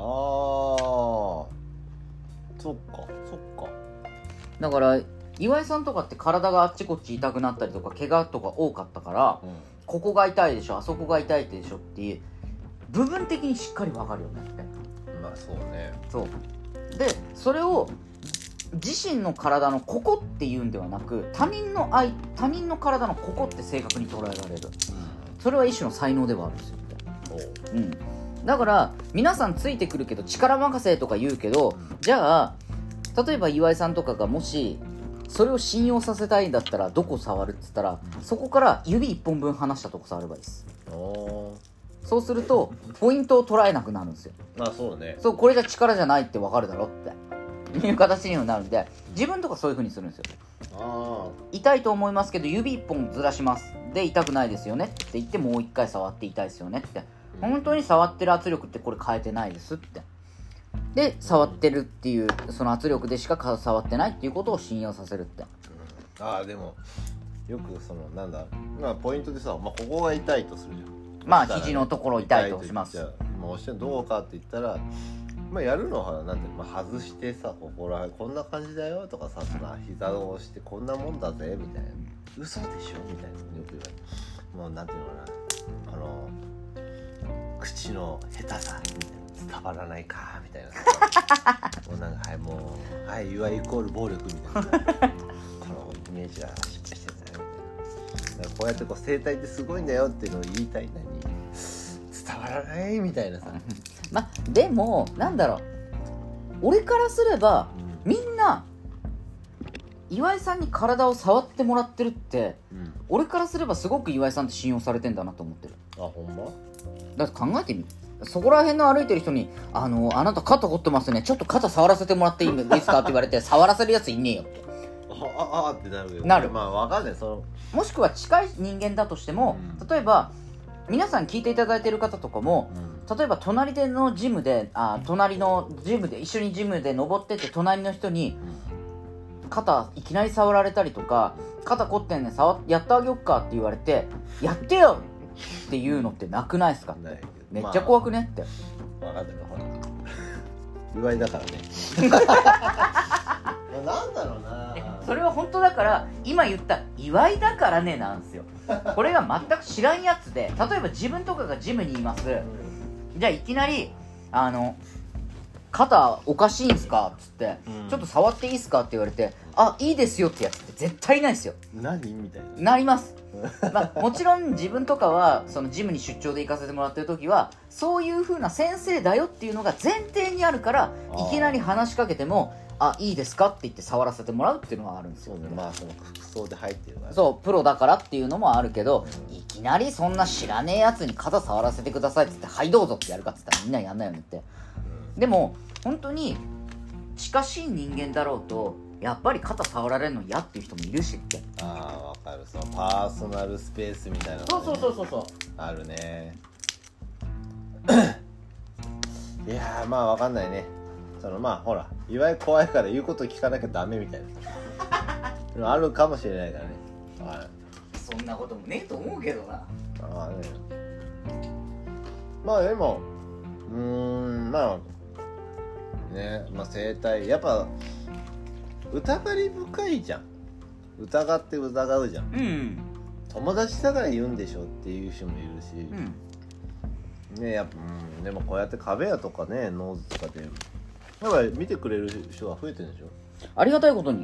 そっか。 だから岩井さんとかって体があっちこっち痛くなったりとか怪我とか多かったから、ここが痛いでしょ、あそこが痛いでしょっていう部分的にしっかり分かるよねって。 そうね。 そうで、それを自身の体のここっていうんではなく、他人の体のここって正確に捉えられる、それは一種の才能ではあるんですよって。だから皆さんついてくるけど力任せとか言うけど、じゃあ例えば岩井さんとかがもしそれを信用させたいんだったらどこ触るって言ったら、そこから指1本分離したとこ触ればいいです。そうするとポイントを捉えなくなるんですよ。 そうね。 そう、これじゃ力じゃないって分かるだろっていう形になるんで、自分とかそういう風にするんですよ。痛いと思いますけど指1本ずらしますで痛くないですよねって言って、もう1回触って痛いですよねって、本当に触ってる圧力ってこれ変えてないですって。 で触ってるっていう、その圧力でしか触ってないっていうことを信用させるって、 ああでもよくそのなんだ、まあポイントでさ、まあ、ここが痛いとするじゃん。 まあ肘のところ痛いとします。 今押してどうかって言ったら、まあ、やるのはなんて、まあ、外してさ、ここらこんな感じだよとかさ、その膝を押してこんなもんだぜみたいな、嘘でしょみたいなよく言われる。もうなんていうのかな、口の下手さみたいな、伝わらないかみたいなもうなんかはいもうはい岩井イコール暴力みたいなこのイメージは失敗してるねみたいな。だからこうやってこう声帯ってすごいんだよっていうのを言いたいのに伝わらないみたいなさまあでもなんだろう、俺からすれば、みんな岩井さんに体を触ってもらってるって、俺からすればすごく岩井さんって信用されてんだなと思ってる。 あ、ほんま？ だって考えてみ、そこら辺の歩いてる人にあなた肩凝ってますね、ちょっと肩触らせてもらっていいですかって言われて触らせるやついねえよってってなるけど、 なる。 まあわかんない、 もしくは近い人間だとしても、例えば皆さん聞いていただいてる方とかも、例えば隣のジムで一緒にジムで登ってて、隣の人に肩いきなり触られたりとか、肩凝ってんねやってあげよっかって言われてやってよっていうのってなくないですかって。めっちゃ怖くねって。 分かんないけどほら岩井だからねなんだろうな、 それは本当だから、今言った岩井だからねなんですよ。これが全く知らんやつで、例えば自分とかがジムにいます、じゃあいきなり肩おかしいんすかっつって、ちょっと触っていいっすかって言われて、あ、いいですよってやつって絶対いないですよ。 何みたいなりますまあ、もちろん自分とかはそのジムに出張で行かせてもらってる時はそういう風な先生だよっていうのが前提にあるから、いきなり話しかけてもあ、いいですかって言って触らせてもらうっていうのがあるんですよ。 そうね、まあその服装で入ってるから、 そうプロだからっていうのもあるけど、いきなりそんな知らねえやつに肩触らせてくださいって言って、はいどうぞってやるかって言ったらみんなやんないよねって、でも本当に近しい人間だろうとやっぱり肩触られるの嫌っていう人もいるしって。 ああ、わかる。そのパーソナルスペースみたいなの、ね、 そうあるねいやー、まあわかんないね。そのまあほら、岩井怖いから言うこと聞かなきゃダメみたいなあるかもしれないからね。 そんなこともねえと思うけどな。 あね、まあでもまあね、まあ生態やっぱ疑り深いじゃん。疑って疑うじゃん、友達だから言うんでしょっていう人もいるし、ね、やっぱ、でもこうやって壁屋とかね、ノーズとかでやっぱり見てくれる人が増えてるんでしょ、 ありがたいことに。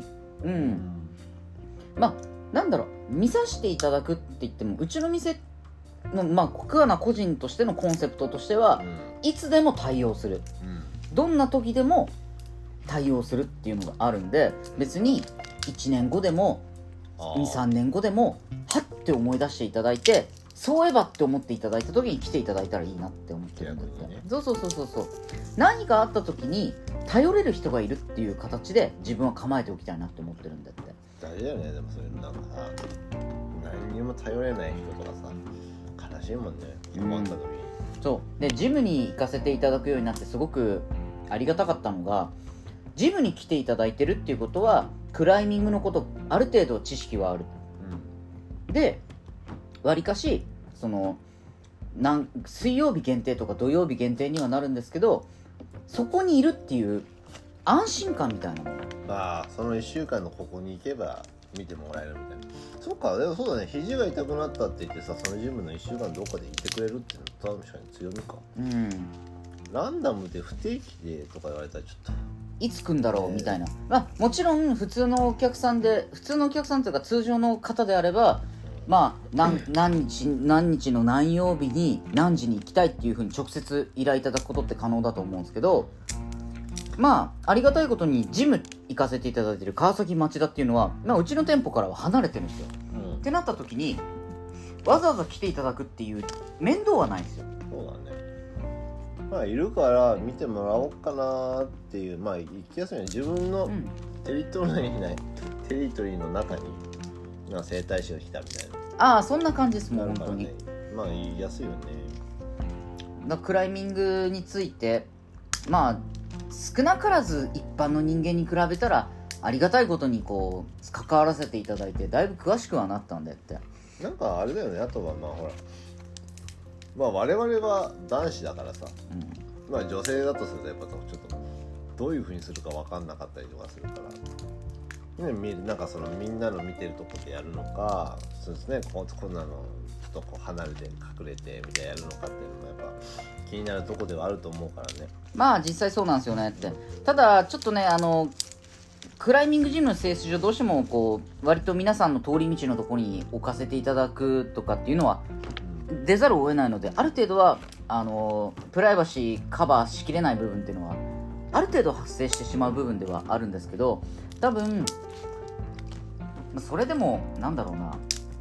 まあなんだろう、見させていただくって言っても、うちの店のまあコアな個人としてのコンセプトとしては、いつでも対応する、どんな時でも対応するっていうのがあるんで、別に1年後でも 2,3 年後でもはって思い出していただいて、そういえばって思っていただいた時に来ていただいたらいいなって思ってるんだって、ね、そう何かあった時に頼れる人がいるっていう形で自分は構えておきたいなって思ってるんだって。 大事だよね。でもそれなんかさ、何にも頼れない人とかさ悲しいもんね、思った時に、 そうでジムに行かせていただくようになってすごくありがたかったのが、ジムに来ていただいてるっていうことはクライミングのことある程度知識はある、でわりかしその水曜日限定とか土曜日限定にはなるんですけど、そこにいるっていう安心感みたいなもの、 まあその1週間のここに行けば見てもらえるみたいな。そうか、でもそうだね、肘が痛くなったって言ってさ、そのジムの1週間どっかでいてくれるっていうのは確かに強みか。ランダムで不定期でとか言われたらちょっといつ来んだろうみたいな、まあもちろん普通のお客さんというか通常の方であれば、まあ何日の何曜日に何時に行きたいっていう風に直接依頼いただくことって可能だと思うんですけど、まあありがたいことにジム行かせていただいている川崎町田っていうのは、まあ、うちの店舗からは離れてるんですよ、ってなった時にわざわざ来ていただくっていう面倒はないんですよ。 そうだね、まあいるから見てもらおうかなっていう、まあ行きやすいね、自分のテリトリーの中に整体師が来たみたいな、そんな感じですもん、ね、本当にまあ言いやすいよね。 クライミングについてまあ少なからず一般の人間に比べたらありがたいことにこう関わらせていただいてだいぶ詳しくはなったんだよって。 なんかあれだよね。あとはまあほら、まあ我々は男子だからさ、まあ女性だとするとやっぱちょっとどういう風にするか分かんなかったりとかするから、ね、なんかそのみんなの見てるとこでやるのか、そうですね、こんなのちょっとこう離れて隠れてみたいなやるのかっていうのもやっぱ気になるとこではあると思うからね。 まあ実際そうなんですよねって。ただちょっとねクライミングジムの性質上どうしてもこう割と皆さんの通り道のところに置かせていただくとかっていうのは出ざるを得ないので、ある程度はプライバシーカバーしきれない部分っていうのはある程度発生してしまう部分ではあるんですけど、多分それでもなんだろうな、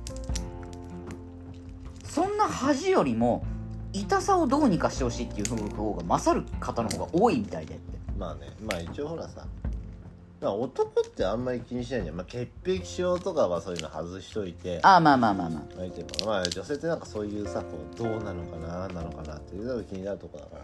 そんな恥よりも痛さをどうにかしてほしいっていう方が勝る方の方が多いみたいでって。 まあね、まあ一応ほらさ、まあ、男ってあんまり気にしないじゃん。まあ、潔癖症とかはそういうの外しといて、 まあ女性ってなんかそういうさ、こうどうなのかなっていうのが気になるとこだから。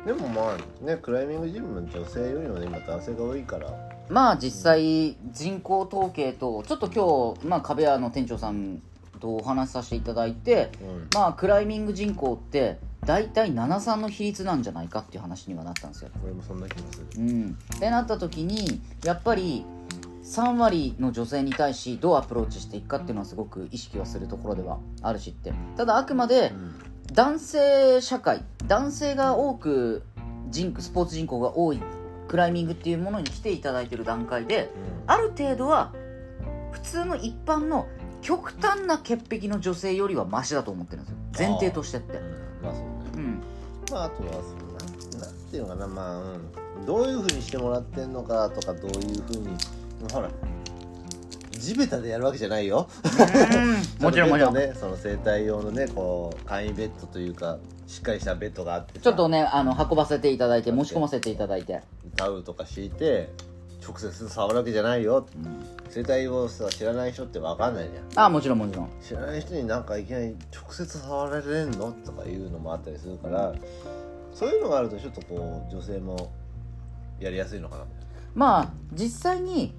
でもまあね、クライミングジムの女性よりもね今男性が多いから、 まあ実際人口統計とちょっと今日壁屋の店長さんとお話しさせていただいて、まあクライミング人口って大体 7:3 の比率なんじゃないかっていう話にはなったんですよ。 俺もそんな気がする。 ってなった時にやっぱり3割の女性に対しどうアプローチしていくかっていうのはすごく意識はするところではあるしって。ただあくまで男性社会、男性が多くスポーツ人口が多いクライミングっていうものに来ていただいている段階で、ある程度は普通の一般の極端な潔癖の女性よりはマシだと思ってるんですよ、前提としてって。 まあそうね、まああとはなんていうのかな、まあ、どういう風にしてもらってんのかとか、どういう風にほら地べたでやるわけじゃないよもちろんね、その整体用のねこう簡易ベッドというかしっかりしたベッドがあってちょっとね運ばせていただいて持ち込ませていただいてタオルとか敷いて直接触るわけじゃないよ、整体をさ知らない人って分かんないじゃん。 もちろん知らない人になんかいきなり直接触られんのとかいうのもあったりするから、そういうのがあるとちょっとこう女性もやりやすいのかな。 まあ実際に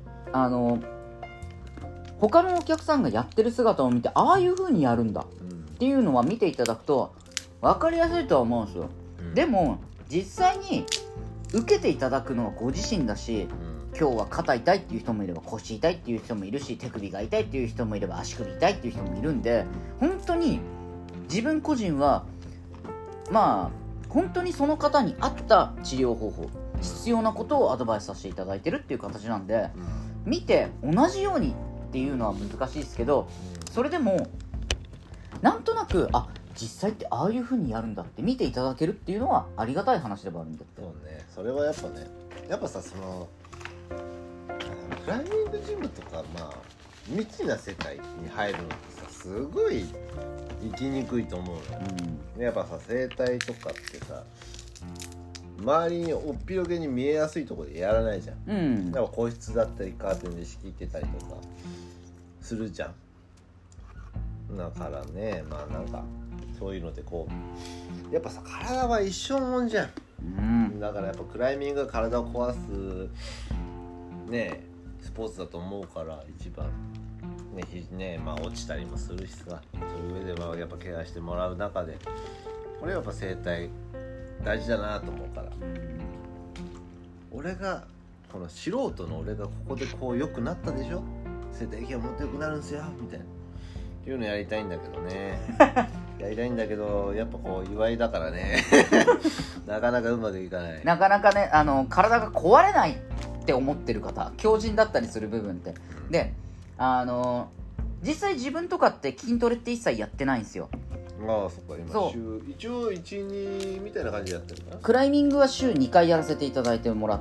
他のお客さんがやってる姿を見てああいう風にやるんだっていうのは見ていただくと分かりやすいとは思うんですよ、でも実際に受けていただくのはご自身だし、今日は肩痛いっていう人もいれば腰痛いっていう人もいるし、手首が痛いっていう人もいれば足首痛いっていう人もいるんで、本当に自分個人はまあ本当にその方に合った治療方法、必要なことをアドバイスさせていただいてるっていう形なんで、見て同じようにっていうのは難しいですけど、それでもなんとなく実際ってああいう風にやるんだって見ていただけるっていうのはありがたい話でもあるんだって。 そうね、それはやっぱね、やっぱさそのクライミングジムとかまあ未知な世界に入るのってさすごい生きにくいと思うの、やっぱさ整体とかってさ周りにおっぴろげに見えやすいところでやらないじゃん、やっぱ個室だったりカーテンで仕切ってたりとかするじゃん。だからね、まあなんかそういうのでこうやっぱさ体は一生もんじゃん、だからやっぱクライミングが体を壊すねスポーツだと思うから一番ね、まあ落ちたりもするしさ、そういう上ではやっぱケアしてもらう中でこれやっぱ整体大事だなと思うから、俺がこの素人の俺がここでこう良くなったでしょ、整体系はもっと良くなるんすよみたいなっていうのやりたいんだけどねやりたいんだけどやっぱこう祝いだからねなかなかうまくいかない。 なかなかね体が壊れないって思ってる方、強靭だったりする部分って、で実際自分とかって筋トレって一切やってないんですよ。 そっか、今一応 1,2 みたいな感じでやってるかな。 クライミングは週2回やらせていただいてもらって、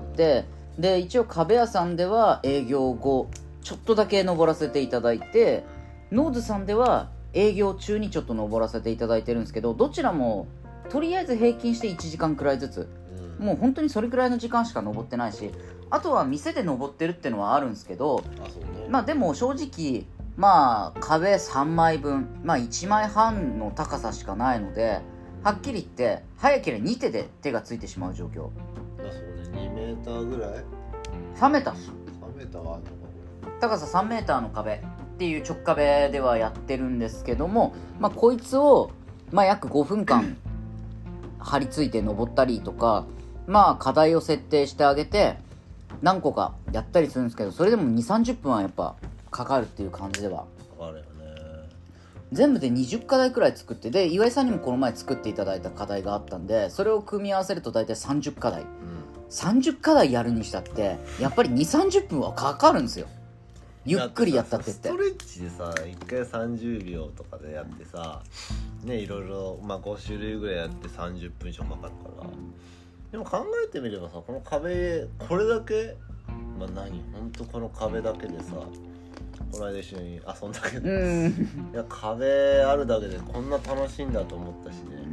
で一応壁屋さんでは営業後ちょっとだけ登らせていただいて、ノーズさんでは営業中にちょっと登らせていただいてるんですけど、どちらもとりあえず平均して1時間くらいずつ、もう本当にそれくらいの時間しか登ってないし、あとは店で登ってるってのはあるんですけど、まあでも正直まあ壁3枚分、まあ1枚半の高さしかないので、はっきり言って早ければ2手で手がついてしまう状況。 2メーターぐらい 3メーターっす。 3メーターはあるのか高さ3メーターの壁っていう直壁ではやってるんですけども、こいつを、約5分間張り付いて登ったりとか、課題を設定してあげて何個かやったりするんですけど、それでも 2,30 分はやっぱかかるっていう感じではあるよね。 全部で20課題くらい作って、で岩井さんにもこの前作っていただいた課題があったんで、それを組み合わせると大体30課題、30課題やるにしたってやっぱり 2,30 分はかかるんですよ。ゆっくりやったって言って、 ストレッチでさ1回30秒とかでやってさね、いろいろ5種類ぐらいやって30分以上かかるから、でも考えてみればさ、この壁これだけほんとこの壁だけでさ、この間一緒に遊んだけどいや壁あるだけでこんな楽しいんだと思ったしね。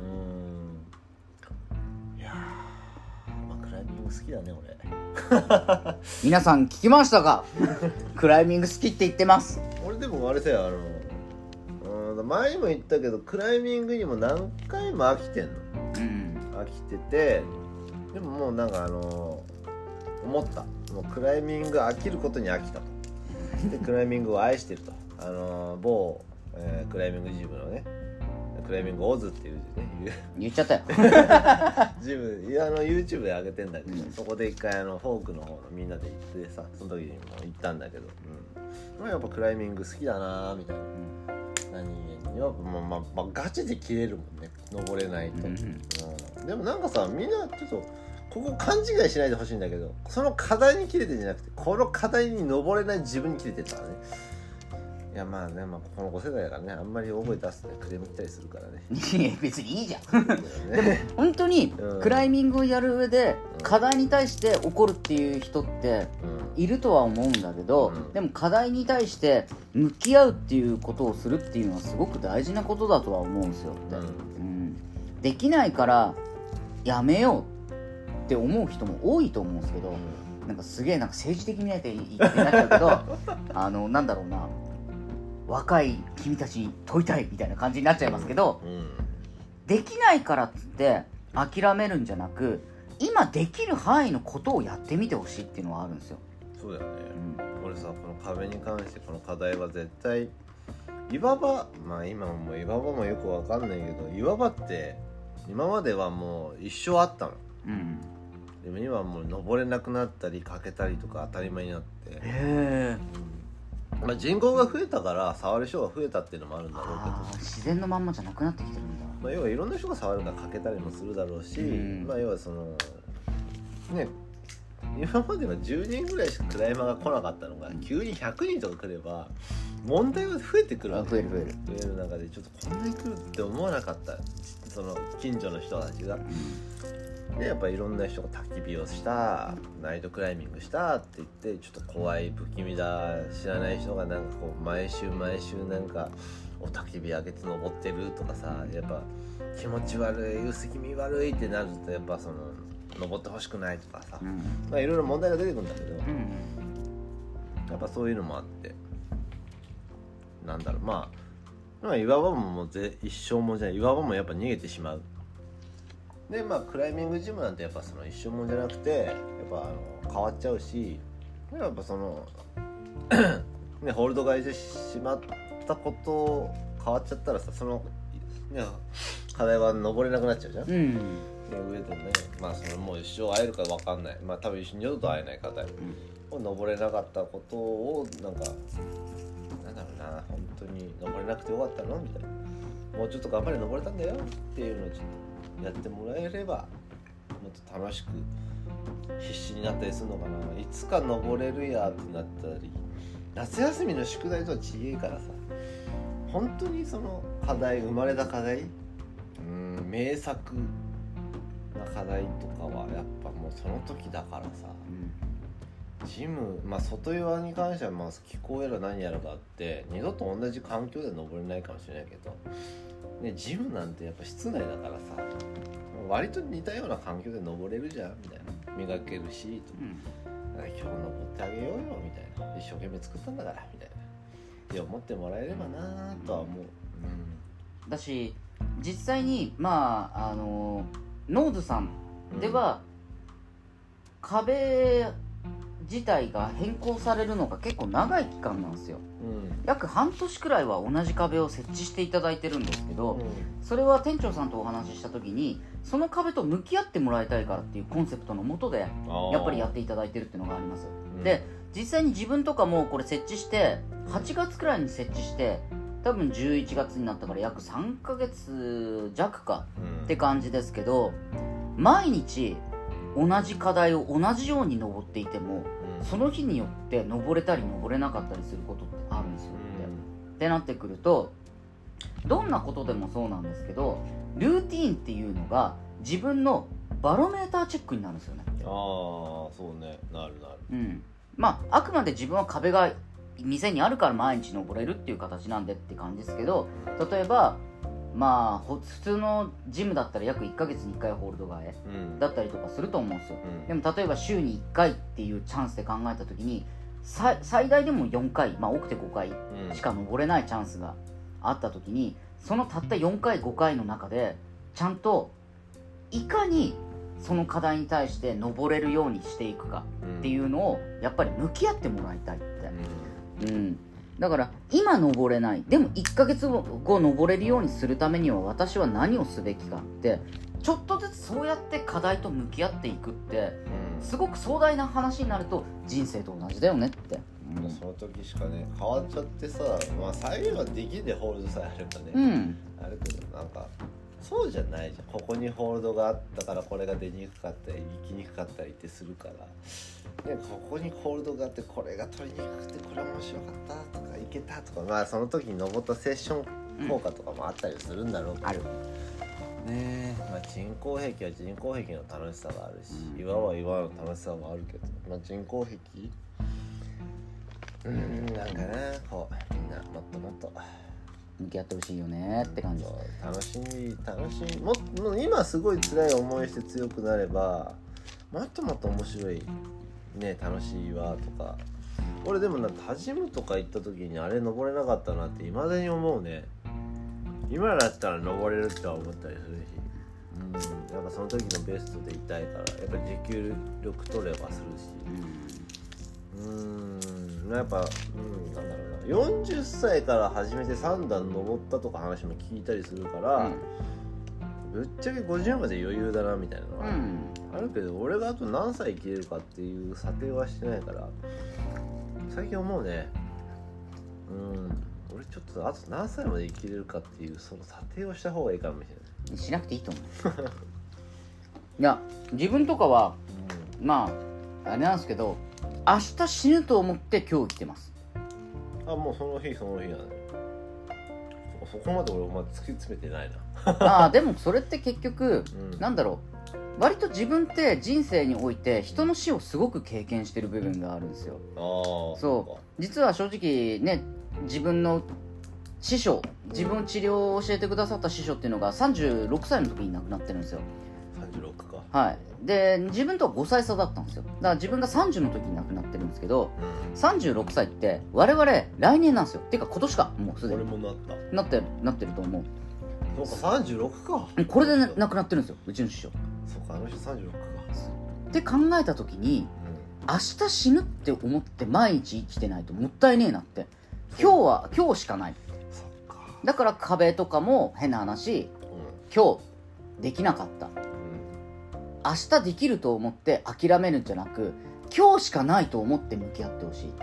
いやクライミング好きだね俺皆さん聞きましたかクライミング好きって言ってます。 俺でもあれさよ、前にも言ったけどクライミングにも何回も飽きてんの、飽きてて、でももう思った、もうクライミング飽きることに飽きたと。でクライミングを愛してると、某、クライミングジムのね、クライミングオズっていうね言っちゃったよジムYouTube で上げてんだけど、そこで一回フォークの方のみんなで行ってさ、その時にも行ったんだけど、やっぱクライミング好きだなみたいな、やっぱガチで切れるもんね、登れないと、でもなんかさ、みんなちょっとここ勘違いしないでほしいんだけど、その課題に切れてんじゃなくて、この課題に登れない自分に切れてるからね。いやこの5世代だからね、あんまり大声出すとクレーム来たりするからねいや別にいいじゃんでも本当にクライミングをやる上で課題に対して怒るっていう人っているとは思うんだけど、でも課題に対して向き合うっていうことをするっていうのはすごく大事なことだとは思うんですよって、できないからやめようって思う人も多いと思うんですけど、なんかすげえ政治的になってなっちゃうけどなんだろうな、若い君たちに問いたいみたいな感じになっちゃいますけど、できないからっつって諦めるんじゃなく、今できる範囲のことをやってみてほしいっていうのはあるんですよ。 そうだよね、俺さ、この壁に関してこの課題は絶対岩場、今も岩場もよくわかんないけど、岩場って今まではもう一生あったの、でも今はもう登れなくなったり欠けたりとか当たり前になって、人口が増えたから触る人が増えたっていうのもあるんだろうけど、 自然のまんまじゃなくなってきてるんだ。 要はいろんな人が触るから欠けたりもするだろうし、要はそのね、今までは10人ぐらいしかクライマーが来なかったのが、急に100人とか来れば問題は増えてくるわけ。増える中でちょっとこんなに来るって思わなかった、その近所の人たちが。でやっぱいろんな人が焚き火をした、ナイトクライミングしたって言って、ちょっと怖い不気味だ、知らない人がなんかこう毎週なんかお焚き火上げて登ってるとかさ、やっぱ気持ち悪い、薄気味悪いってなると、やっぱその登ってほしくないとかさ、いろいろ問題が出てくるんだけど、やっぱそういうのもあって、なんだろう、岩場も一生もんじゃない、岩場もやっぱ逃げてしまう。でクライミングジムなんてやっぱその一生もんじゃなくて、やっぱ変わっちゃうし、やっぱそのね、ホールド買いしてしまったこと変わっちゃったらさ、そのね課題は登れなくなっちゃうじゃん。で上でね、そのもう一生会えるか分かんない、多分一緒に二度と会えない課題を登れなかったことを、なんだろうな、本当に登れなくてよかったのみたいな、もうちょっと頑張れ登れたんだよっていうのをちょっとやってもらえれば、もっと楽しく必死になったりするのかな。いつか登れるやってなったり、夏休みの宿題とは違えからさ、本当にその課題、生まれた課題、名作な課題とかはやっぱもうその時だからさ、ジム、外岩に関しては気候やら何やらがあって、二度と同じ環境で登れないかもしれないけど、ジムなんてやっぱ室内だからさ、割と似たような環境で登れるじゃんみたいな、磨けるしと、今日登ってあげようよみたいな、一生懸命作ったんだからみたいなって思ってもらえればなとは思う。 だし実際にノーズさんでは、 壁自体が変更されるのが結構長い期間なんですよ、約半年くらいは同じ壁を設置していただいてるんですけど、それは店長さんとお話しした時にその壁と向き合ってもらいたいからっていうコンセプトのもとでやっぱりやっていただいてるっていうのがあります。で実際に自分とかもこれ設置して8月くらいに設置して多分11月になったから約3ヶ月弱かって感じですけど、毎日同じ課題を同じように登っていてもその日によって登れたり登れなかったりすることってあるんですよってなってくると、どんなことでもそうなんですけどルーティーンっていうのが自分のバロメーターチェックになるんですよね。 そうね、なる、 まああくまで自分は壁が店にあるから毎日登れるっていう形なんでって感じですけど、例えばまあ普通のジムだったら約1ヶ月に1回ホールド替えだったりとかすると思うんですよ、でも例えば週に1回っていうチャンスで考えた時に最大でも4回、多くて5回しか登れないチャンスがあった時に、そのたった4回5回の中でちゃんといかにその課題に対して登れるようにしていくかっていうのをやっぱり向き合ってもらいたいって、だから今登れないでも1ヶ月後登れるようにするためには私は何をすべきかってちょっとずつそうやって課題と向き合っていくってすごく壮大な話になると人生と同じだよねって、 その時しかね変わっちゃってさ、再現はできんでホールドさえあればね、あるけどなんかそうじゃないじゃん。ここにホールドがあったからこれが出にくかったり行きにくかったりってするから、ここにホールドがあってこれが取りにくくてこれ面白かったとかいけたとか、その時に登ったセッション効果とかもあったりするんだろうけど、 あるね。人工壁は人工壁の楽しさがあるし、岩は岩の楽しさもあるけど、人工壁なんかね、こうみんなもっともっと向き合ってほしいよねって感じ。 楽しみもう今すごい辛い思いして強くなればもっともっと面白いね、楽しいわとか。俺でもタジムとか行った時にあれ登れなかったなって未だに思うね。今だったら登れるっては思ったりするし、なんかその時のベストでいたいからやっぱり持久力取ればするし、やっぱなんだろうな、40歳から始めて3段登ったとか話も聞いたりするから、ぶっちゃけ50まで余裕だなみたいなのはあるけど、俺があと何歳生きれるかっていう査定はしてないから最近思うね。俺ちょっとあと何歳まで生きれるかっていうその査定をした方がいいかもしれない。 しなくていいと思ういや自分とかは、あれなんですけど明日死ぬと思って今日生きてます。 もうその日なんだよ。そこまで俺突き詰めてないなでもそれって結局、なんだろう、割と自分って人生において人の死をすごく経験してる部分があるんですよ。そう実は正直ね、自分の師匠、自分治療を教えてくださった師匠っていうのが36歳の時に亡くなってるんですよ。 36か。 はいで自分とは5歳差だったんですよ。だから自分が30の時に亡くなってるんですけど、36歳って我々来年なんですよ。っていうか今年か、もうすでに俺もなってると思う。 そうか、36か。 これで、亡くなってるんですよ、うちの師匠。 そうか、あの人36かって考えた時に、明日死ぬって思って毎日生きてないともったいねえなって。今日しかない。だから壁とかも変な話、今日できなかった、明日できると思って諦めるんじゃなく、今日しかないと思って向き合ってほしいって、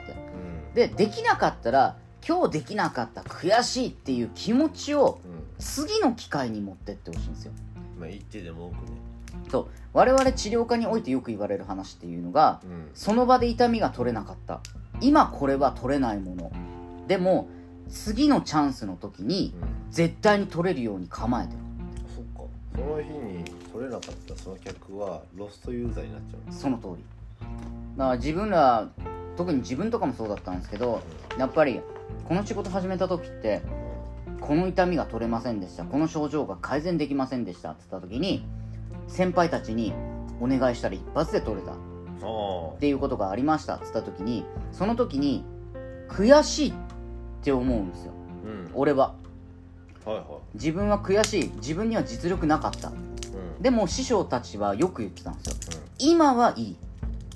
できなかったら今日できなかった悔しいっていう気持ちを次の機会に持ってってほしいんですよ。 一手でも多くね。 そう我々治療家においてよく言われる話っていうのが、その場で痛みが取れなかった、今これは取れないものでも次のチャンスの時に絶対に取れるように構えてる。 そっか、その日に取れなかったその客はロストユーザーになっちゃう。 その通りだから自分ら、特に自分とかもそうだったんですけど、やっぱりこの仕事始めた時ってこの痛みが取れませんでした、この症状が改善できませんでしたって言った時に先輩たちにお願いしたら一発で取れたっていうことがありましたって言った時に、その時に悔しいって思うんですよ、俺は、自分は悔しい、自分には実力なかった、でも師匠たちはよく言ってたんですよ、今はいい、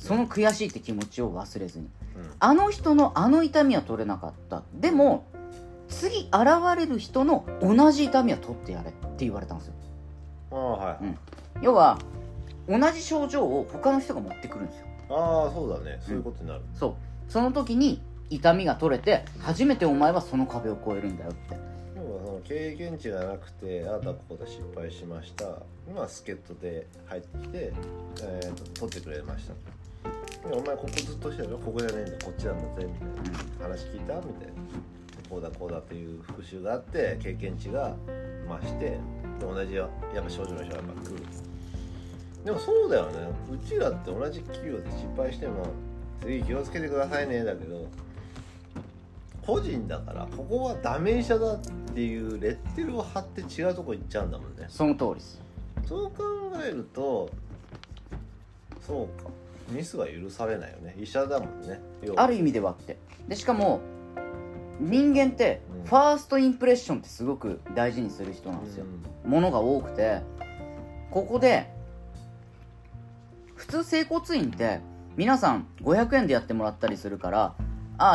その悔しいって気持ちを忘れずに、あの人のあの痛みは取れなかった、でも次現れる人の同じ痛みは取ってやれって言われたんですよ。 はい、 要は同じ症状を他の人が持ってくるんですよ。 そうだね、そういうことになる、 その時に痛みが取れて初めてお前はその壁を越えるんだよって。 要はその経験値がなくて、あなたはここで失敗しました、今助っ人で入ってきて、取ってくれました、お前ここずっとしてるの、ここじゃねえんだこっちなんだぜみたいな、話聞いたみたいな、こうだこうだっていう復習があって経験値が増して、で同じやっぱ症状の人がやっぱ来る。でもそうだよね、うちらって同じ企業で失敗しても次気をつけてくださいねだけど、個人だからここはダメ医者だっていうレッテルを貼って違うとこ行っちゃうんだもんね。 その通りです。 そう考えるとそうか、ミスは許されないよね、医者だもんね、 ある意味ではって。でしかも人間ってファーストインプレッションってすごく大事にする人なんですよ、ものが多くて、ここで普通整骨院って皆さん500円でやってもらったりするから、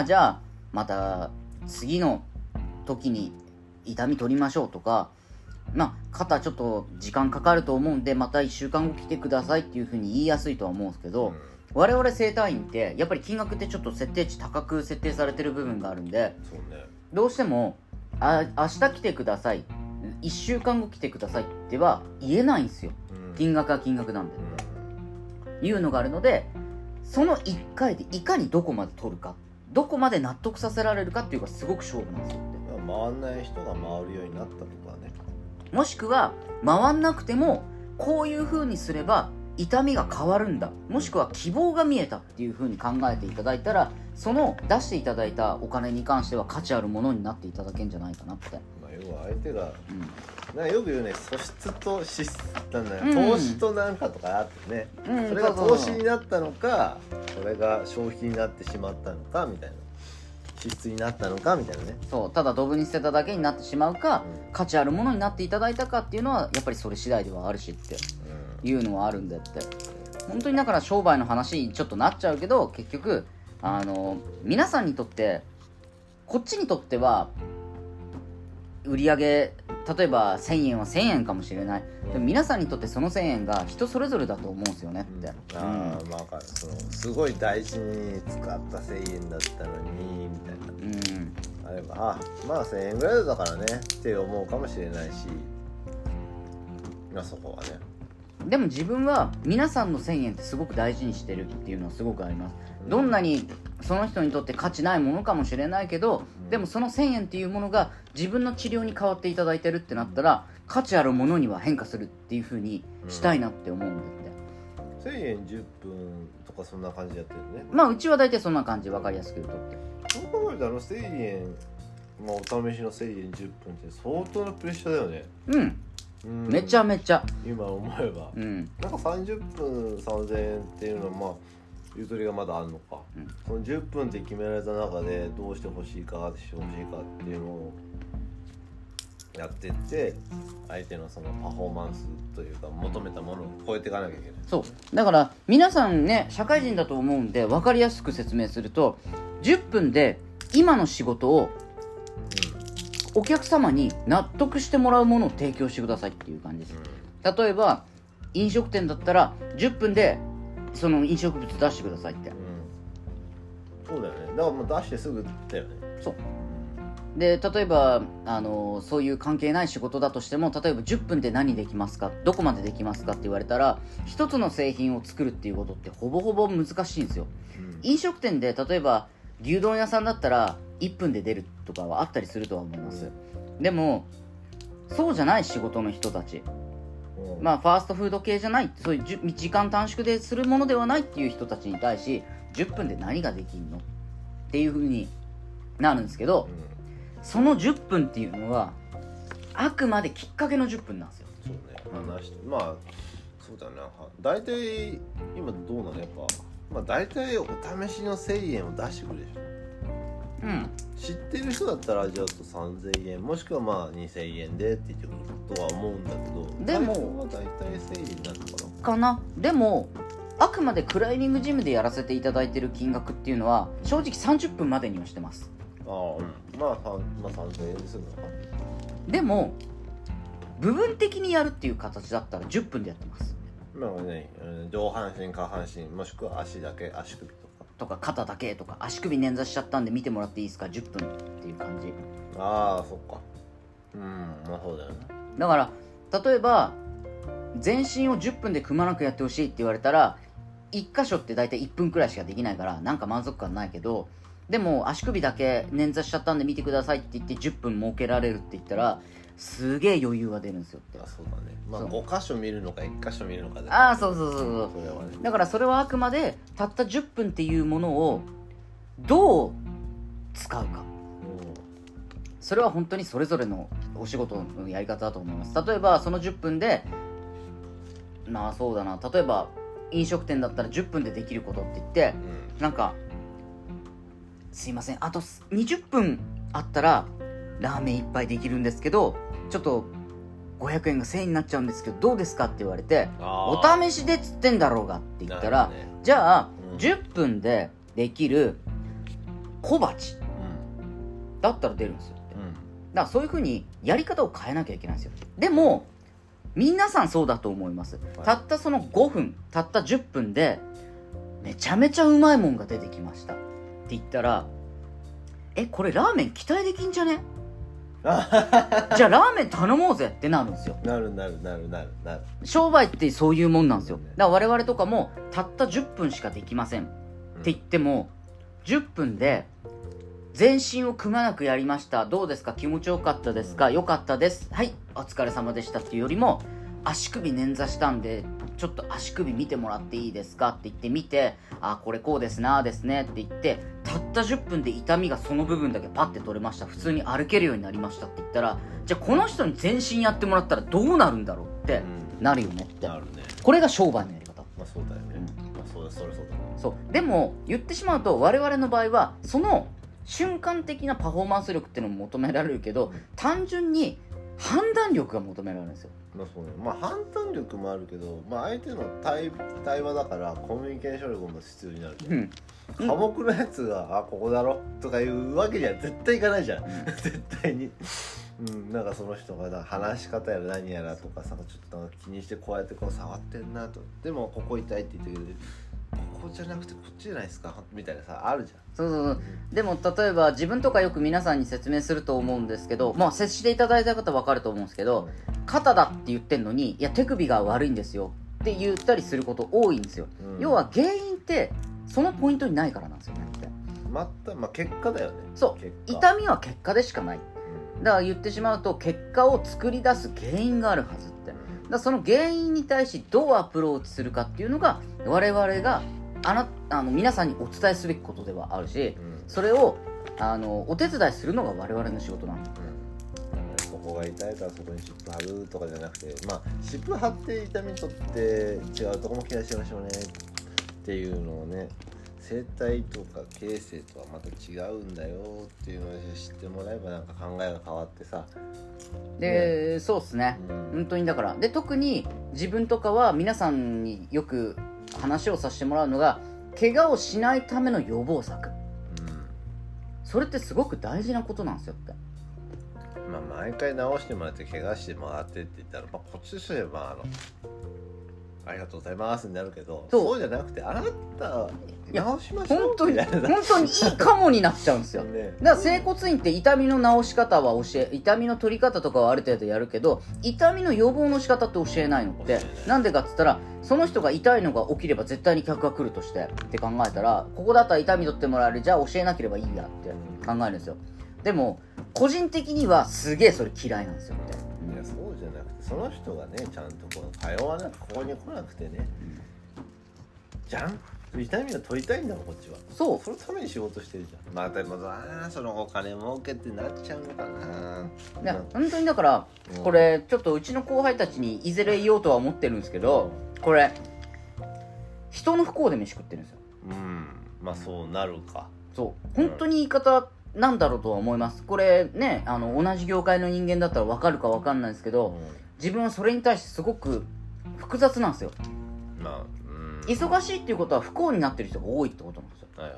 じゃあまた次の時に痛み取りましょうとか、肩ちょっと時間かかると思うんでまた1週間後来てくださいっていう風に言いやすいとは思うんですけど、我々整体院ってやっぱり金額ってちょっと設定値高く設定されてる部分があるんで、どうしても明日来てください、1週間後来てくださいっては言えないんですよ、金額は金額なんで、いうのがあるので、その1回でいかにどこまで取るか、どこまで納得させられるかっていうのがすごく勝負なんですよって。 回んない人が回るようになったとかね、 もしくは回んなくてもこういう風にすれば痛みが変わるんだ、もしくは希望が見えたっていう風に考えていただいたら、その出していただいたお金に関しては価値あるものになっていただけるんじゃないかなって。 要は相手が、よく言うね、素質と投資となんかとかあってね、それが投資になったのか、それが消費になってしまったのかみたいな、支出になったのかみたいなね。 ただドブに捨てただけになってしまうか、価値あるものになっていただいたかっていうのはやっぱりそれ次第ではあるしっていうのはあるんでって。本当にだから商売の話にちょっとなっちゃうけど、結局皆さんにとって、こっちにとっては売り上げ例えば1000円は1000円かもしれない、でも皆さんにとってその1000円が人それぞれだと思うんですよねって、 そのすごい大事に使った1000円だったのにみたいな、あれば1000円ぐらいだからねって思うかもしれないし、そこはね。 でも自分は皆さんの1000円ってすごく大事にしてるっていうのはすごくあります。どんなにその人にとって価値ないものかもしれないけど、でもその1000円っていうものが自分の治療に変わっていただいてるってなったら、価値あるものには変化するっていう風にしたいなって思うんだって、 1000円10分とかそんな感じでやってるね。 うちは大体そんな感じ、分かりやすく言うとって。 そう考えたら1000円、お試しの1000円10分って相当なプレッシャーだよね。 めちゃめちゃ今思えば、なんか30分3000円っていうのはゆとりがまだあるのか、その10分って決められた中でどうしてほしいかっていうのをやってって相手のそのパフォーマンスというか求めたものを超えていかなきゃいけない。 そうだから皆さんね、社会人だと思うんで分かりやすく説明すると、10分で今の仕事をお客様に納得してもらうものを提供してくださいっていう感じです。例えば飲食店だったら10分でその飲食物出してくださいって、 そうだよね。だからもう出してすぐだよね。 そうで、例えばそういう関係ない仕事だとしても、例えば10分で何できますか、どこまでできますかって言われたら、一つの製品を作るっていうことってほぼほぼ難しいんですよ、飲食店で例えば牛丼屋さんだったら1分で出るとかはあったりするとは思います。でもそうじゃない仕事の人たち、ファーストフード系じゃない、そういう時間短縮でするものではないっていう人たちに対し、10分で何ができんのっていう風になるんですけど、その10分っていうのはあくまできっかけの10分なんですよ。 そうね、話してそうだな。大体今どうなの、やっぱ大体お試しの1000円を出してくるでしょ。知ってる人だったらじゃあ3000円もしくは2000円でって言ってくるとは思うんだけど、 でもは大体1000円なのかな。でもあくまでクライミングジムでやらせていただいてる金額っていうのは正直30分までにはしてます。 ああ、うん、まあ3000円でするのか。 でも部分的にやるっていう形だったら10分でやってます。 まあね、上半身下半身もしくは足だけ、足首とか肩だけとか、足首捻挫しちゃったんで見てもらっていいですか、10分っていう感じ。 ああ、そっか。まあそうだよね。 だから例えば全身を10分でくまなくやってほしいって言われたら1箇所って大体1分くらいしかできないからなんか満足感ないけど、でも足首だけ捻挫しちゃったんで見てくださいって言って10分設けられるって言ったらすげえ余裕が出るんですよって。 あ、そうだね。まあ5箇所見るのか1箇所見るのかで。 ああ、そうそうそうそう。 それはね。 だからそれはあくまでたった10分っていうものをどう使うか、それは本当にそれぞれのお仕事のやり方だと思います。例えばその10分でまあそうだな、例えば飲食店だったら10分でできることって言って、なんかすいませんあと20分あったらラーメン1杯できるんですけどちょっと500円が1000円になっちゃうんですけどどうですかって言われて、お試しでっつってんだろうがって言ったら、じゃあ、10分でできる小鉢だったら出るんですよって。だからそういう風にやり方を変えなきゃいけないんですよ。でも皆さんそうだと思います、たったその5分たった10分でめちゃめちゃうまいもんが出てきましたって言ったら、これラーメン期待できんじゃねじゃあラーメン頼もうぜってなるんですよ。 なる。 商売ってそういうもんなんですよ。だから我々とかもたった10分しかできませんって言っても、10分で全身をくまなくやりました、どうですか、気持ちよかったですか、よかったです、はいお疲れ様でしたっていうよりも、足首捻挫したんでちょっと足首見てもらっていいですかって言って見て、あこれこうですなですねって言ってたった10分で痛みがその部分だけパッて取れました、普通に歩けるようになりましたって言ったら、じゃあこの人に全身やってもらったらどうなるんだろうってなるよねって、 なるね。 これが商売のやり方。 まあそうだよね、まあそれそうだ。 そうでも言ってしまうと我々の場合はその瞬間的なパフォーマンス力っていうのも求められるけど、単純に判断力が求められるんですよ。 まあそうね、まあ判断力もあるけど、まあ相手の対話だからコミュニケーション力も必要になるじゃん。寡黙なやつがここだろとかいうわけには絶対いかないじゃん、絶対に。なんかその人が話し方やら何やらとかさ、ちょっとなんか気にしてこうやってこう触ってんなと、でもここ痛いって言ってくれる、ここじゃなくてこっちじゃないですかみたいなさ、あるじゃん。 そうでも例えば自分とかよく皆さんに説明すると思うんですけど、まあ接していただいた方分かると思うんですけど、肩だって言ってんのにいや手首が悪いんですよって言ったりすること多いんですよ、要は原因ってそのポイントにないからなんですよねって。 まあ結果だよね。 そう痛みは結果でしかない、だから言ってしまうと結果を作り出す原因があるはずって、だからその原因に対しどうアプローチするかっていうのが我々が皆さんにお伝えすべきことではあるし、それをお手伝いするのが我々の仕事なんです、 ここが痛いからそこに湿布貼るとかじゃなくて、まあ湿布貼って痛み取って違うとこもケアしましょうねっていうのをね、整体とか形成とはまた違うんだよっていうのを知ってもらえばなんか考えが変わってさ。 で、ね、そうっすね、本当にだからで特に自分とかは皆さんによく話をさせてもらうのが怪我をしないための予防策、それってすごく大事なことなんですよって。 まあ毎回直してもらって怪我してもらってって言ったら、まあ、こっちとしてはありがとうございますになるけど、そうじゃなくてあなた直しましょう本当にいいかもになっちゃうんですよ、ね、だから整骨院って痛みの治し方は痛みの取り方とかはある程度やるけど痛みの予防の仕方って教えないのってなんでかっつったら、その人が痛いのが起きれば絶対に客が来るとしてって考えたら、ここだったら痛み取ってもらえる、じゃあ教えなければいいやって考えるんですよ。でも個人的にはすげえそれ嫌いなんですよって。 いやそうじゃなくて、その人がねちゃんと通わなくここに来なくてね、じゃん痛みを取りたいんだもんこっちは。そのために仕事してるじゃん。まあでもそのお金儲けってなっちゃうのかな。 いや本当にだから、これちょっとうちの後輩たちにいずれ言おうとは思ってるんですけど、これ人の不幸で飯食ってるんですよ。 まあそうなるか。 そう本当に言い方なんだろうとは思います。これね同じ業界の人間だったら分かるか分かんないですけど、自分はそれに対してすごく複雑なんですよ。 忙しいっていうことは不幸になってる人が多いってことなんですよ。 はいはい、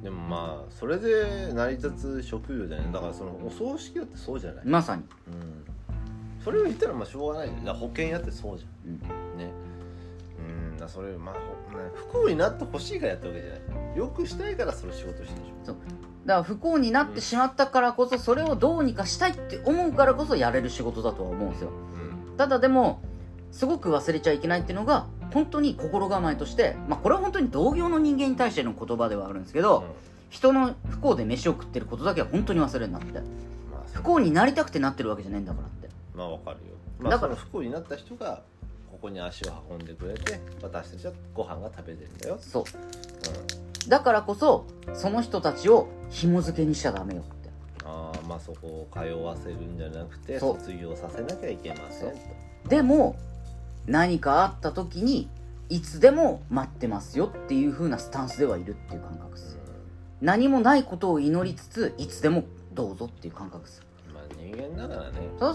でもまあそれで成り立つ職業じゃない。だからそのお葬式だってそうじゃない。 まさに、 それを言ったらまあしょうがないじゃん。だから保険やってそうじゃん、ね。だそれまあ不幸になってほしいからやったわけじゃない。よくしたいからその仕事してるでしょ。 そうだから不幸になってしまったからこそ、それをどうにかしたいって思うからこそやれる仕事だとは思うんですよ。ただでもすごく忘れちゃいけないっていうのが本当に心構えとして、これは本当に同業の人間に対しての言葉ではあるんですけど、人の不幸で飯を食ってることだけは本当に忘れるなって、不幸になりたくてなってるわけじゃないんだからって。 まあわかるよ、だから不幸になった人がここに足を運んでくれて、私たちはご飯が食べてるんだよ。 そう、だからこそその人たちを紐付けにしちゃダメよって。 まあそこを通わせるんじゃなくて卒業させなきゃいけませんと。 でも何かあった時にいつでも待ってますよっていう風なスタンスではいるっていう感覚です、何もないことを祈りつついつでもどうぞっていう感覚です。 まあ人間だからね。 そう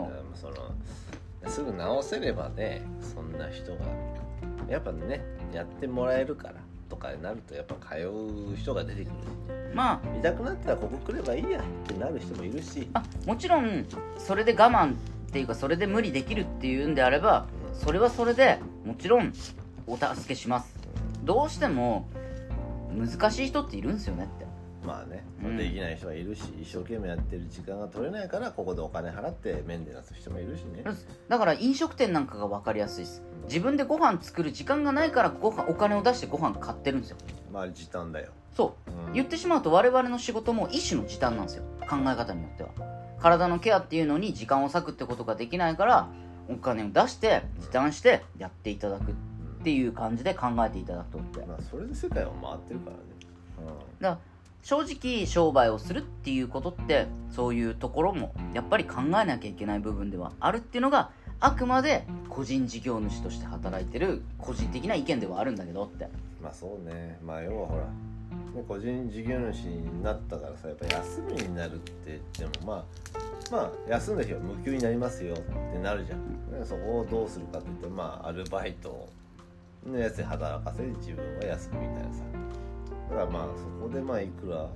すぐ直せればね、そんな人がやっぱねやってもらえるからとかになるとやっぱ通う人が出てくるし、痛くなったらここ来ればいいやってなる人もいるし、 もちろんそれで我慢っていうかそれで無理できるっていうんであれば、それはそれでもちろんお助けします。どうしても難しい人っているんですよねって。 まあね、できない人はいるし、一生懸命やってる時間が取れないからここでお金払ってメンテナンスする人もいるしね。 だから飲食店なんかが分かりやすいです。自分でご飯作る時間がないからお金を出してご飯買ってるんですよ。 まあ時短だよ。 そう、言ってしまうと我々の仕事も一種の時短なんですよ、考え方によっては。体のケアっていうのに時間を割くってことができないから、お金を出して時短してやっていただくっていう感じで考えていただくとって、 それで世界は回ってるからね。 だから正直商売をするっていうことってそういうところもやっぱり考えなきゃいけない部分ではあるっていうのが、あくまで個人事業主として働いてる個人的な意見ではあるんだけどって。 そうね。要はほら個人事業主になったからさ、やっぱ休みになるって言っても休んだ日は無給になりますよってなるじゃん。そこをどうするかって言ってアルバイトのやつで働かせて自分は休むみたいなさ。だからそこでいくら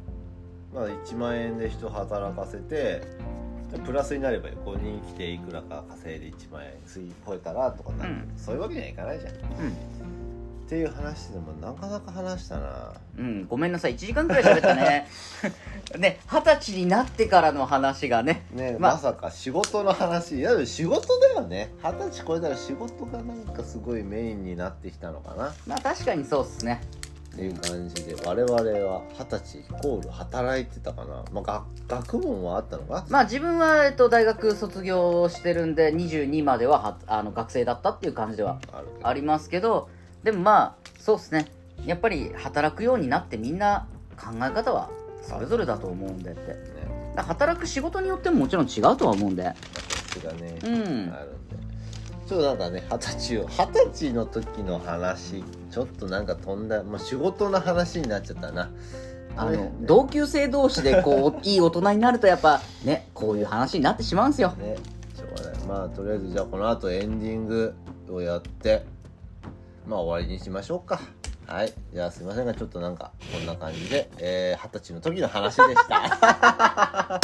1万円で人働かせてプラスになれば5人来ていくらか稼いで1万円超えたらとかなる、そういうわけにはいかないじゃん、っていう話でもなかなか話したな。 ごめんなさい、1時間くらい喋ったねね、20歳になってからの話がねまさか仕事の話。いや仕事だよね。20歳超えたら仕事がなんかすごいメインになってきたのかな。 確かにそうっすねっていう感じで、我々は20歳イコール働いてたかな。学問はあったのか。 自分は、大学卒業してるんで22までは学生だったっていう感じではありますけど、でもそうっすね、やっぱり働くようになってみんな考え方はそれぞれだと思うんでって、働く仕事によってももちろん違うとは思うんで、 それがね、あるんで、ちょっとなんかね、20歳の時の話ちょっとなんか飛んだ、仕事の話になっちゃったな。 同級生同士でいい大人になるとやっぱね、こういう話になってしまうんですよね。しょうがない。とりあえずじゃあこの後エンディングをやって終わりにしましょうか。はい、じゃあすいませんがちょっとなんかこんな感じで20歳の時の話でした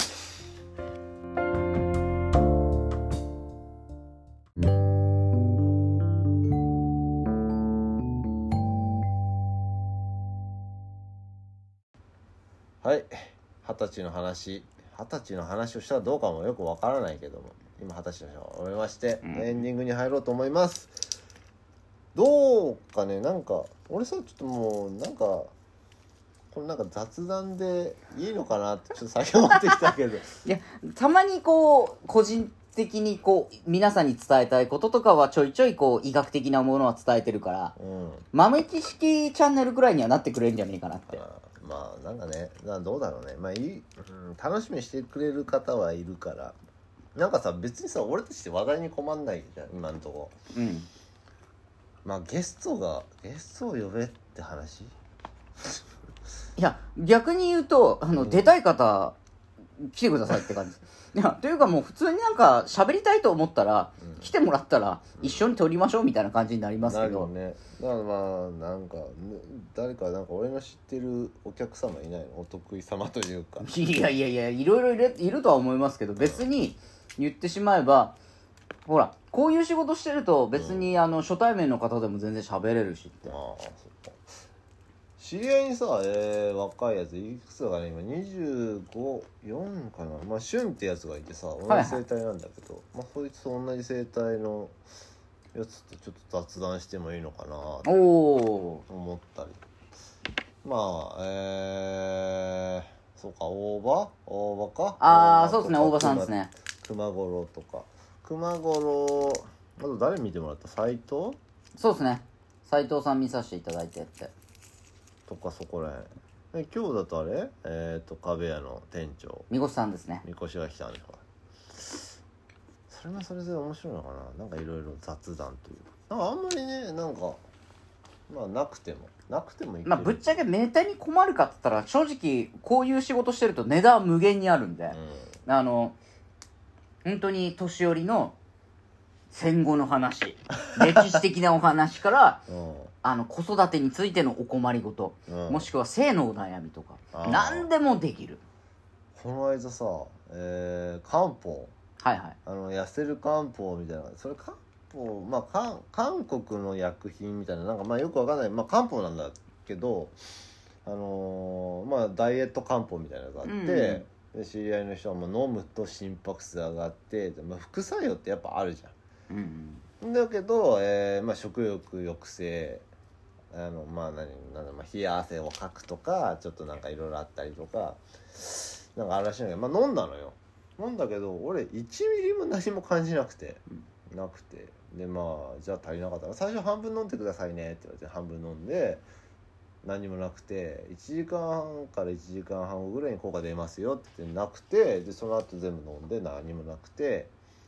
はい、20歳の話をしたらどうかもよくわからないけども、今20歳の話を終えまして、エンディングに入ろうと思います。どうかね、なんか俺さ、ちょっともうなんかこれなんか雑談でいいのかなってちょっと先思ってきたけどいや、たまに個人的に皆さんに伝えたいこととかはちょいちょい医学的なものは伝えてるから、豆知識チャンネルくらいにはなってくれるんじゃねえかなって。 なんかね、どうだろうね。楽しみにしてくれる方はいるから、なんかさ、別にさ、俺たちって話題に困んないじゃん今んとこ。ゲストを呼べって話。 いや、逆に言うと出たい方来てくださいって感じいやというかもう普通になんか喋りたいと思ったら、来てもらったら一緒に撮りましょうみたいな感じになりますけど、 ね、だからまあなんか誰かなんか俺の知ってるお客様いないの、お得意様というか。 いやいろいろいるとは思いますけど、別に言ってしまえばほらこういう仕事してると別に初対面の方でも全然喋れるしって。 ああ、そっか。知り合いにさ、若いやついくつだかね、今25、4かな、まあ俊ってやつがいてさ、同じ生態なんだけど、まあそいつと同じ生態のやつとちょっと雑談してもいいのかなと思ったり。まあそうか、大場か。 ああ、そうですね、大場さんですね。 熊五郎とか。熊五郎、あと誰見てもらった？斉藤？ そうですね、斉藤さん見させていただいてってとか、そこらへん。今日だとあれ壁屋の店長みこしさんですね。 みこしが来たんでしょ。それもそれで面白いのかな、なんかいろいろ雑談というか、なんかあんまりね、なんかまあなくてもいい。 まあぶっちゃけネタに困るかって言ったら正直こういう仕事してるとネタは無限にあるんで、本当に年寄りの戦後の話歴史的なお話から、子育てについてのお困りごと、もしくは性のお悩みとか何でもできる。 この間さ、漢方、 はいはい、 痩せる漢方みたいな、それ漢方、まあ韓国の薬品みたいな、なんかまあよくわかんない、まあ漢方なんだけど、まあダイエット漢方みたいなのがあって、で知り合いの人はもう飲むと心拍数上がって、まあ、副作用ってやっぱあるじゃん、だけど、まあ、食欲抑制、まあ冷や汗をかくとか、ちょっとなんかいろいろあったりとかなんかあるらしいんだけど、まあ飲んだのよ。飲んだけど俺1ミリも何も感じなくて、でまあじゃあ足りなかったら最初半分飲んでくださいねって言われて半分飲んで、何もなくて1時間から1時間半後ぐらいに効果出ますよって言ってなくて、でその後全部飲んで何もなくて、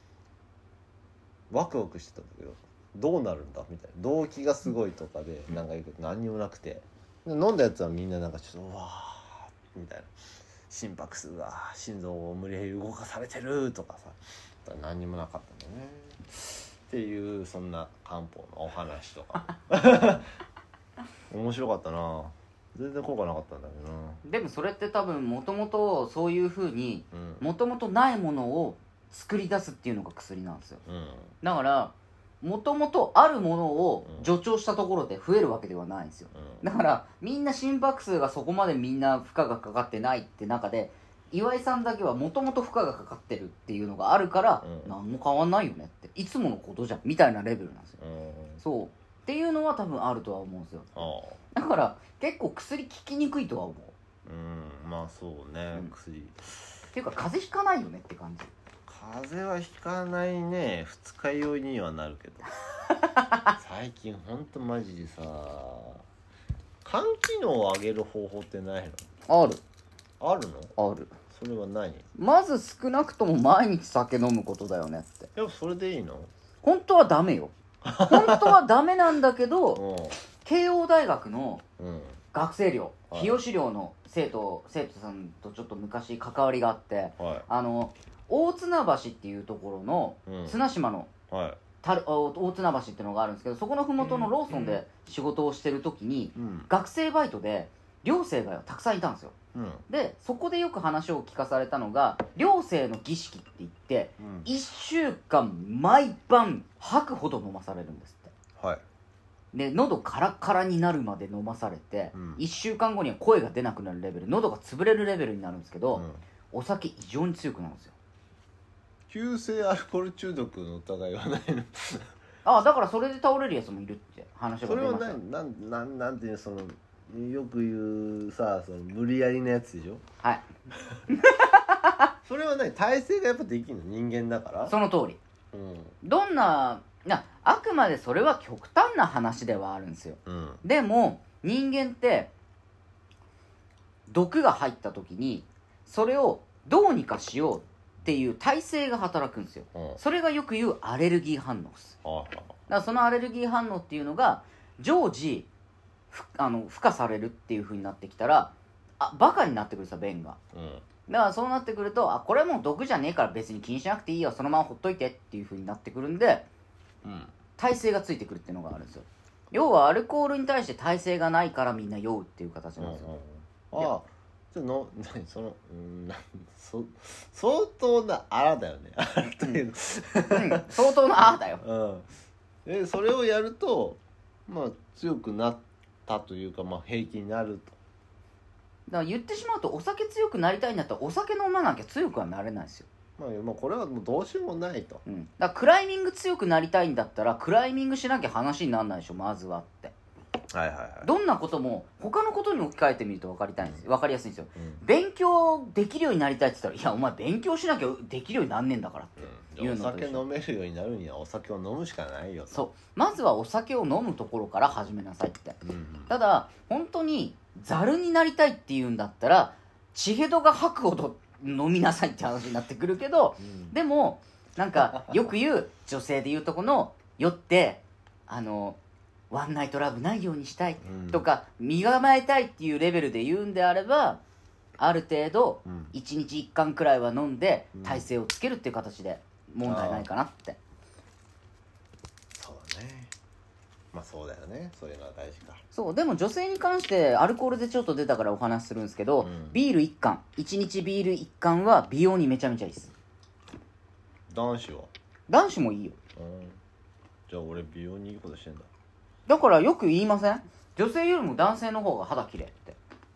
ワクワクしてたんだけどどうなるんだみたいな、動機がすごいとかでなんか言うけど何にもなくて、で飲んだやつはみんななんかちょっとうわーみたいな、心拍数が心臓を無理やり動かされてるとかさ、何にもなかったんだよねっていう、そんな漢方のお話とか面白かったな。全然効果なかったんだけどな。 でもそれって多分もともとそういう風にもともとないものを作り出すっていうのが薬なんですよ、だからもともとあるものを助長したところで増えるわけではないんですよ、だからみんな心拍数がそこまでみんな負荷がかかってないって中で岩井さんだけはもともと負荷がかかってるっていうのがあるから、何も変わんないよねっていつものことじゃんみたいなレベルなんですよ、そうっていうのは多分あるとは思うんですよ。だから結構薬効きにくいとは思う。 まあそうね、薬っていうか風邪ひかないよねって感じ。 風邪はひかないね、二日酔いにはなるけど最近ほんとマジでさ、肝機能を上げる方法ってないの？ あるの？ある。 それは何？ まず少なくとも毎日酒飲むことだよねって。 やっぱそれでいいの？ 本当はダメよ本当はダメなんだけど慶応大学の学生寮、日吉寮の生徒さんとちょっと昔関わりがあって、大綱橋っていうところの綱島の大綱橋っていうのがあるんですけど、そこの麓のローソンで仕事をしてる時に、学生バイトで寮生がたくさんいたんですよ、でそこでよく話を聞かされたのが、寮生の儀式って言って、1週間毎晩吐くほど飲まされるんですって、で喉カラッカラになるまで飲まされて、1週間後には声が出なくなるレベル、喉が潰れるレベルになるんですけど、お酒異常に強くなるんですよ。 急性アルコール中毒の疑いはないの？ だからそれで倒れるやつもいるって話が出ました。 それはなんていう、そのよく言うさ、その無理やりなやつでしょ？ はいそれは何？体勢がやっぱできるの？人間だから？ その通り、どんなあくまでそれは極端な話ではあるんですよ、でも人間って毒が入った時にそれをどうにかしようっていう耐性が働くんですよ、それがよく言うアレルギー反応です、だからそのアレルギー反応っていうのが常時付加されるっていう風になってきたらバカになってくるんですよ、便が、 だからそうなってくると、これはもう毒じゃねえから別に気にしなくていいよ、そのままほっといてっていう風になってくるんで、耐性がついてくるっていうのがあるんですよ。要はアルコールに対して耐性がないからみんな酔うっていう形なんですよ。 ちょっと何その相当なあらだよね。 相当なあだよ。 それをやると強くなったというか、平気になると。 だから言ってしまうと、お酒強くなりたいんだったらお酒飲まなきゃ強くはなれないですよ。 これはもうどうしようもないと。 だからクライミング強くなりたいんだったらクライミングしなきゃ話にならないでしょ、まずはって。どんなことも他のことに置き換えてみると分かりやすいんですよ。勉強できるようになりたいって言ったら、いやお前勉強しなきゃできるようになんねんだからっていうのと、 お酒飲めるようになるにはお酒を飲むしかないよと。 そう、まずはお酒を飲むところから始めなさいって。ただ本当にザルになりたいっていうんだったら血ヘドが吐くほど飲みなさいって話になってくるけど、でもなんかよく言う女性で言うとこの酔ってワンナイトラブないようにしたいとか、身構えたいっていうレベルで言うんであれば、ある程度1日1缶くらいは飲んで耐性をつけるっていう形で問題ないかなって。 そうだね。そうだよね。そういうのは大事か。 そう、でも女性に関してアルコールでちょっと出たからお話しするんですけど、ビール1缶1日ビール1缶は美容にめちゃめちゃいいです。 男子は？ 男子もいいよ。 じゃあ俺美容にいいことしてんだ。 だからよく言いません？女性よりも男性の方が肌綺麗って。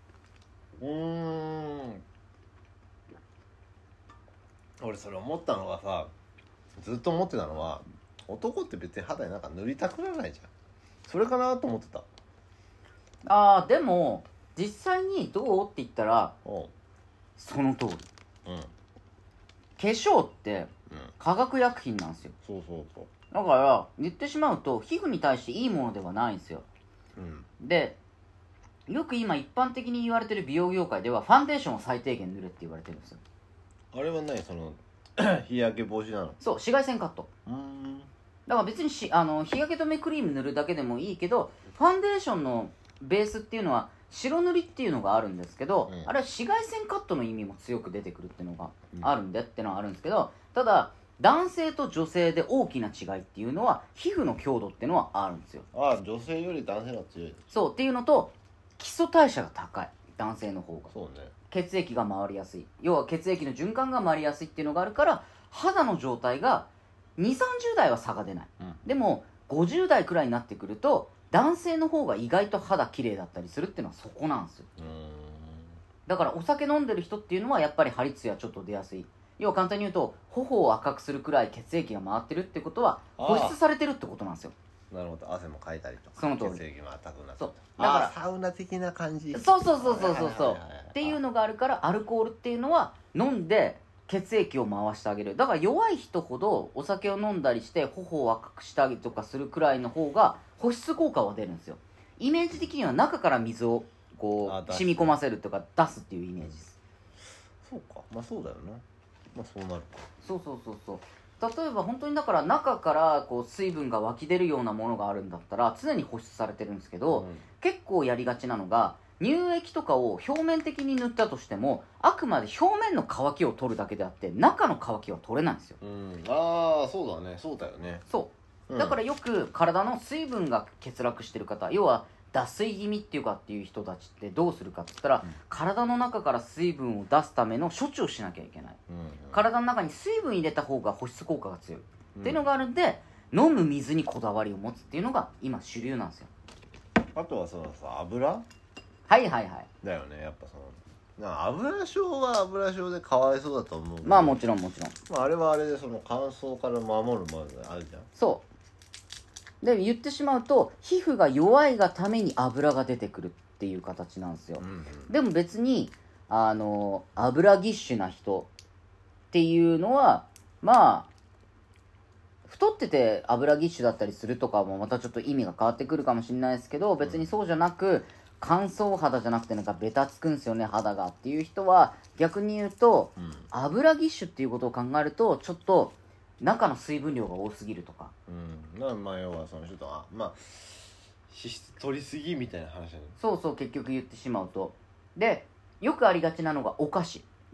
俺それ思ったのがさ、ずっと思ってたのは、男って別に肌になんか塗りたくならないじゃん。それかなと思ってた。 でも実際にどうって言ったらその通り。化粧って化学薬品なんですよ。だから言ってしまうと皮膚に対していいものではないんですよ。でよく今一般的に言われてる美容業界ではファンデーションを最低限塗れって言われてるんですよ。 あれは何、その日焼け防止なの？ そう、紫外線カット。だから別に日焼け止めクリーム塗るだけでもいいけど、ファンデーションのベースっていうのは白塗りっていうのがあるんですけど、あれは紫外線カットの意味も強く出てくるっていうのがあるんでっていうのはあるんですけど、ただ男性と女性で大きな違いっていうのは皮膚の強度っていうのはあるんですよ。 女性より男性が強い。 そうっていうのと、基礎代謝が高い男性の方が。 そうね。 血液が回りやすい、要は血液の循環が回りやすいっていうのがあるから、肌の状態が2、30代は差が出ない、でも50代くらいになってくると男性の方が意外と肌綺麗だったりするっていうのはそこなんですよ。だからお酒飲んでる人っていうのはやっぱりハリツヤちょっと出やすい。要は簡単に言うと頬を赤くするくらい血液が回ってるってことは保湿されてるってことなんですよ。 なるほど。汗もかいたりとか、 その通り。 血液も赤くなって、 そうだからサウナ的な感じ。 そうっていうのがあるから、アルコールっていうのは飲んで血液を回してあげる。だから弱い人ほどお酒を飲んだりして頬を赤くしたりとかするくらいの方が保湿効果は出るんですよ。イメージ的には中から水をこう染み込ませるとか出すっていうイメージです。 そうか。そうだよな。そうなるか。 そう例えば本当にだから中からこう水分が湧き出るようなものがあるんだったら常に保湿されてるんですけど、結構やりがちなのが乳液とかを表面的に塗ったとしてもあくまで表面の乾きを取るだけであって中の乾きは取れないんですよ。 そうだね。そうだよね。 だからよく体の水分が欠落してる方、要は脱水気味っていうかっていう人たちってどうするかって言ったら、体の中から水分を出すための処置をしなきゃいけない、体の中に水分入れた方が保湿効果が強い、っていうのがあるんで飲む水にこだわりを持つっていうのが今主流なんですよ。 あとはさ油だよね。やっぱ油症は油症でかわいそうだと思う。 もちろんあれはあれでその乾燥から守るものがあるじゃん。 で言ってしまうと皮膚が弱いがために油が出てくるっていう形なんですよ、でも別に油ぎっしゅな人っていうのは太ってて油ぎっしゅだったりするとかもまたちょっと意味が変わってくるかもしれないですけど、別にそうじゃなく乾燥肌じゃなくてなんかベタつくんですよね肌がっていう人は、逆に言うと、油ぎっしゅっていうことを考えるとちょっと中の水分量が多すぎるとか、 要はその人は脂質取りすぎみたいな話だね。 結局言ってしまうと。でよくありがちなのがお菓子、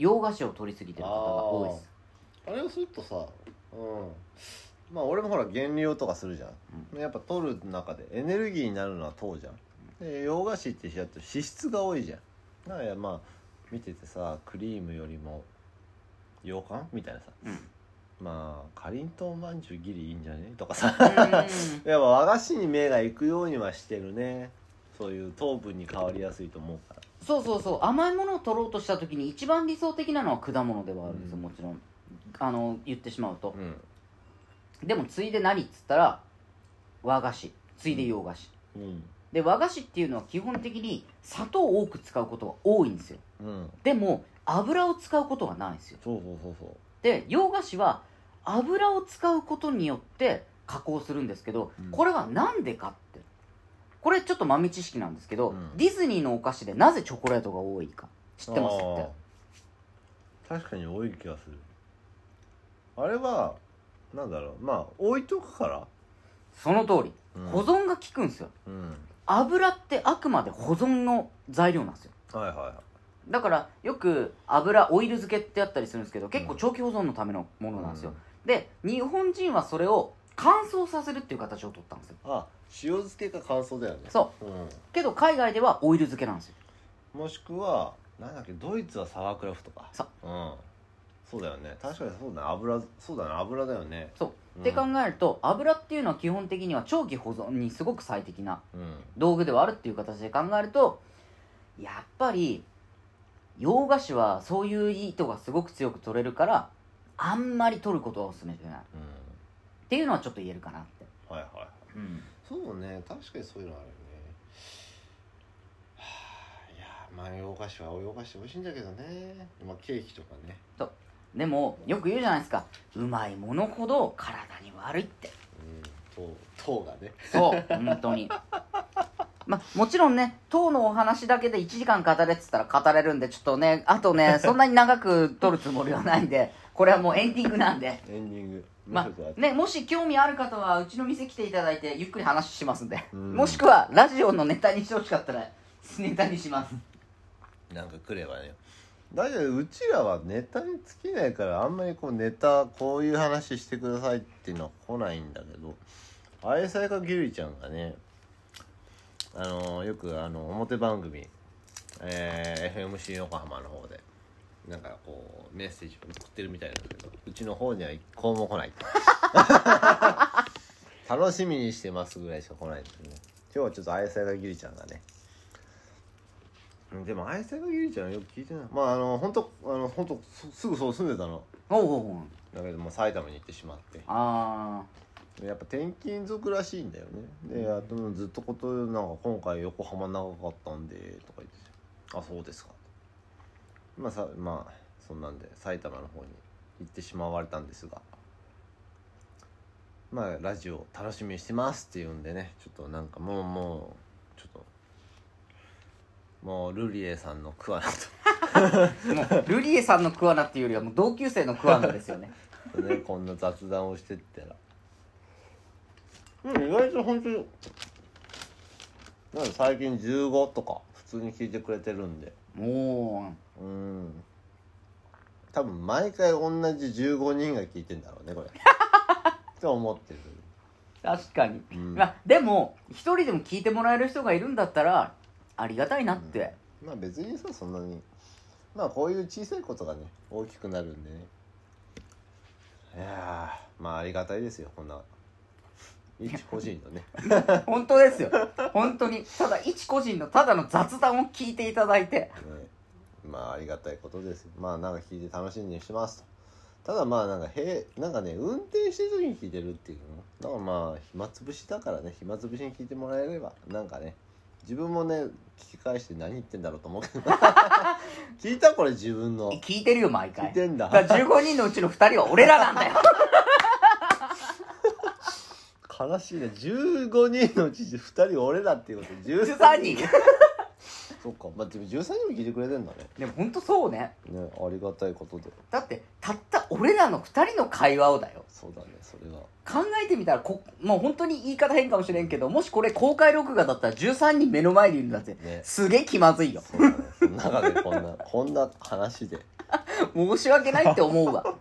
洋菓子を取りすぎてる方が多いです。 あれをするとさ、まあ俺もほら減量とかするじゃん、やっぱ取る中でエネルギーになるのは糖じゃん。で洋菓子って脂質が多いじゃん。だからまあ見ててさ、クリームよりも羊羹みたいなさ、まあかりんとうまんじゅうギリいいんじゃねとかさやっぱ和菓子に目が行くようにはしてるね。そういう糖分に変わりやすいと思うから。 そう甘いものを取ろうとした時に一番理想的なのは果物ではあるんですよ、もちろん言ってしまうと、でもついで何っつったら和菓子、ついで洋菓子、で和菓子っていうのは基本的に砂糖を多く使うことが多いんですよ、でも油を使うことがないんですよ。 そうで洋菓子は油を使うことによって加工するんですけど、これはなんでかって、これちょっと豆知識なんですけど、ディズニーのお菓子でなぜチョコレートが多いか知ってますって。 確かに多い気がする。あれはなんだろう、まあ置いとくから。 その通り、保存が効くんですよ、油ってあくまで保存の材料なんですよ。だからよく油オイル漬けってあったりするんですけど、結構長期保存のためのものなんですよ、で日本人はそれを乾燥させるっていう形を取ったんですよ。 塩漬けか乾燥だよね。 そう、けど海外ではオイル漬けなんですよ。 もしくはなんだっけ、ドイツはサワークラフトか。そうだよね。確かにそうだね。油だよね。 そう、って考えると油っていうのは基本的には長期保存にすごく最適な道具ではあるっていう形で考えると、やっぱり洋菓子はそういう意図がすごく強く取れるから、あんまり取ることはお勧めしてない、っていうのはちょっと言えるかなって。そうね、確かにそういうのあるよね。いやまあ洋菓子は洋菓子美味しいんだけどね、ケーキとかね。 でもよく言うじゃないですか、うまいものほど体に悪いって。 糖がね。 そう本当にもちろんね、糖のお話だけで1時間語れっつったら語れるんで、ちょっとねあとねそんなに長く撮るつもりはないんで、これはもうエンディングなんでエンディングもし興味ある方はうちの店来ていただいてゆっくり話しますんで、もしくはラジオのネタにしてほしかったらネタにします。 なんか来ればね。だけどうちらはネタに尽きないから、あんまりこうネタこういう話してくださいっていうのは来ないんだけど、愛妻家ギリちゃんがね、よく表番組、FMC 横浜の方でなんかこうメッセージを送ってるみたいなんだけど、うちの方には一向も来ない楽しみにしてますぐらいしか来ないですね。今日はちょっと愛妻家ギリちゃんがね、でも愛妻家ギリちゃんよく聞いてない。本当すぐそう住んでたの。だけど埼玉に行ってしまって、やっぱ転勤族らしいんだよね。であとずっとなんか今回横浜長かったんでとか言って、そうですか。まあそんなんで埼玉の方に行ってしまわれたんですが、ラジオ楽しみにしてますって言うんでね、ちょっとなんかもうルリエさんの桑名ともうルリエさんの桑名っていうよりはもう同級生の桑名ですよねこんな雑談をしてったら、意外と本当になんか最近15とか普通に聞いてくれてるんで、多分毎回同じ15人が聞いてんだろうねこれって思ってる。 確かに、でも一人でも聞いてもらえる人がいるんだったらありがたいなって、 別にさ、そんなにこういう小さいことがね大きくなるんでね、いやありがたいですよ、こんな一個人のね本当ですよ、本当にただ一個人のただの雑談を聞いていただいて、 ありがたいことですよ。なんか聞いて楽しみにしてますと。ただなんかね運転してる時に聞いてるっていうの、だから暇つぶしだからね、暇つぶしに聞いてもらえればなんかね、自分もね聞き返して何言ってんだろうと思うけど聞いたこれ自分の聞いてるよ毎回。 聞いてんだ。 だから15人のうちの2人は俺らなんだよ悲しいね。15人のうち2人俺らっていうことで 13人そっか、でも13人も聞いてくれてんだね。 でも本当そうね。 ありがたいことで。 だってたった俺らの2人の会話をだよ。 そうだね、それは考えてみたらもう本当に言い方変かもしれんけど、もしこれ公開録画だったら13人目の前にいるんだぜ、すげえ気まずいよ。 そうだね、そんの中でこんな話で申し訳ないって思うわ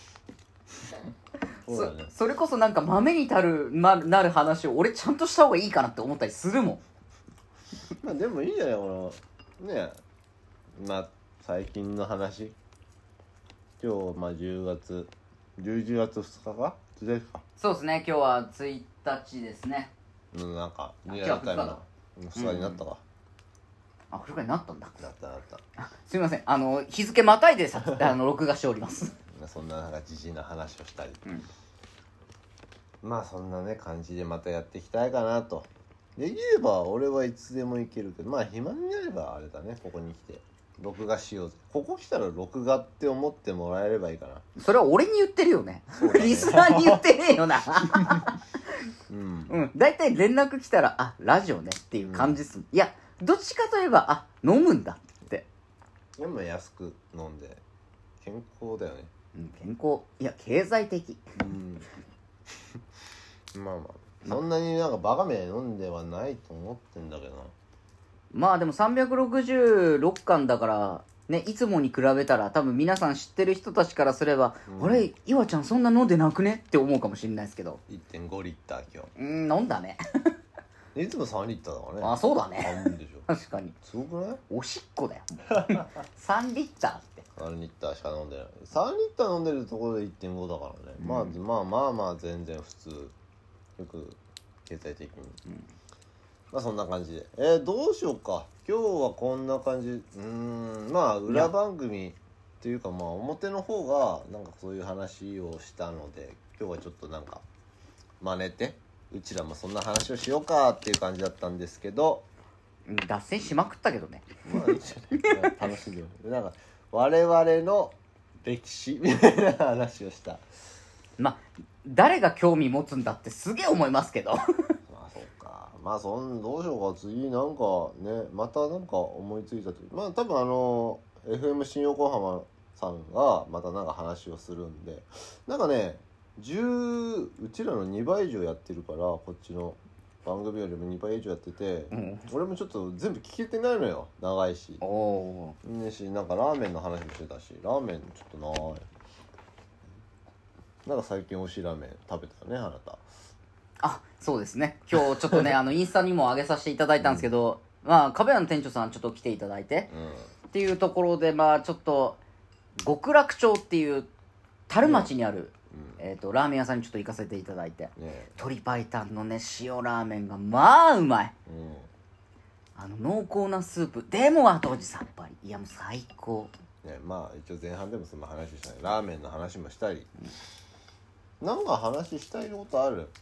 そうだね。 それこそなんか豆になる話を俺ちゃんとした方がいいかなって思ったりするもん。 まあでもいいんじゃないこのねまあ最近の話。今日まあ11月2日か1日か。 そうですね、今日は1日ですね。 なんかリアルタイムだ 2日になったか、 あ、2日になったんだ。 なったあ、すみません、日付またいで録画しておりますそんななんか時事な話をしたり、 うん、 まあそんなね感じでまたやっていきたいかなと。できれば俺はいつでも行けるけど、まあ暇になればあれだね、ここに来て録画しようぜ。ここ来たら録画って思ってもらえればいいかな。 それは俺に言ってるよね。リスナーに言ってねえよなうん、大体連絡来たらあラジオねっていう感じっすもん、いやどっちかといえばあ飲むんだって。 でも安く飲んで健康だよね。 健康、いや経済的まあそんなになんかバカみたいに飲んではないと思ってんだけどな。 まあでも366巻だからね、いつもに比べたら多分皆さん知ってる人たちからすれば、あれ岩ちゃんそんな飲んでなくねって思うかもしれないですけど、 1.5 リッター今飲んだね日いつも3リッターだからね。 あ、そうだね半分でしょ確かにすごくないおしっこだよ3リッターって 3リッターしか飲んでない。3リッター飲んでるところで 1.5 だからね、まあ全然普通。よく経済的に、まあそんな感じでどうしようか。今日はこんな感じ。まあ裏番組っていうかまあ表の方がなんかそういう話をしたので、今日はちょっとなんか真似てうちらもそんな話をしようかっていう感じだったんですけど、 脱線しまくったけどね。 まあいいじゃない楽しんでるなんか我々の歴史みたいな話をした。 まあ誰が興味持つんだってすげえ思いますけどまあそうか。まあどうしようか。次なんかねまたなんか思いついた時、まあ多分FM 新横浜さんがまたなんか話をするんで、なんかねうちらの2倍以上やってるから、こっちの番組よりも2倍以上やってて、俺もちょっと全部聞けてないのよ、長いし。ねし、なんかラーメンの話もしてたし、ラーメンちょっとない。なんか最近美味しいラーメン食べてたね、あなた。 あ、そうですね。今日ちょっとねインスタにも上げさせていただいたんですけど、まあ壁屋の店長さんちょっと来ていただいて、っていうところで、まあちょっと極楽町っていう樽町にある、ラーメン屋さんにちょっと行かせていただいて、鶏白湯のね塩ラーメンがまあうまい、濃厚なスープでも後味さっぱり、いやもう最高ね。まあ一応前半でもそんな話したり、ラーメンの話もしたり、なんか話したいことある？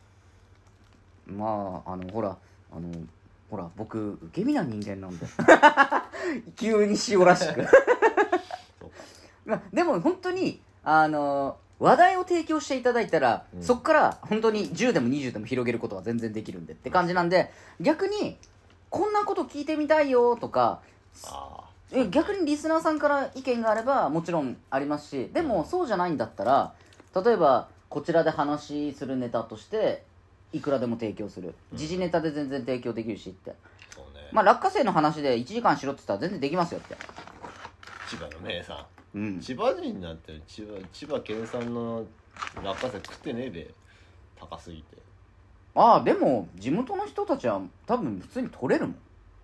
まあほら僕受け身な人間なんで急に塩らしくでも本当に話題を提供していただいたら、そっから本当に10でも20でも広げることは全然できるんでって感じなんで、逆にこんなこと聞いてみたいよとか、逆にリスナーさんから意見があればもちろんありますし、でもそうじゃないんだったら、例えばこちらで話するネタとしていくらでも提供する、時事ネタで全然提供できるしって、 そうね。 まあ落花生の話で1時間しろって言ったら全然できますよって。 千葉の名産、千葉人なんて千葉県産の落花生食ってねえべ、高すぎて。 でも地元の人たちは多分普通に取れるもん。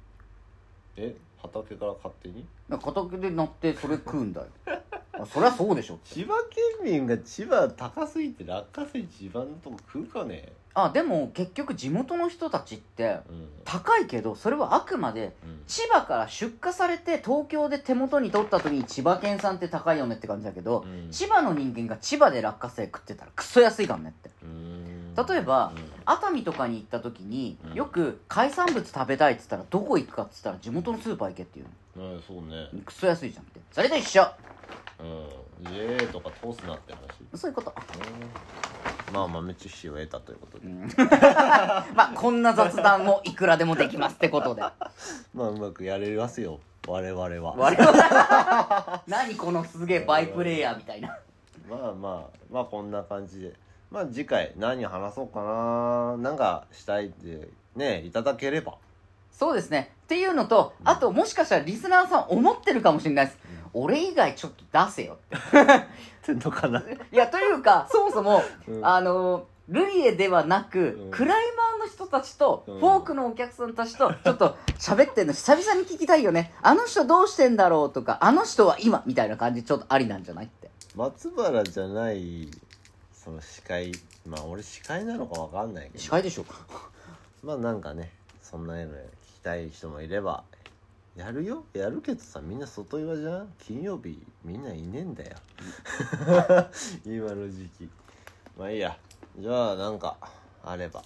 畑から勝手に畑でなってそれ食うんだよそりゃそうでしょって。 千葉県民が千葉高すぎて落花生一番のとこ食うかね。 でも結局地元の人たちって高いけど、それはあくまで千葉から出荷されて東京で手元に取った時に千葉県産って高いよねって感じだけど、千葉の人間が千葉で落花生食ってたらクソ安いからねって。例えば熱海とかに行った時によく海産物食べたいっつったらどこ行くかっつったら地元のスーパー行けっていうの。そうね。 クソ安いじゃんって。それと一緒。 JA とか通すなって話。 そういうこと。 まあ豆知識を得たということで、 まあこんな雑談もいくらでもできますってことでまあうまくやれますよ我々 は何このすげえバイプレイヤーみたいなまあこんな感じで、まあ次回何話そうかな、なんかしたいってねいただければそうですねっていうのと、あともしかしたらリスナーさん思ってるかもしれないです、俺以外ちょっと出せよってんのかな。 いやというかそもそも、ルリエではなく、 うんクライマーの人たちと、 うんフォークのお客さんたちとちょっと喋ってんの久々に聞きたいよね。あの人どうしてんだろうとか、あの人は今みたいな感じちょっとありなんじゃないって。 松原じゃないその司会、まあ俺司会なのかわかんないけど、 司会でしょうか。 まあなんかね、そんなの聞きたい人もいればやるよ、やるけどさ、みんな外岩じゃん。金曜日みんないねえんだよ今の時期。まあいいや、じゃあなんかあれば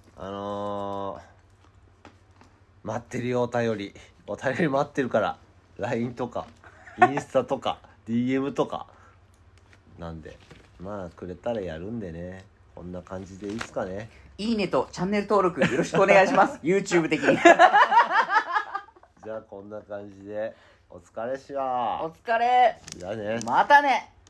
待ってるよ、お便り待ってるから、 LINE とかインスタとかDM とかなんで、まあくれたらやるんでね。こんな感じでいいっすかね。 いいねとチャンネル登録よろしくお願いしますYouTube 的にじゃあこんな感じでお疲れっしゃ。 お疲れ。 じゃあね。 またね。